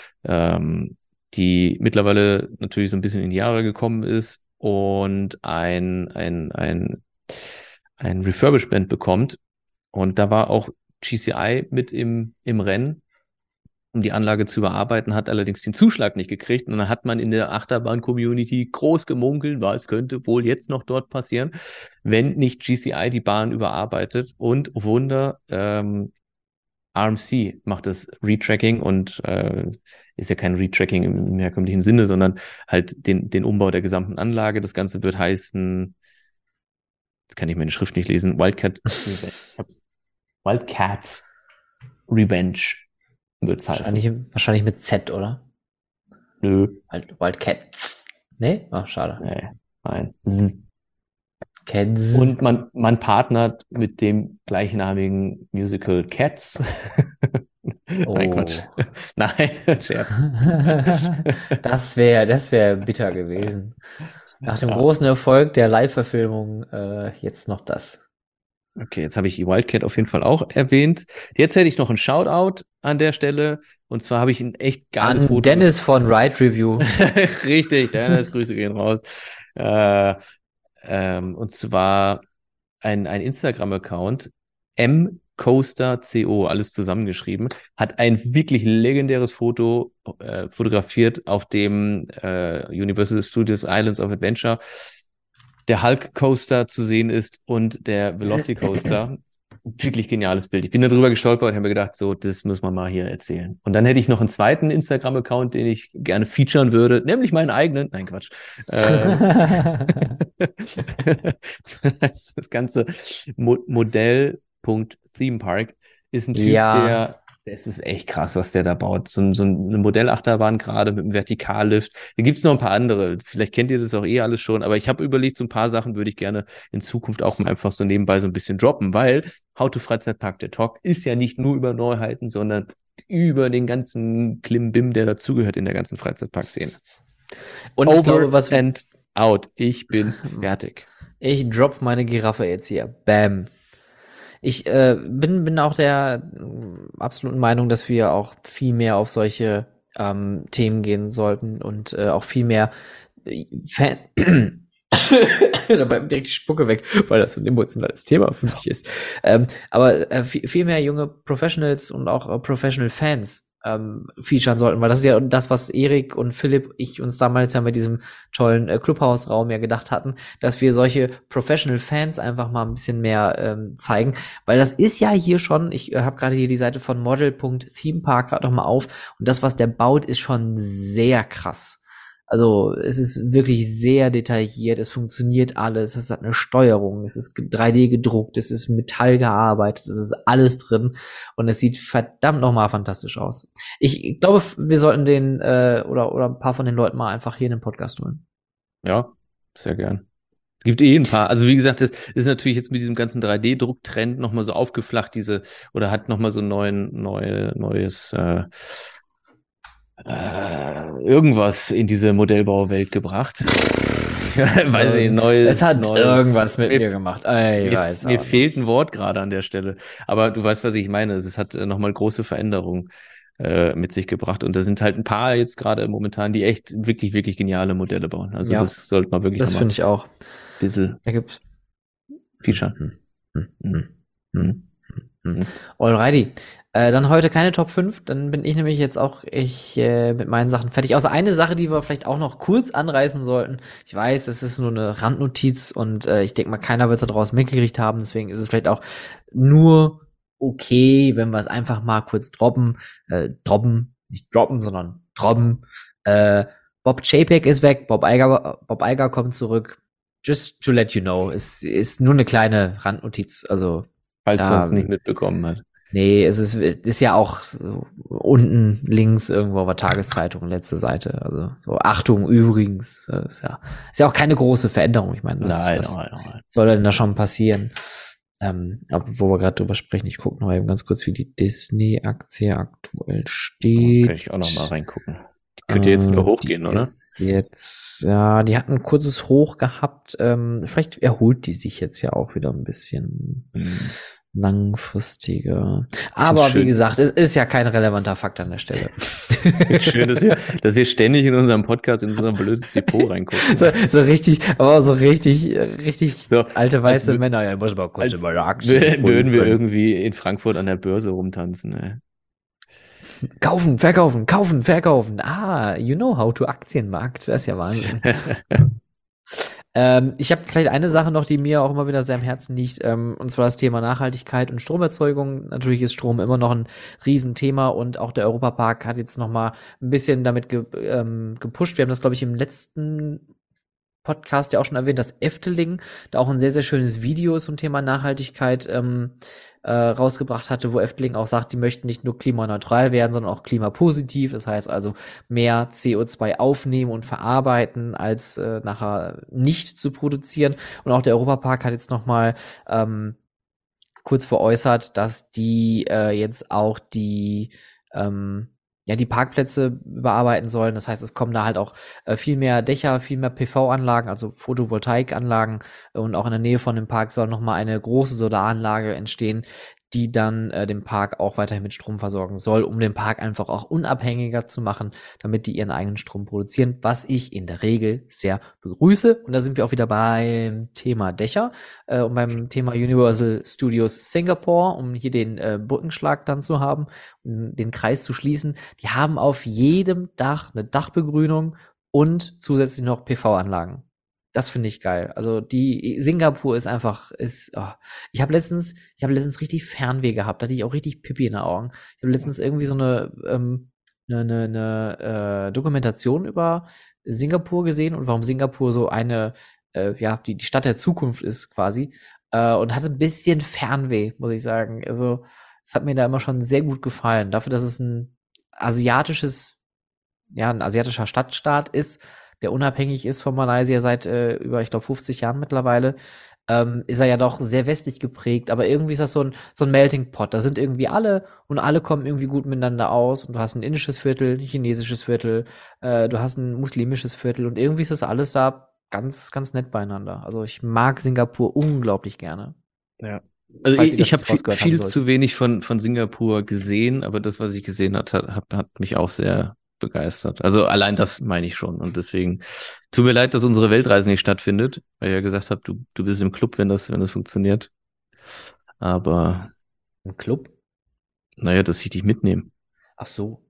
A: die mittlerweile natürlich so ein bisschen in die Jahre gekommen ist und ein Refurbishment bekommt. Und da war auch GCI mit im Rennen, um die Anlage zu überarbeiten, hat allerdings den Zuschlag nicht gekriegt. Und dann hat man in der Achterbahn-Community groß gemunkelt, was könnte wohl jetzt noch dort passieren, wenn nicht GCI die Bahn überarbeitet. Und Wunder, RMC macht das Retracking und ist ja kein Retracking im herkömmlichen Sinne, sondern halt den Umbau der gesamten Anlage. Das Ganze wird heißen, jetzt kann ich meine Schrift nicht lesen, Wildcats Revenge wird's heißen.
B: Wahrscheinlich mit Z, oder?
A: Nö.
B: Wildcat. Nee? Ach, schade.
A: Nee, nein.
B: Cats.
A: Und man partnert mit dem gleichnamigen Musical Cats. Nein, Quatsch. Nein, Scherz.
B: Das wäre bitter gewesen. Nach dem großen Erfolg der Live-Verfilmung jetzt noch das.
A: Okay, jetzt habe ich Wildcat auf jeden Fall auch erwähnt. Jetzt hätte ich noch einen Shoutout an der Stelle. Und zwar habe ich ein echt geiles Foto.
B: Dennis von Ride Review.
A: Richtig, Dennis, Grüße gehen raus. Und zwar ein Instagram-Account, mcoasterco, alles zusammengeschrieben, hat ein wirklich legendäres Foto fotografiert, auf dem Universal Studios Islands of Adventure der Hulk Coaster zu sehen ist und der Velocicoaster. Wirklich geniales Bild. Ich bin da drüber gestolpert und habe mir gedacht, so, das muss man mal hier erzählen. Und dann hätte ich noch einen zweiten Instagram-Account, den ich gerne featuren würde, nämlich meinen eigenen. Nein, Quatsch. Das ganze Modell.themepark ist ein Typ, das ist echt krass, was der da baut. So eine Modellachterbahn gerade mit einem Vertikallift. Da gibt's noch ein paar andere. Vielleicht kennt ihr das auch alles schon, aber ich habe überlegt, so ein paar Sachen würde ich gerne in Zukunft auch mal einfach so nebenbei so ein bisschen droppen, weil How to Freizeitpark, der Talk, ist ja nicht nur über Neuheiten, sondern über den ganzen Klimbim, der dazugehört in der ganzen Freizeitpark-Szene.
B: Und
A: Over
B: ich glaube,
A: and out. Ich bin fertig.
B: Ich drop meine Giraffe jetzt hier. Bam. Ich bin auch der absoluten Meinung, dass wir auch viel mehr auf solche Themen gehen sollten und auch viel mehr da bleibt direkt die Spucke weg, weil das so ein emotionales Thema für mich ist. Aber viel mehr junge Professionals und auch Professional Fans featuren sollten, weil das ist ja das, was Erik und Philipp, ich uns damals ja mit diesem tollen Clubhouse-Raum ja gedacht hatten, dass wir solche Professional Fans einfach mal ein bisschen mehr zeigen, weil das ist ja hier schon, ich habe gerade hier die Seite von model.themepark gerade noch mal auf und das, was der baut, ist schon sehr krass. Also es ist wirklich sehr detailliert, es funktioniert alles, es hat eine Steuerung, es ist 3D gedruckt, es ist Metall gearbeitet, es ist alles drin und es sieht verdammt nochmal fantastisch aus. Ich glaube, wir sollten den oder ein paar von den Leuten mal einfach hier in den Podcast holen.
A: Ja, sehr gern. Gibt ein paar. Also wie gesagt, das ist natürlich jetzt mit diesem ganzen 3D-Drucktrend nochmal so aufgeflacht, oder hat nochmal so ein neues irgendwas in diese Modellbauwelt gebracht. Weiß ich,
B: es hat irgendwas mit mir gemacht.
A: Mir fehlt ein Wort gerade an der Stelle. Aber du weißt, was ich meine. Es hat nochmal große Veränderungen mit sich gebracht. Und da sind halt ein paar jetzt gerade momentan, die echt wirklich, wirklich geniale Modelle bauen. Also das sollte man wirklich
B: das finde ich auch.
A: Ein bisschen featuren.
B: Alrighty. Dann heute keine Top 5, dann bin ich nämlich jetzt auch mit meinen Sachen fertig. Außer eine Sache, die wir vielleicht auch noch kurz anreißen sollten. Ich weiß, es ist nur eine Randnotiz und ich denke mal, keiner wird es da draußen mitgekriegt haben. Deswegen ist es vielleicht auch nur okay, wenn wir es einfach mal kurz droppen. Nicht droppen, sondern droppen. Bob Chapek ist weg, Bob Iger kommt zurück. Just to let you know. Es ist nur eine kleine Randnotiz. Also
A: falls man es nicht mitbekommen hat.
B: Nee, es ist ja auch so unten links irgendwo auf der Tageszeitung, letzte Seite. Also so, Achtung, übrigens. Ist ja auch keine große Veränderung. Ich meine, was soll denn da schon passieren? Aber wo wir gerade drüber sprechen, ich gucke noch eben ganz kurz, wie die Disney-Aktie aktuell steht.
A: Kann ich auch noch mal reingucken. Die könnte jetzt wieder hochgehen, oder?
B: Ja, die hatten ein kurzes Hoch gehabt. Vielleicht erholt die sich jetzt ja auch wieder ein bisschen. Langfristiger. Aber wie gesagt, es ist ja kein relevanter Fakt an der Stelle.
A: Schön, dass wir ständig in unserem Podcast in unser blödes Depot reingucken.
B: So richtig so, alte weiße Männer. Ja, muss mal kurz über Aktien.
A: Würden wir irgendwie in Frankfurt an der Börse rumtanzen, ey.
B: Kaufen, verkaufen. Ah, you know how to Aktienmarkt. Das ist ja Wahnsinn. Ich habe vielleicht eine Sache noch, die mir auch immer wieder sehr am Herzen liegt, und zwar das Thema Nachhaltigkeit und Stromerzeugung. Natürlich ist Strom immer noch ein Riesenthema und auch der Europapark hat jetzt noch mal ein bisschen damit gepusht. Wir haben das, glaube ich, im letzten Podcast ja auch schon erwähnt, dass Efteling da auch ein sehr, sehr schönes Video zum Thema Nachhaltigkeit rausgebracht hatte, wo Efteling auch sagt, die möchten nicht nur klimaneutral werden, sondern auch klimapositiv. Das heißt also mehr CO2 aufnehmen und verarbeiten, als nachher nicht zu produzieren. Und auch der Europapark hat jetzt nochmal kurz veräußert, dass die jetzt auch die Parkplätze überarbeiten sollen. Das heißt, es kommen da halt auch viel mehr Dächer, viel mehr PV-Anlagen, also Photovoltaikanlagen. Und auch in der Nähe von dem Park soll nochmal eine große Solaranlage entstehen, die dann den Park auch weiterhin mit Strom versorgen soll, um den Park einfach auch unabhängiger zu machen, damit die ihren eigenen Strom produzieren, was ich in der Regel sehr begrüße. Und da sind wir auch wieder beim Thema Dächer und beim Thema Universal Studios Singapore, um hier den Brückenschlag dann zu haben, um den Kreis zu schließen. Die haben auf jedem Dach eine Dachbegrünung und zusätzlich noch PV-Anlagen. Das finde ich geil. Also Singapur ist einfach, ich habe letztens richtig Fernweh gehabt, da hatte ich auch richtig Pipi in den Augen. Ich habe letztens irgendwie so eine Dokumentation über Singapur gesehen und warum Singapur so eine, die Stadt der Zukunft ist quasi. Und hatte ein bisschen Fernweh, muss ich sagen. Also, es hat mir da immer schon sehr gut gefallen. Dafür, dass es ein asiatischer Stadtstaat ist, der unabhängig ist von Malaysia seit über, ich glaube, 50 Jahren mittlerweile, ist er ja doch sehr westlich geprägt, aber irgendwie ist das so ein Melting Pot. Da sind irgendwie alle und alle kommen irgendwie gut miteinander aus und du hast ein indisches Viertel, ein chinesisches Viertel, du hast ein muslimisches Viertel und irgendwie ist das alles da ganz, ganz nett beieinander. Also ich mag Singapur unglaublich gerne.
A: Ja. Also ich habe viel zu wenig von Singapur gesehen, aber das, was ich gesehen hat mich auch sehr begeistert. Also allein das meine ich schon. Und deswegen tut mir leid, dass unsere Weltreise nicht stattfindet, weil ich ja gesagt habe, du bist im Club, wenn das funktioniert. Aber
B: im Club?
A: Naja, dass ich dich mitnehme.
B: Ach so.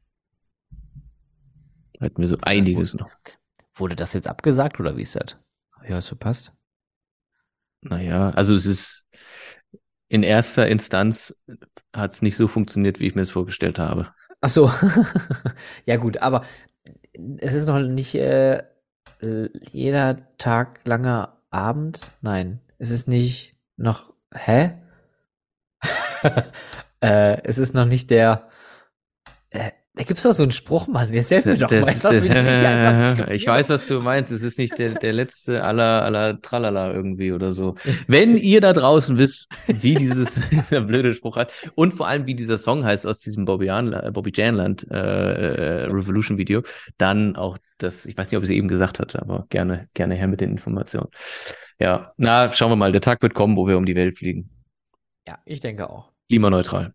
A: Hätten wir so einiges noch.
B: Wurde das jetzt abgesagt oder wie ist das? Habe ich was verpasst?
A: Naja, also es ist in erster Instanz hat es nicht so funktioniert, wie ich mir es vorgestellt habe.
B: Ach so. Ja gut, aber es ist noch nicht jeder Tag langer Abend. Nein, es ist nicht noch. Hä? Es ist noch nicht der. Da gibt's doch so einen Spruch, Mann. Jetzt helft mir doch mal.
A: Ich weiß, was du meinst. Es ist nicht der letzte aller Tralala irgendwie oder so. Wenn ihr da draußen wisst, wie dieser blöde Spruch hat und vor allem, wie dieser Song heißt aus diesem Bobby Janland Revolution Video, dann auch das, ich weiß nicht, ob ich es eben gesagt hatte, aber gerne her mit den Informationen. Ja, schauen wir mal. Der Tag wird kommen, wo wir um die Welt fliegen.
B: Ja, ich denke auch.
A: Klimaneutral.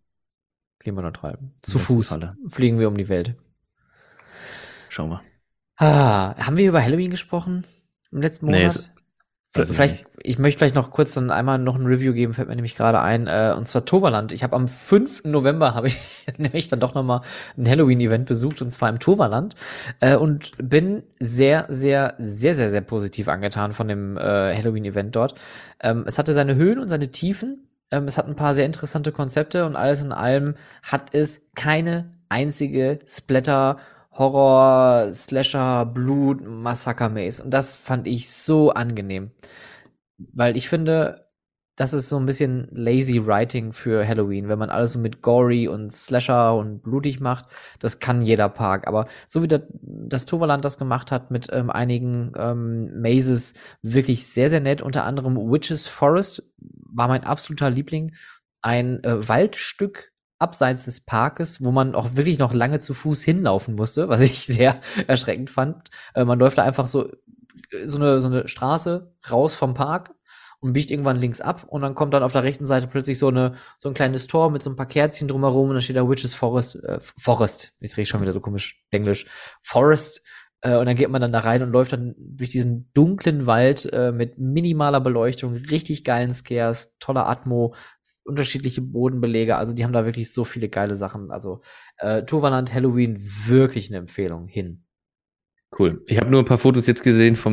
B: Zu Fuß fliegen wir um die Welt.
A: Schauen wir.
B: Haben wir über Halloween gesprochen im letzten Monat? Ich möchte vielleicht noch kurz dann einmal noch ein Review geben, fällt mir nämlich gerade ein, und zwar Toverland. Ich habe am 5. November habe ich nämlich dann doch nochmal ein Halloween-Event besucht, und zwar im Toverland, und bin sehr, sehr, sehr, sehr, sehr positiv angetan von dem Halloween-Event dort. Es hatte seine Höhen und seine Tiefen. Es hat ein paar sehr interessante Konzepte und alles in allem hat es keine einzige Splatter, Horror, Slasher, Blut, Massaker-Maze. Und das fand ich so angenehm. Weil ich finde, das ist so ein bisschen lazy writing für Halloween, wenn man alles so mit Gory und Slasher und blutig macht. Das kann jeder Park. Aber so wie das Toverland das gemacht hat mit einigen Mazes, wirklich sehr, sehr nett. Unter anderem Witch's Forest war mein absoluter Liebling. Ein Waldstück abseits des Parkes, wo man auch wirklich noch lange zu Fuß hinlaufen musste, was ich sehr erschreckend fand. Man läuft da einfach so eine Straße raus vom Park und biegt irgendwann links ab und dann kommt dann auf der rechten Seite plötzlich so ein kleines Tor mit so ein paar Kerzchen drumherum und dann steht da Witch's Forest, jetzt rede ich schon wieder so komisch Englisch, Forest, und dann geht man dann da rein und läuft dann durch diesen dunklen Wald mit minimaler Beleuchtung, richtig geilen Scares, toller Atmo, unterschiedliche Bodenbelege, also die haben da wirklich so viele geile Sachen, also Toverland Halloween wirklich eine Empfehlung hin.
A: Cool. Ich habe nur ein paar Fotos jetzt gesehen vom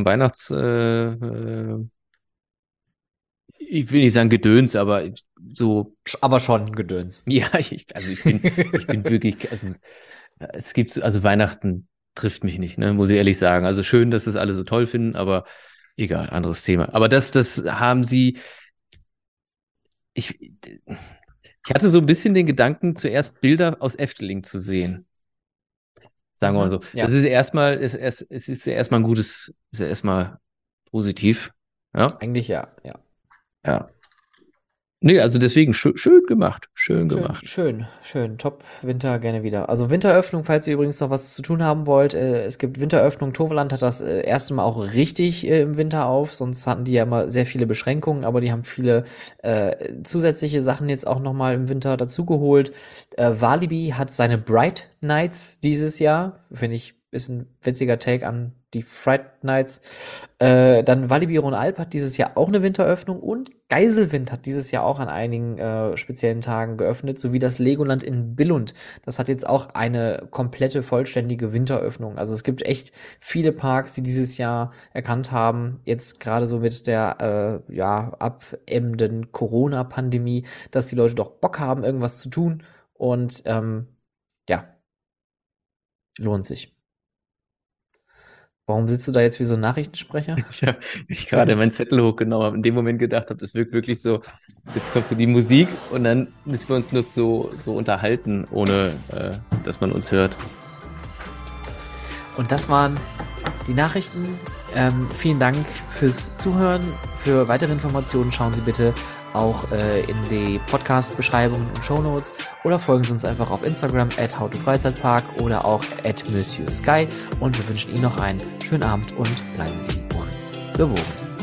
A: ich will nicht sagen Gedöns, aber so.
B: Aber schon Gedöns.
A: Ja, ich bin wirklich, also es gibt, also Weihnachten trifft mich nicht, ne? Muss ich ehrlich sagen. Also schön, dass das alle so toll finden, aber egal, anderes Thema. Aber das haben sie. Ich hatte so ein bisschen den Gedanken, zuerst Bilder aus Efteling zu sehen. Sagen wir mal so.
B: Ja.
A: Das ist erstmal, es ist ja erstmal ein gutes, ist ja erstmal positiv. Ja.
B: Eigentlich ja.
A: Ja. Nee, also deswegen schön gemacht. Schön gemacht.
B: Schön. Top. Winter gerne wieder. Also Winteröffnung, falls ihr übrigens noch was zu tun haben wollt. Es gibt Winteröffnung. Toverland hat das erste Mal auch richtig im Winter auf. Sonst hatten die ja immer sehr viele Beschränkungen, aber die haben viele zusätzliche Sachen jetzt auch nochmal im Winter dazugeholt. Walibi hat seine Bright Nights dieses Jahr. Finde ich, ist ein witziger Take an die Fright Nights. Dann Walibi Rhône-Alpes hat dieses Jahr auch eine Winteröffnung und Geiselwind hat dieses Jahr auch an einigen speziellen Tagen geöffnet, sowie das Legoland in Billund. Das hat jetzt auch eine komplette, vollständige Winteröffnung. Also es gibt echt viele Parks, die dieses Jahr erkannt haben, jetzt gerade so mit der abebbenden Corona-Pandemie, dass die Leute doch Bock haben, irgendwas zu tun. Und lohnt sich. Warum sitzt du da jetzt wie so ein Nachrichtensprecher?
A: Ja, ich gerade meinen Zettel hochgenommen habe, in dem Moment gedacht habe, das wirkt wirklich so, jetzt kommt so die Musik und dann müssen wir uns nur so unterhalten, ohne dass man uns hört.
B: Und das waren die Nachrichten. Vielen Dank fürs Zuhören. Für weitere Informationen schauen Sie bitte auch in die Podcast-Beschreibung und Shownotes oder folgen Sie uns einfach auf Instagram @howtofreizeitpark oder auch @MonsieurSky und wir wünschen Ihnen noch einen schönen Abend und bleiben Sie uns gewogen.